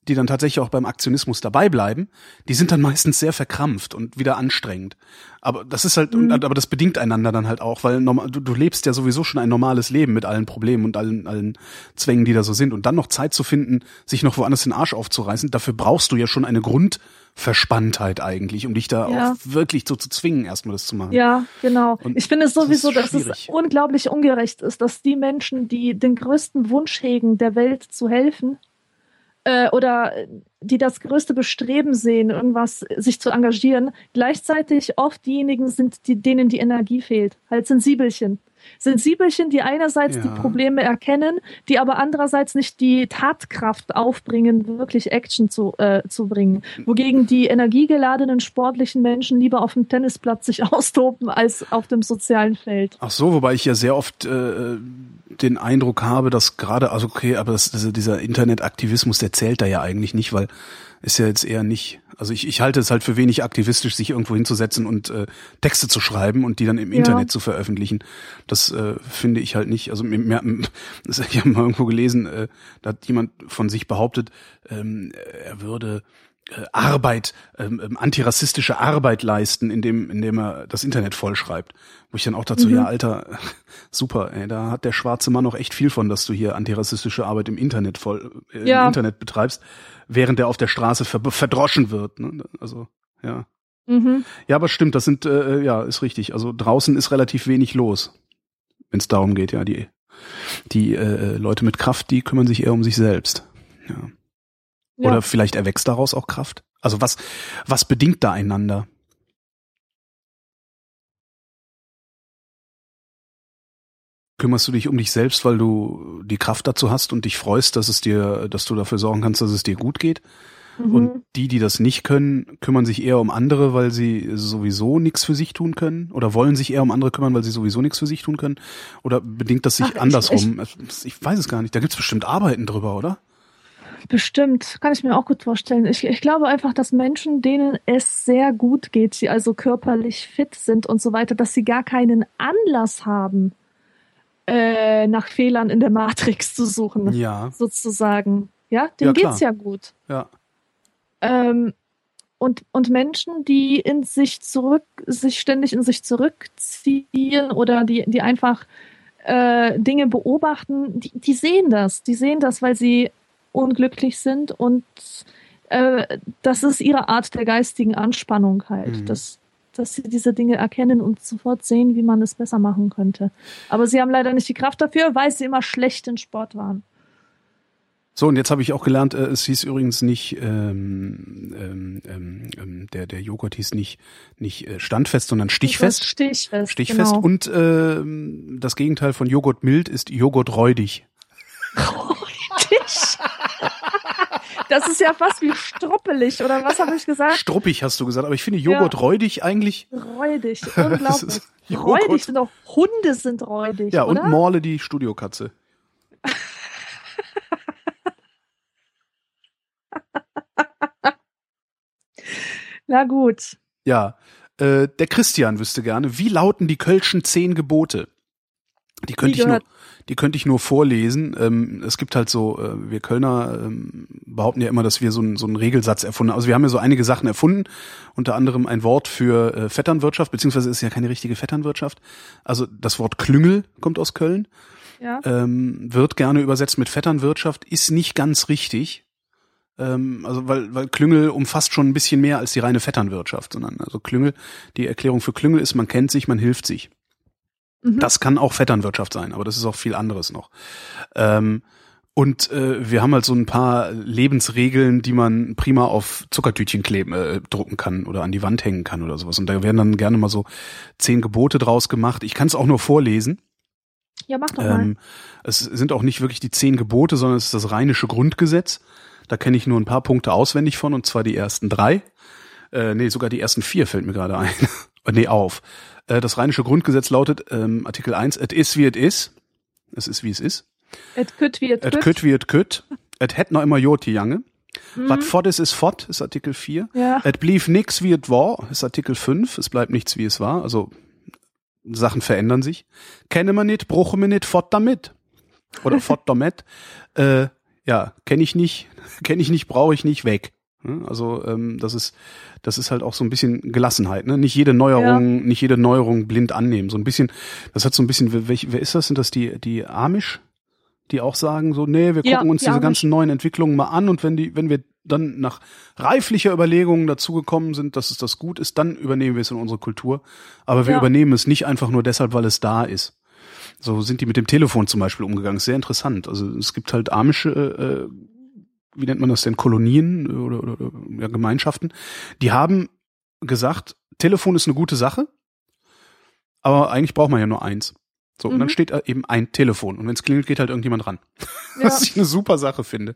die dann tatsächlich auch beim Aktionismus dabei bleiben, die sind dann meistens sehr verkrampft und wieder anstrengend. Aber das ist halt, mhm. aber das bedingt einander dann halt auch, weil normal, du, du lebst ja sowieso schon ein normales Leben mit allen Problemen und allen, allen Zwängen, die da so sind. Und dann noch Zeit zu finden, sich noch woanders den Arsch aufzureißen, dafür brauchst du ja schon eine Grundverspanntheit eigentlich, um dich da ja. auch wirklich so zu zwingen, erstmal das zu machen. Ja, genau. Und ich finde sowieso, das dass es unglaublich ungerecht ist, dass die Menschen, die den größten Wunsch hegen, der Welt zu helfen, Äh, oder die das größte Bestreben sehen, irgendwas sich zu engagieren, gleichzeitig oft diejenigen sind, die, denen die Energie fehlt. Halt Sensibelchen. Sensibelchen, die einerseits ja. die Probleme erkennen, die aber andererseits nicht die Tatkraft aufbringen, wirklich Action zu, äh, zu bringen. Wogegen die energiegeladenen, sportlichen Menschen lieber auf dem Tennisplatz sich austoben, als auf dem sozialen Feld. Ach so, wobei ich ja sehr oft äh, den Eindruck habe, dass gerade, also okay, aber das, das, dieser Internetaktivismus, der zählt da ja eigentlich nicht, weil ist ja jetzt eher nicht, also ich, ich halte es halt für wenig aktivistisch, sich irgendwo hinzusetzen und äh, Texte zu schreiben und die dann im ja. Internet zu veröffentlichen. Das äh, finde ich halt nicht, also mehr, das, ich habe mal irgendwo gelesen, äh, da hat jemand von sich behauptet, ähm, er würde äh, Arbeit, ähm, antirassistische Arbeit leisten, indem, indem er das Internet vollschreibt. Wo ich dann auch dazu, mhm. ja, Alter, super, ey, da hat der schwarze Mann noch echt viel von, dass du hier antirassistische Arbeit im Internet voll, äh, ja. im Internet betreibst, während der auf der Straße ver- verdroschen wird, ne? Also, ja. Mhm. Ja, aber stimmt, das sind, äh, ja, ist richtig. Also draußen ist relativ wenig los, wenn es darum geht, ja, die, die äh, Leute mit Kraft, die kümmern sich eher um sich selbst, ja. Ja. Oder vielleicht erwächst daraus auch Kraft? Also was, was bedingt da einander? Kümmerst du dich um dich selbst, weil du die Kraft dazu hast und dich freust, dass es dir, dass du dafür sorgen kannst, dass es dir gut geht? Mhm. Und die, die das nicht können, kümmern sich eher um andere, weil sie sowieso nichts für sich tun können? Oder wollen sich eher um andere kümmern, weil sie sowieso nichts für sich tun können? Oder bedingt das sich Ach, andersrum? Ich, ich, ich weiß es gar nicht. Da gibt's bestimmt Arbeiten drüber, oder? Bestimmt, kann ich mir auch gut vorstellen. Ich, ich glaube einfach, dass Menschen, denen es sehr gut geht, die also körperlich fit sind und so weiter, dass sie gar keinen Anlass haben, äh, nach Fehlern in der Matrix zu suchen, ja. sozusagen. Ja, denen ja, geht's ja gut. Ja. Ähm, und, und Menschen, die in sich zurück, sich ständig in sich zurückziehen oder die, die einfach äh, Dinge beobachten, die, die sehen das. Die sehen das, weil sie unglücklich sind und äh, das ist ihre Art der geistigen Anspannung halt, mhm. dass, dass sie diese Dinge erkennen und sofort sehen, wie man es besser machen könnte. Aber sie haben leider nicht die Kraft dafür, weil sie immer schlecht in Sport waren. So, und jetzt habe ich auch gelernt, äh, es hieß übrigens nicht, ähm, ähm, ähm, der der Joghurt hieß nicht nicht äh, standfest, sondern stichfest. Stichfest, Stichfest. Genau. Und äh, das Gegenteil von Joghurt mild ist Joghurt räudig. Räudig? Das ist ja fast wie struppelig, oder was habe ich gesagt? Struppig hast du gesagt, aber ich finde Joghurt ja. räudig eigentlich. Räudig, unglaublich. Räudig sind auch, Hunde sind räudig, ja, oder? Und Morle, die Studiokatze. Na gut. Ja, äh, der Christian wüsste gerne, wie lauten die Kölschen zehn Gebote? Die könnte ich nur, die könnte ich nur vorlesen. Ähm, es gibt halt so, äh, wir Kölner ähm, behaupten ja immer, dass wir so, ein, so einen Regelsatz erfunden haben. Also wir haben ja so einige Sachen erfunden, unter anderem ein Wort für äh, Vetternwirtschaft, beziehungsweise ist ja keine richtige Vetternwirtschaft. Also das Wort Klüngel kommt aus Köln, ja. ähm, wird gerne übersetzt mit Vetternwirtschaft, ist nicht ganz richtig. Ähm, also weil, weil Klüngel umfasst schon ein bisschen mehr als die reine Vetternwirtschaft, sondern also Klüngel, die Erklärung für Klüngel ist, man kennt sich, man hilft sich. Das kann auch Vetternwirtschaft sein, aber das ist auch viel anderes noch. Ähm, und äh, wir haben halt so ein paar Lebensregeln, die man prima auf Zuckertütchen kleben, äh, drucken kann oder an die Wand hängen kann oder sowas. Und da werden dann gerne mal so zehn Gebote draus gemacht. Ich kann es auch nur vorlesen. Ja, mach doch mal. Ähm, es sind auch nicht wirklich die zehn Gebote, sondern es ist das rheinische Grundgesetz. Da kenne ich nur ein paar Punkte auswendig von, und zwar die ersten drei. Äh, nee, sogar die ersten vier fällt mir gerade ein. nee, auf. Das rheinische Grundgesetz lautet, ähm, Artikel eins, et is wie et is. Es ist wie es ist. Et kütt wie et kütt. Et kütt wie et kütt. Et het noch immer joti jange. Mhm. Wat fort is, is fort, ist Artikel vier. Ja. Et blieb nix wie et war, ist Artikel fünf. Es bleibt nichts wie es war. Also Sachen verändern sich. Kenne man nit, bruche man nit, fort damit. Oder fort damit. Äh, ja, kenne ich nicht, kenne ich nicht, brauche ich nicht, weg. Also ähm, das ist das ist halt auch so ein bisschen Gelassenheit, ne? Nicht jede Neuerung, ja. nicht jede Neuerung blind annehmen. So ein bisschen, das hat so ein bisschen, welch, wer ist das? Sind das die die Amish, die auch sagen so, nee, wir gucken ja, uns die diese Amish. ganzen neuen Entwicklungen mal an und wenn die, wenn wir dann nach reiflicher Überlegungen dazugekommen sind, dass es das gut ist, dann übernehmen wir es in unsere Kultur. Aber wir ja. übernehmen es nicht einfach nur deshalb, weil es da ist. So sind die mit dem Telefon zum Beispiel umgegangen. Sehr interessant. Also es gibt halt amische äh, wie nennt man das denn, Kolonien oder, oder, oder ja, Gemeinschaften, die haben gesagt, Telefon ist eine gute Sache, aber eigentlich braucht man ja nur eins. So, mhm. und dann steht eben ein Telefon und wenn es klingelt, geht halt irgendjemand ran. Ja. Was ich eine super Sache finde.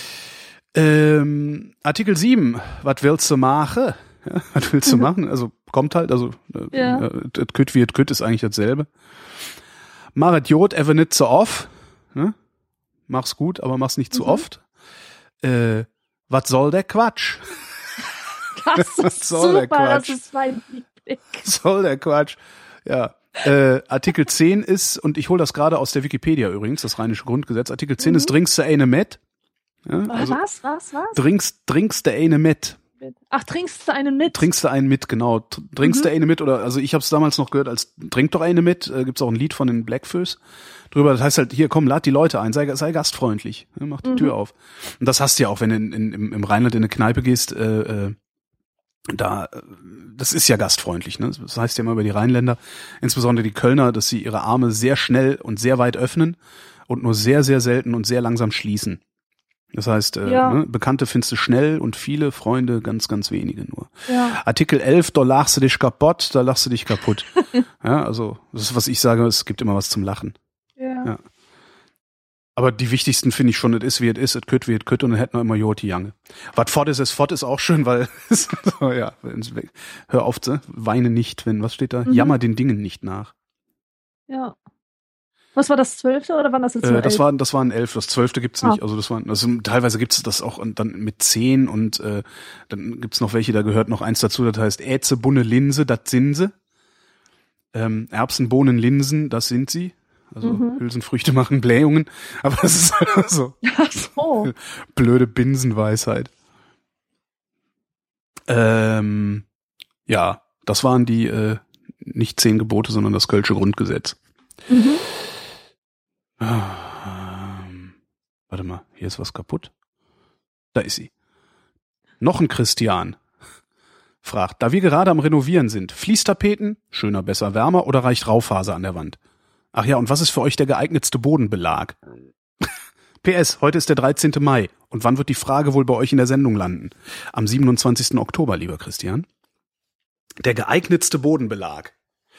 Ähm, Artikel sieben, was willst du machen? Ja, was willst du mhm. machen? Also kommt halt, also ja. äh, et kütt wie et kütt ist eigentlich dasselbe. Mach et Jod, ever nicht so oft. Ne? Mach's gut, aber mach's nicht zu mhm. oft. Äh, was soll der Quatsch? Das ist super, das ist mein Liebling. Soll der Quatsch? Ja. Äh, Artikel zehn ist, und ich hole das gerade aus der Wikipedia übrigens, das Rheinische Grundgesetz, Artikel zehn mhm. ist, trinkst du eine mit? Ja, also, was, was, was? Trinkst, trinkst du eine mit? Ach, trinkst du einen mit? Trinkst du einen mit, genau. Trinkst mhm. du eine mit, oder, also ich habe es damals noch gehört als trink doch eine mit, äh, gibt's auch ein Lied von den Blackfoes drüber, das heißt halt, hier komm, lad die Leute ein, sei, sei gastfreundlich, ja, mach die mhm. Tür auf. Und das hast du ja auch, wenn du in, in, im, im Rheinland in eine Kneipe gehst, äh, äh, da, das ist ja gastfreundlich, ne? Das heißt ja immer über die Rheinländer, insbesondere die Kölner, dass sie ihre Arme sehr schnell und sehr weit öffnen und nur sehr, sehr selten und sehr langsam schließen. Das heißt, äh, ja. ne, Bekannte findest du schnell und viele Freunde ganz, ganz wenige nur. Ja. Artikel elf, da lachst du dich kaputt, da lachst du dich kaputt. Ja, also, das ist, was ich sage, es gibt immer was zum Lachen. Ja. ja. Aber die wichtigsten finde ich schon, es ist wie es ist, es kütt wie es kütt und dann hätten wir immer Joti Jange. Was fort ist, es fort ist auch schön, weil, so, ja, hör auf, weine nicht, wenn, was steht da? Mhm. Jammer den Dingen nicht nach. Ja. Was war das zwölfte oder wann das jetzt? Äh, das war das war ein elf, das zwölfte gibt's ah. nicht. Also das war also teilweise gibt's das auch dann mit zehn und äh, dann gibt's noch welche, da gehört noch eins dazu, das heißt Äze, Bunne, Linse, das sind sie. Ähm, Erbsen, Bohnen, Linsen, das sind sie. Also mhm. Hülsenfrüchte machen Blähungen, aber das ist halt so. Ach so. Blöde Binsenweisheit. Ähm, ja, das waren die äh, nicht zehn Gebote, sondern das Kölsche Grundgesetz. Mhm. Ähm, warte mal, hier ist was kaputt. Da ist sie. Noch ein Christian fragt, da wir gerade am Renovieren sind, Fließtapeten, schöner, besser, wärmer oder reicht Raufaser an der Wand? Ach ja, und was ist für euch der geeignetste Bodenbelag? P S, heute ist der dreizehnte Mai. Und wann wird die Frage wohl bei euch in der Sendung landen? Am siebenundzwanzigsten Oktober, lieber Christian. Der geeignetste Bodenbelag.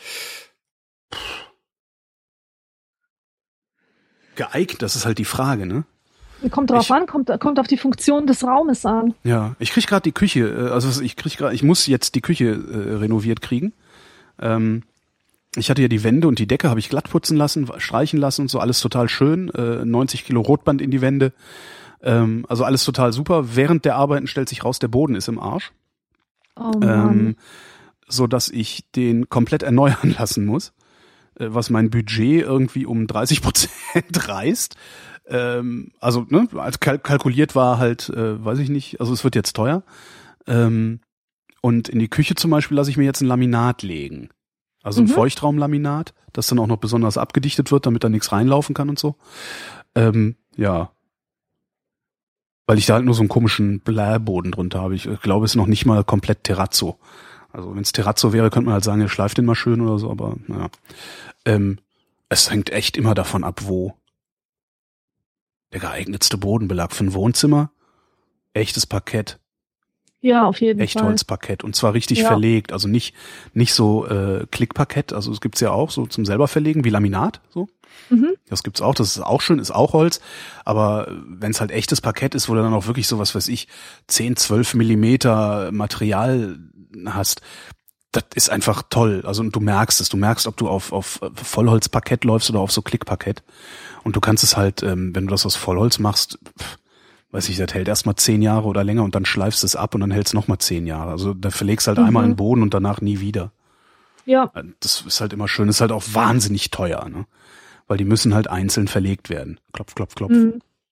Geeignet, das ist halt die Frage, ne? Kommt drauf ich, an, kommt, kommt auf die Funktion des Raumes an. Ja, ich krieg gerade die Küche, also ich krieg gerade, ich muss jetzt die Küche äh, renoviert kriegen. Ähm, ich hatte ja die Wände und die Decke habe ich glatt putzen lassen, streichen lassen und so, alles total schön. Äh, neunzig Kilo Rotband in die Wände, ähm, also alles total super. Während der Arbeiten stellt sich raus, der Boden ist im Arsch. Oh Mann. Ähm, so dass ich den komplett erneuern lassen muss, äh, was mein Budget irgendwie um dreißig Prozent reißt. Ähm, also, ne, als kalk- kalkuliert war halt, äh, weiß ich nicht, also es wird jetzt teuer. Ähm, und in die Küche zum Beispiel lasse ich mir jetzt ein Laminat legen. Also ein mhm. Feuchtraumlaminat, das dann auch noch besonders abgedichtet wird, damit da nichts reinlaufen kann und so. Ähm, ja. Weil ich da halt nur so einen komischen Blähboden drunter habe. Ich glaube, es ist noch nicht mal komplett Terrazzo. Also wenn es Terrazzo wäre, könnte man halt sagen, ihr schleift den mal schön oder so, aber naja. Ähm, es hängt echt immer davon ab, wo. Der geeignetste Bodenbelag für ein Wohnzimmer, echtes Parkett. Ja, auf jeden Fall. Echtholzparkett und zwar richtig ja. verlegt, also nicht nicht so äh, Klickparkett, also es gibt's ja auch so zum selber verlegen wie Laminat, so. Mhm. Das gibt's auch, das ist auch schön, ist auch Holz, aber wenn es halt echtes Parkett ist, wo du dann auch wirklich so was weiß ich, zehn, zwölf Millimeter Material hast, das ist einfach toll. Also und du merkst es, du merkst, ob du auf auf Vollholzparkett läufst oder auf so Klickparkett. Und du kannst es halt, ähm, wenn du das aus Vollholz machst, pff, weiß ich, das hält erstmal zehn Jahre oder länger und dann schleifst du es ab und dann hält es nochmal zehn Jahre. Also da verlegst halt mhm. einmal in den Boden und danach nie wieder. Ja. Das ist halt immer schön, ist halt auch wahnsinnig teuer, ne? Weil die müssen halt einzeln verlegt werden. Klopf, klopf, klopf. Mhm.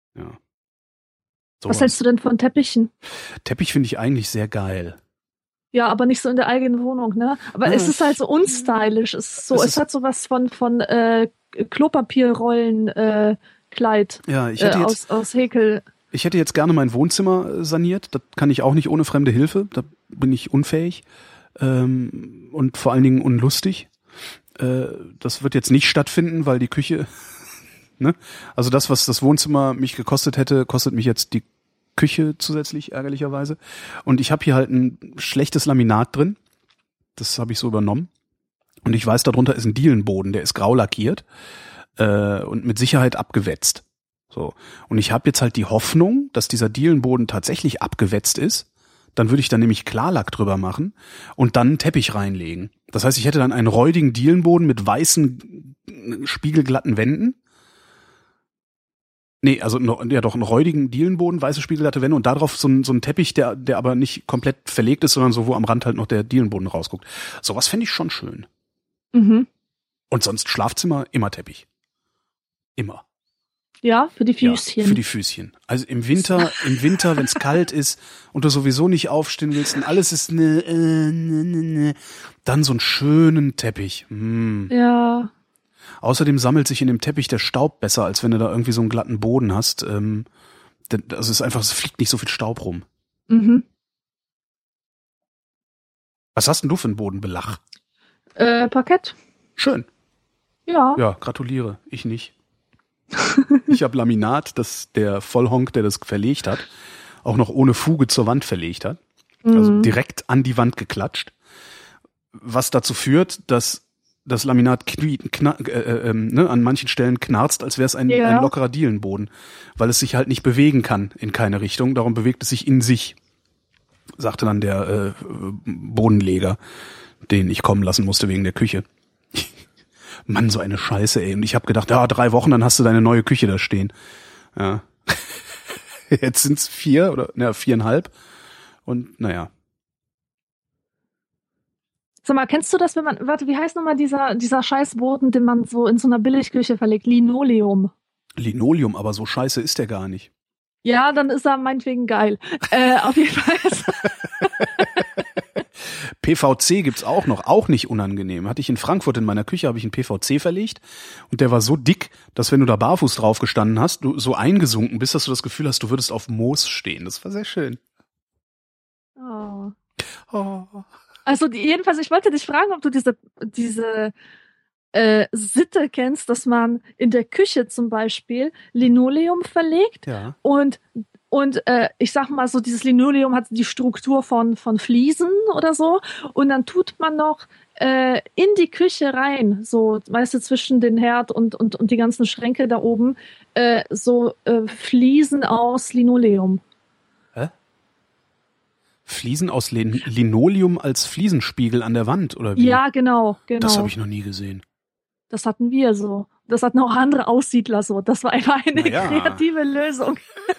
Ja. Was hältst du denn von Teppichen? Teppich finde ich eigentlich sehr geil. Ja, aber nicht so in der eigenen Wohnung, ne? Aber ja, es ist halt so unstylisch. Es ist so, es, es hat so was von von äh, Klopapierrollen äh, Kleid. Ja, ich hätte äh, jetzt, aus aus Häkel. Ich hätte jetzt gerne mein Wohnzimmer saniert. Das kann ich auch nicht ohne fremde Hilfe. Da bin ich unfähig ähm, und vor allen Dingen unlustig. Äh, das wird jetzt nicht stattfinden, weil die Küche, ne? Also das, was das Wohnzimmer mich gekostet hätte, kostet mich jetzt die Küche zusätzlich, ärgerlicherweise. Und ich habe hier halt ein schlechtes Laminat drin. Das habe ich so übernommen. Und ich weiß, darunter ist ein Dielenboden, der ist grau lackiert äh, und mit Sicherheit abgewetzt. So. Und ich habe jetzt halt die Hoffnung, dass dieser Dielenboden tatsächlich abgewetzt ist. Dann würde ich dann nämlich Klarlack drüber machen und dann einen Teppich reinlegen. Das heißt, ich hätte dann einen räudigen Dielenboden mit weißen, spiegelglatten Wänden. Nee, also ja doch, einen räudigen Dielenboden, weiße spiegelglatte Wände und darauf so ein, so ein Teppich, der der aber nicht komplett verlegt ist, sondern so, wo am Rand halt noch der Dielenboden rausguckt. Sowas fände ich schon schön. Mhm. Und sonst Schlafzimmer, immer Teppich. Immer. Ja, für die Füßchen. Ja, für die Füßchen. Also im Winter, im Winter, wenn es kalt ist und du sowieso nicht aufstehen willst und alles ist ne, äh, ne, ne, ne, dann so einen schönen Teppich. Mm. Ja. Außerdem sammelt sich in dem Teppich der Staub besser, als wenn du da irgendwie so einen glatten Boden hast. Ähm, also es ist einfach, es fliegt nicht so viel Staub rum. Mhm. Was hast denn du für einen Bodenbelach? Äh, Parkett. Schön. Ja. Ja, gratuliere. Ich nicht. Ich habe Laminat, das der Vollhonk, der das verlegt hat, auch noch ohne Fuge zur Wand verlegt hat. Also Mhm. direkt an die Wand geklatscht. Was dazu führt, dass das Laminat knie, kna, äh, äh, ne, an manchen Stellen knarzt, als wäre es ein, Ja. ein lockerer Dielenboden, weil es sich halt nicht bewegen kann in keine Richtung. Darum bewegt es sich in sich, sagte dann der äh, Bodenleger, den ich kommen lassen musste wegen der Küche. Mann, so eine Scheiße, ey. Und ich habe gedacht, ja, drei Wochen, dann hast du deine neue Küche da stehen. Ja. Jetzt sind's vier oder na, viereinhalb. Und naja. Sag mal, kennst du das, wenn man, warte, wie heißt nochmal dieser, dieser Scheißboden, den man so in so einer Billigküche verlegt? Linoleum. Linoleum, aber so scheiße ist der gar nicht. Ja, dann ist er meinetwegen geil. Äh, auf jeden Fall. P V C gibt's auch noch, auch nicht unangenehm. Hatte ich in Frankfurt in meiner Küche, habe ich einen P V C verlegt und der war so dick, dass wenn du da barfuß drauf gestanden hast, du so eingesunken bist, dass du das Gefühl hast, du würdest auf Moos stehen. Das war sehr schön. Oh. Oh. Also die, jedenfalls, ich wollte dich fragen, ob du diese, diese äh, Sitte kennst, dass man in der Küche zum Beispiel Linoleum verlegt Ja. und Und äh, ich sag mal so, dieses Linoleum hat die Struktur von von Fliesen oder so. Und dann tut man noch äh, in die Küche rein, so, weißt du, zwischen den Herd und und und die ganzen Schränke da oben, äh, so äh, Fliesen aus Linoleum. Hä? Fliesen aus Lin- Linoleum als Fliesenspiegel an der Wand, oder wie? Ja, genau, genau. Das habe ich noch nie gesehen. Das hatten wir so. Das hatten auch andere Aussiedler so. Das war einfach eine Naja. kreative Lösung.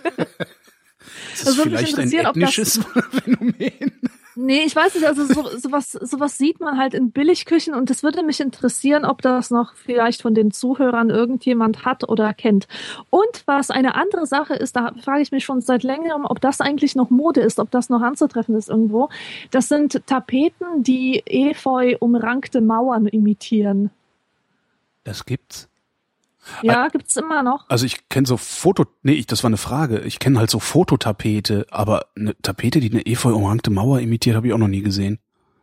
Ist Das das würde mich vielleicht ein interessieren, ob das- ethnisches Phänomen? Nee, ich weiß nicht, also so, sowas, sowas sieht man halt in Billigküchen und es würde mich interessieren, ob das noch vielleicht von den Zuhörern irgendjemand hat oder kennt. Und was eine andere Sache ist, da frage ich mich schon seit längerem, ob das eigentlich noch Mode ist, ob das noch anzutreffen ist irgendwo. Das sind Tapeten, die Efeu umrankte Mauern imitieren. Das gibt's. Ja, gibt's immer noch. Also ich kenne so Foto, nee, ich, das war eine Frage. Ich kenne halt so Fototapete, aber eine Tapete, die eine efeu umrankte Mauer imitiert, habe ich auch noch nie gesehen.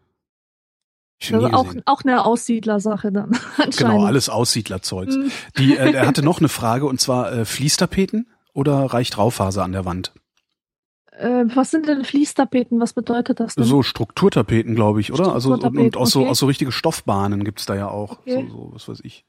Ich Also nie auch, gesehen. auch eine Aussiedlersache dann anscheinend. Genau, alles Aussiedlerzeugs. Mhm. Die, äh, er hatte noch eine Frage und zwar äh, Fließtapeten oder reicht Raufaser an der Wand? Äh, was sind denn Fließtapeten? Was bedeutet das denn? So Strukturtapeten, glaube ich, oder? Also und, und Strukturtapeten, aus so okay. aus so richtige Stoffbahnen gibt's da ja auch. Okay. So, so, was weiß ich.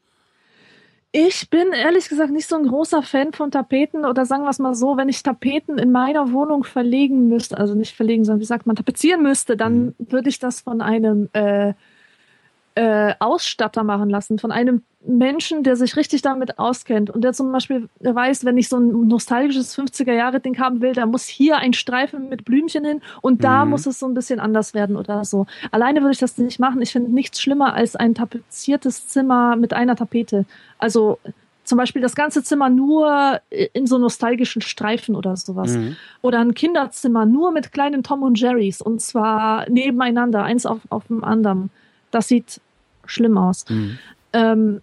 Ich bin ehrlich gesagt nicht so ein großer Fan von Tapeten oder sagen wir es mal so, wenn ich Tapeten in meiner Wohnung verlegen müsste, also nicht verlegen, sondern wie sagt man, tapezieren müsste, dann Mhm. würde ich das von einem äh, äh, Ausstatter machen lassen, von einem Menschen, der sich richtig damit auskennt und der zum Beispiel weiß, wenn ich so ein nostalgisches fünfziger-Jahre-Ding haben will, da muss hier ein Streifen mit Blümchen hin und da Mhm. muss es so ein bisschen anders werden oder so. Alleine würde ich das nicht machen. Ich finde nichts schlimmer als ein tapeziertes Zimmer mit einer Tapete. Also zum Beispiel das ganze Zimmer nur in so nostalgischen Streifen oder sowas. Mhm. Oder ein Kinderzimmer nur mit kleinen Tom und Jerrys und zwar nebeneinander, eins auf, auf dem anderen. Das sieht schlimm aus. Mhm. Ähm,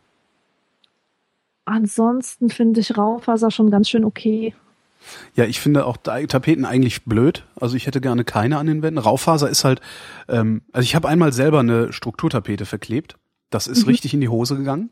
ansonsten finde ich Raufaser schon ganz schön okay. Ja, ich finde auch Tapeten eigentlich blöd. Also ich hätte gerne keine an den Wänden. Raufaser ist halt, ähm, also ich habe einmal selber eine Strukturtapete verklebt. Das ist mhm. richtig in die Hose gegangen.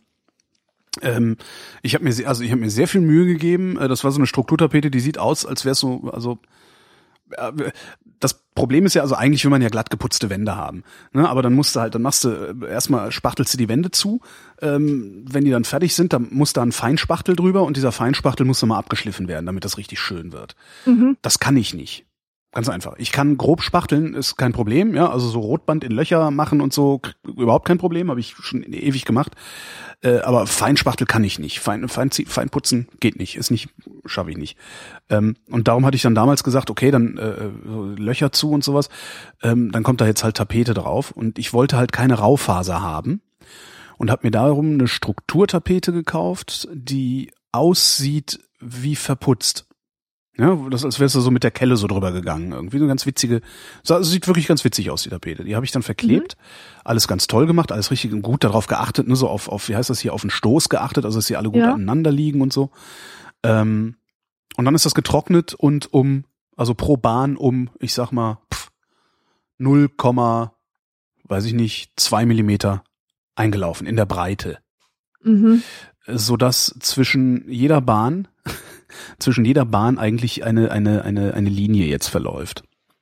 Ähm, ich habe mir, also ich habe mir sehr viel Mühe gegeben. Das war so eine Strukturtapete, die sieht aus, als wäre es so, also äh, das Problem ist ja, also eigentlich will man ja glatt geputzte Wände haben, ne? Aber dann musst du halt, dann machst du erstmal spachtelst du die Wände zu. Ähm, wenn die dann fertig sind, dann muss da ein Feinspachtel drüber und dieser Feinspachtel muss dann mal abgeschliffen werden, damit das richtig schön wird. Mhm. Das kann ich nicht. Ganz einfach. Ich kann grob spachteln, ist kein Problem, ja, also so Rotband in Löcher machen und so, überhaupt kein Problem, habe ich schon ewig gemacht. Äh, aber Feinspachtel kann ich nicht. Fein, fein, fein putzen geht nicht, ist nicht, schaffe ich nicht. Ähm, und darum hatte ich dann damals gesagt, okay, dann äh, so Löcher zu und sowas, ähm, dann kommt da jetzt halt Tapete drauf. Und ich wollte halt keine Raufaser haben und habe mir darum eine Strukturtapete gekauft, die aussieht wie verputzt. Ja, das, als wärst du so mit der Kelle so drüber gegangen. Irgendwie eine ganz witzige, so, sieht wirklich ganz witzig aus, die Tapete. Die habe ich dann verklebt. Mhm. Alles ganz toll gemacht, alles richtig und gut darauf geachtet, ne, so auf, auf, wie heißt das hier, auf den Stoß geachtet, also dass sie alle gut ja. aneinander liegen und so. Ähm, und dann ist das getrocknet und um, also pro Bahn um, ich sag mal, pff, null, weiß ich nicht, zwei Millimeter eingelaufen in der Breite. Mhm. Sodass zwischen jeder Bahn zwischen jeder Bahn eigentlich eine eine eine eine Linie jetzt verläuft.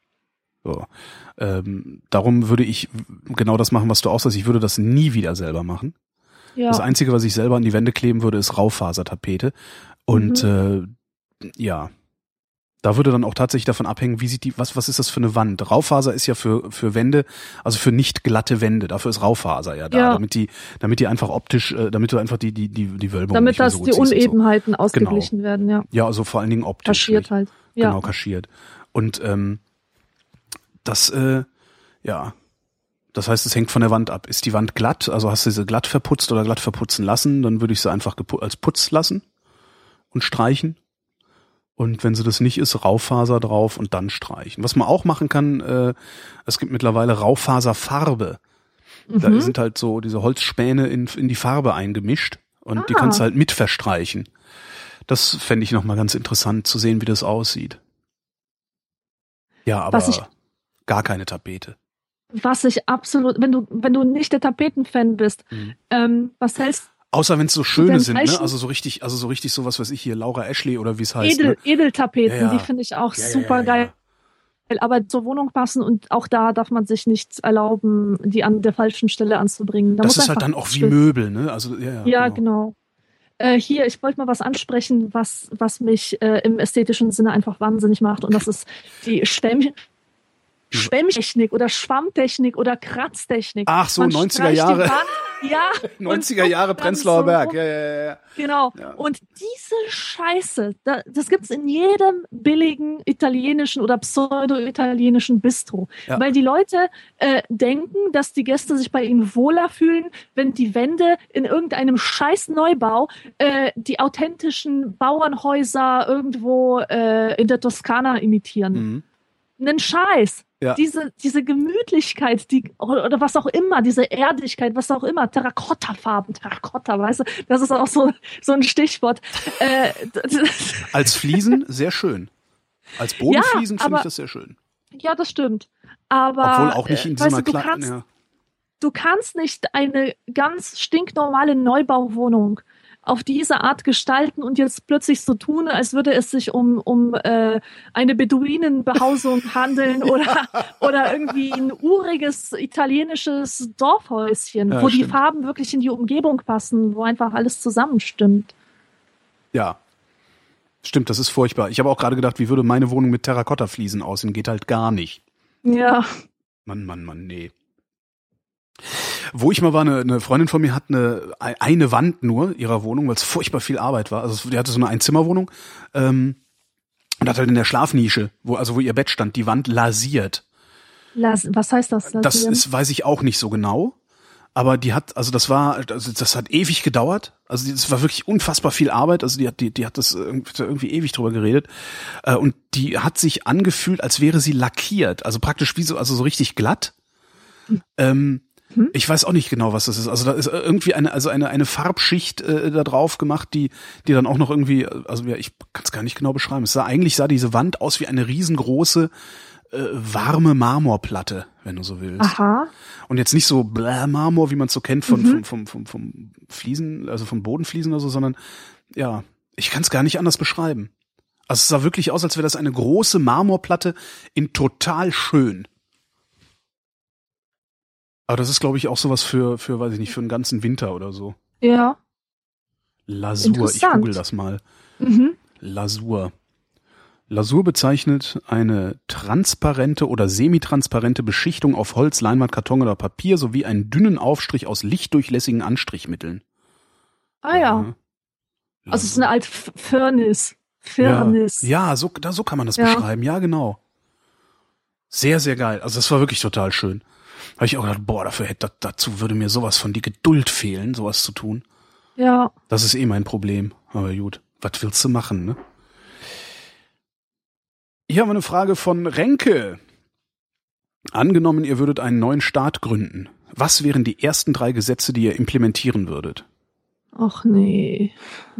So. Ähm, darum würde ich genau das machen, was du auch sagst. Ich würde das nie wieder selber machen. Ja. Das Einzige, was ich selber an die Wände kleben würde, ist Raufasertapete. Und mhm. äh, ja, da würde dann auch tatsächlich davon abhängen, wie sieht die, was was ist das für eine Wand? Raufaser ist ja für für Wände, also für nicht glatte Wände. Dafür ist Raufaser ja da, ja. damit die damit die einfach optisch, äh, damit du einfach die die die die Wölbung damit nicht mehr das so die Unebenheiten so. ausgeglichen genau. werden, ja. Ja, also vor allen Dingen optisch. Kaschiert halt. Ja. Genau, kaschiert. Und ähm, das äh, ja, das heißt, es hängt von der Wand ab. Ist die Wand glatt, also hast du sie glatt verputzt oder glatt verputzen lassen, dann würde ich sie einfach gepu- als Putz lassen und streichen. Und wenn sie das nicht ist, Raufaser drauf und dann streichen. Was man auch machen kann, äh, es gibt mittlerweile Raufaserfarbe. Mhm. Da sind halt so diese Holzspäne in, in die Farbe eingemischt und ah. die kannst du halt mit verstreichen. Das fände ich nochmal ganz interessant zu sehen, wie das aussieht. Ja, aber was ich, gar keine Tapete. Was ich absolut, wenn du wenn du nicht der Tapetenfan bist, mhm. ähm, was hältst Außer wenn es so schöne sind, ne? Also so richtig, also so richtig so was weiß ich hier, Laura Ashley oder wie es heißt. Edel, ne? Edeltapeten, ja, ja. die finde ich auch ja, super ja, ja, ja. geil. Aber zur Wohnung passen und auch da darf man sich nicht erlauben, die an der falschen Stelle anzubringen. Da das ist halt dann auch wie Möbel, ne? Also ja, ja, ja genau. genau. Äh, hier, ich wollte mal was ansprechen, was was mich äh, im ästhetischen Sinne einfach wahnsinnig macht, und das ist die Schwämm Schwemmtechnik oder Schwammtechnik oder Kratztechnik. Ach so, man neunziger Jahre. Ja. neunziger Jahre Prenzlauer so Berg. Ja, ja, ja. Genau. Ja. Und diese Scheiße, da, das gibt's in jedem billigen italienischen oder pseudo-italienischen Bistro. Ja. Weil die Leute äh, denken, dass die Gäste sich bei ihnen wohler fühlen, wenn die Wände in irgendeinem scheiß Neubau äh, die authentischen Bauernhäuser irgendwo äh, in der Toskana imitieren. Mhm. Nen Scheiß. Ja. Diese, diese Gemütlichkeit, die, oder was auch immer, diese Erdigkeit, was auch immer, Terrakotta-Farben, Terrakotta, weißt du, das ist auch so, so ein Stichwort. Äh, Als Fliesen sehr schön. Als Bodenfliesen ja, finde ich das sehr schön. Ja, das stimmt. Aber, obwohl auch nicht in so einer kleinen, ja. Du kannst nicht eine ganz stinknormale Neubauwohnung auf diese Art gestalten und jetzt plötzlich so tun, als würde es sich um um äh, eine Beduinenbehausung handeln oder ja. oder irgendwie ein uriges italienisches Dorfhäuschen, ja, wo stimmt. Die Farben wirklich in die Umgebung passen, wo einfach alles zusammenstimmt. Ja, stimmt, das ist furchtbar. Ich habe auch gerade gedacht, wie würde meine Wohnung mit Terrakotta-Fliesen aussehen? Geht halt gar nicht. Ja. Mann, Mann, Mann, nee. Wo ich mal war, eine, eine Freundin von mir hat eine eine Wand nur ihrer Wohnung, weil es furchtbar viel Arbeit war. Also die hatte so eine Einzimmerwohnung ähm, und hat halt in der Schlafnische, wo also wo ihr Bett stand, die Wand lasiert. Las, was heißt das? Lasieren? Das ist, weiß ich auch nicht so genau. aber die hat, also das war, also das hat ewig gedauert. Also das war wirklich unfassbar viel Arbeit. Also die hat, die, die hat das irgendwie ewig drüber geredet. Und die hat sich angefühlt, als wäre sie lackiert. Also praktisch wie so, also so richtig glatt. Hm. Ähm, hm? Ich weiß auch nicht genau, was das ist. Also da ist irgendwie eine, also eine, eine Farbschicht äh, da drauf gemacht, die, die dann auch noch irgendwie, also ja, ich kann es gar nicht genau beschreiben. Es sah, eigentlich sah diese Wand aus wie eine riesengroße, Äh, warme Marmorplatte, wenn du so willst. Aha. Und jetzt nicht so bläh Marmor, wie man es so kennt von, Mhm. vom, vom, vom, vom Fliesen, also vom Bodenfliesen oder so, sondern ja, ich kann es gar nicht anders beschreiben. Also es sah wirklich aus, als wäre das eine große Marmorplatte in total schön. Aber das ist, glaube ich, auch sowas für, für, weiß ich nicht, für einen ganzen Winter oder so. Ja. Lasur, ich Interessant. google das mal. Mhm. Lasur. Lasur bezeichnet eine transparente oder semitransparente Beschichtung auf Holz, Leinwand, Karton oder Papier sowie einen dünnen Aufstrich aus lichtdurchlässigen Anstrichmitteln. Ah ja. Also es ist eine Art F- Firnis. Firnis. Ja, ja, so, da, so kann man das Ja. beschreiben. Ja, genau. Sehr, sehr geil. Also das war wirklich total schön. Habe ich auch gedacht, boah, dafür hätte, dazu würde mir sowas von die Geduld fehlen, sowas zu tun. Ja. Das ist eh mein Problem. Aber gut, was willst du machen, ne? Hier haben wir eine Frage von Renke. Angenommen, ihr würdet einen neuen Staat gründen. Was wären die ersten drei Gesetze, die ihr implementieren würdet? Ach nee.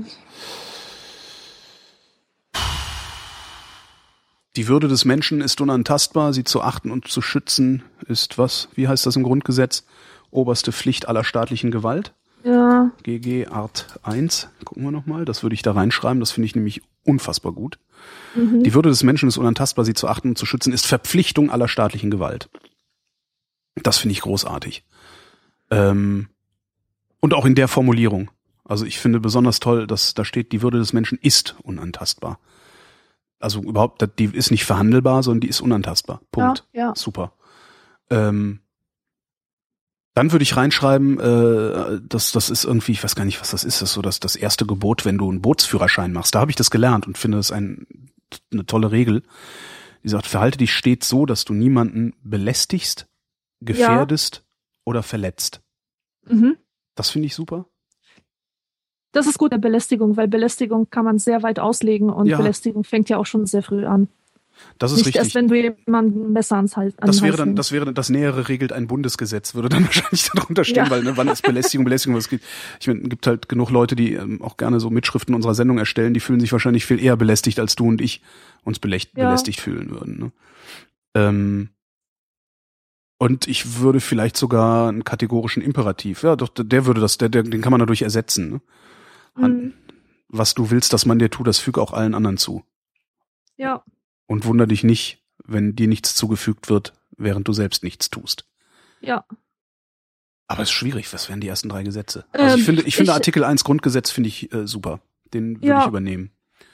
Die Würde des Menschen ist unantastbar. Sie zu achten und zu schützen ist was? Wie heißt das im Grundgesetz? Oberste Pflicht aller staatlichen Gewalt. Ja. G G Art eins. Gucken wir nochmal. Das würde ich da reinschreiben. Das finde ich nämlich unfassbar gut. Mhm. Die Würde des Menschen ist unantastbar, sie zu achten und zu schützen, ist Verpflichtung aller staatlichen Gewalt. Das finde ich großartig. Ähm, und auch in der Formulierung. Also ich finde besonders toll, dass da steht, die Würde des Menschen ist unantastbar. Also überhaupt, die ist nicht verhandelbar, sondern die ist unantastbar. Punkt. Ja, ja. Super. Ähm, Dann würde ich reinschreiben, äh, das, das ist irgendwie, ich weiß gar nicht, was das ist, das ist so das, das erste Gebot, wenn du einen Bootsführerschein machst. Da habe ich das gelernt und finde das ein, eine tolle Regel. Die sagt, verhalte dich stets so, dass du niemanden belästigst, gefährdest ja. oder verletzt. Mhm. Das finde ich super. Das ist gut, eine Belästigung, weil Belästigung kann man sehr weit auslegen und ja. Belästigung fängt ja auch schon sehr früh an. Das ist Nicht richtig. erst, wenn du jemandem ein Messer ans Hals Das wäre dann, das wäre das Nähere regelt ein Bundesgesetz, würde dann wahrscheinlich darunter stehen, ja. weil ne, wann ist Belästigung, Belästigung, was gibt. Ich meine, es gibt halt genug Leute, die ähm, auch gerne so Mitschriften unserer Sendung erstellen, die fühlen sich wahrscheinlich viel eher belästigt, als du und ich uns belächt, ja. belästigt fühlen würden. Ne? Ähm, und ich würde vielleicht sogar einen kategorischen Imperativ, ja, doch, der würde das, der, der, den kann man dadurch ersetzen. Ne? Mhm. Was du willst, dass man dir tut, das füg auch allen anderen zu. Ja. Und wunder dich nicht, wenn dir nichts zugefügt wird, während du selbst nichts tust. Ja. Aber es ist schwierig, was wären die ersten drei Gesetze? Also Ähm, ich finde, ich finde ich, Artikel eins Grundgesetz finde ich äh, super. Den würde ja. ich übernehmen.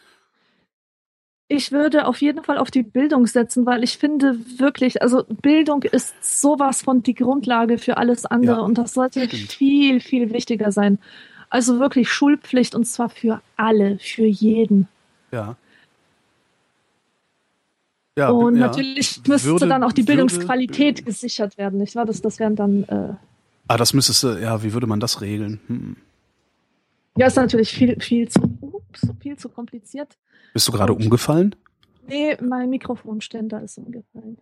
Ich würde auf jeden Fall auf die Bildung setzen, weil ich finde wirklich, also Bildung ist sowas von die Grundlage für alles andere Ja, und das sollte stimmt. viel, viel wichtiger sein. Also wirklich Schulpflicht und zwar für alle, für jeden. Ja. Ja, und ja. natürlich müsste Würde, dann auch die würde, Bildungsqualität gesichert werden, nicht wahr? Das, das wären dann. Äh, ah, das müsstest du, ja, wie würde man das regeln? Hm. ja, ist natürlich viel, viel zu, ups, viel zu kompliziert. Bist du gerade umgefallen? Nee, mein Mikrofonständer ist umgefallen.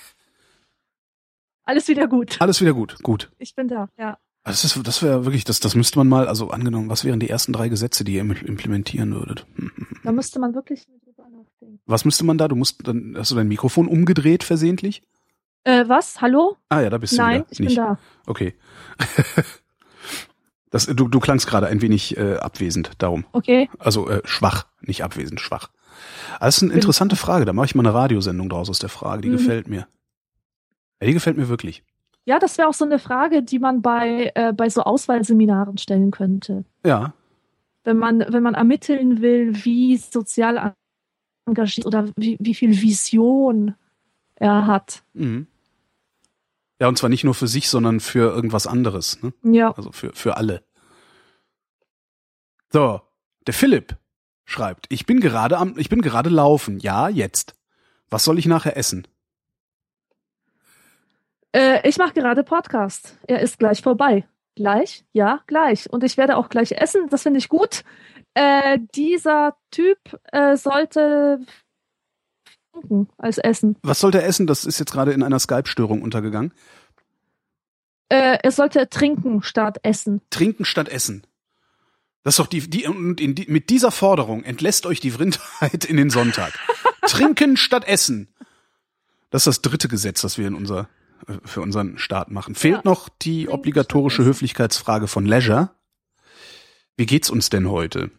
Alles wieder gut. Alles wieder gut, gut. Ich bin da, ja. Das ist, das wäre wirklich, das, das müsste man mal, also angenommen, was wären die ersten drei Gesetze, die ihr implementieren würdet? Da müsste man wirklich drüber nachdenken. Was müsste man da? Du musst dann, hast du dein Mikrofon umgedreht versehentlich? Äh, was? Hallo? Ah ja, da bist du Nein, wieder. ich Nicht. bin da. Okay. Das, du, du klangst gerade ein wenig äh, abwesend, darum. Okay. Also äh, schwach, nicht abwesend, schwach. Das ist eine interessante Frage, da mache ich mal eine Radiosendung draus aus der Frage, die mhm. gefällt mir. Ja, die gefällt mir wirklich. Ja, das wäre auch so eine Frage, die man bei, äh, bei so Auswahlseminaren stellen könnte. Ja. Wenn man, wenn man ermitteln will, wie sozial engagiert oder wie, wie viel Vision er hat. Mhm. Ja, und zwar nicht nur für sich, sondern für irgendwas anderes. Ne? Ja. Also für, für alle. So, der Philipp schreibt, ich bin gerade am, ich bin gerade laufen. Ja, jetzt. Was soll ich nachher essen? Äh, ich mache gerade Podcast. Er ist gleich vorbei. Gleich? Ja, gleich. Und ich werde auch gleich essen. Das finde ich gut. Äh, dieser Typ äh, sollte trinken als Essen. Was sollte er essen? Das ist jetzt gerade in einer Skype-Störung untergegangen. Äh, er sollte trinken statt essen. Trinken statt essen. Das ist doch die, die, und in die, mit dieser Forderung entlässt euch die Vrindheit in den Sonntag. Trinken statt essen. Das ist das dritte Gesetz, das wir in unser, für unseren Staat machen. Fehlt ja. noch die Trinken obligatorische Höflichkeitsfrage von Leisure. Wie geht's uns denn heute?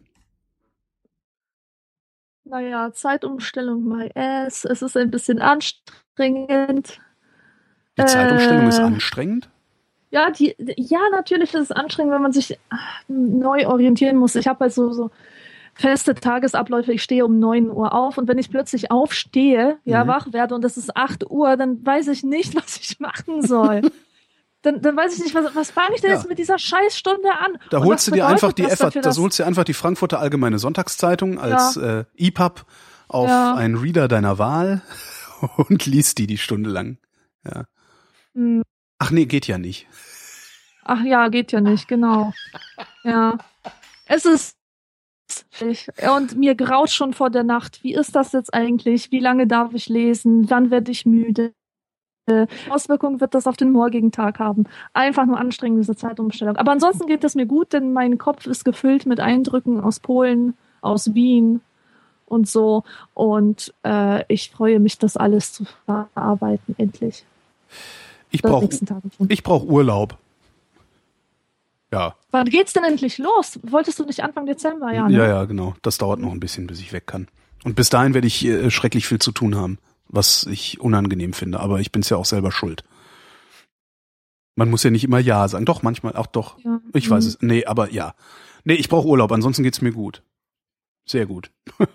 Naja, Zeitumstellung, my ass. Es ist ein bisschen anstrengend. Die Zeitumstellung äh, ist anstrengend? Ja, die, ja, natürlich ist es anstrengend, wenn man sich neu orientieren muss. Ich habe halt so, so feste Tagesabläufe. Ich stehe um neun Uhr auf und wenn ich plötzlich aufstehe, ja, mhm. wach werde und es ist acht Uhr, dann weiß ich nicht, was ich machen soll. dann, dann weiß ich nicht, was, was fange ich denn ja. jetzt mit dieser Scheißstunde an? Da holst du dir einfach die F A, da holst du dir einfach die Frankfurter Allgemeine Sonntagszeitung als ja. äh, E P U B auf ja. einen Reader deiner Wahl und liest die die Stunde lang. Ja. Mhm. Ach nee, geht ja nicht. Ach ja, geht ja nicht, genau. Ja. Es ist und mir graut schon vor der Nacht. Wie ist das jetzt eigentlich? Wie lange darf ich lesen? Wann werde ich müde? Auswirkungen wird das auf den morgigen Tag haben. Einfach nur anstrengend, diese Zeitumstellung. Aber ansonsten geht es mir gut, denn mein Kopf ist gefüllt mit Eindrücken aus Polen, aus Wien und so. Und äh, ich freue mich, das alles zu verarbeiten, endlich. Ich brauche ich brauch Urlaub. Ja. Wann geht's denn endlich los? Wolltest du nicht Anfang Dezember? Ja, ne? ja, ja, genau. Das dauert noch ein bisschen, bis ich weg kann. Und bis dahin werde ich äh, schrecklich viel zu tun haben, was ich unangenehm finde. Aber ich bin's ja auch selber schuld. Man muss ja nicht immer Ja sagen. Doch, manchmal auch doch. Ja. Ich mhm. weiß es. Nee, aber ja. Nee, ich brauche Urlaub, ansonsten geht's mir gut. Sehr gut.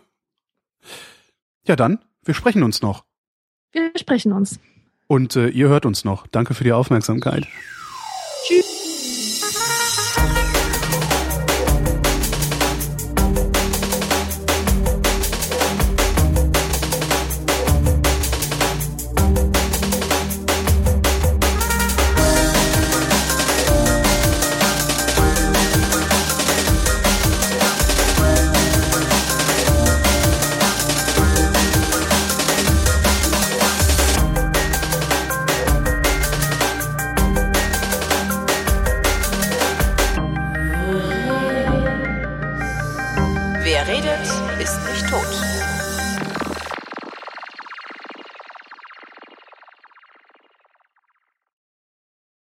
Ja, dann, wir sprechen uns noch. Wir sprechen uns. Und äh, ihr hört uns noch. Danke für die Aufmerksamkeit. Tschüss.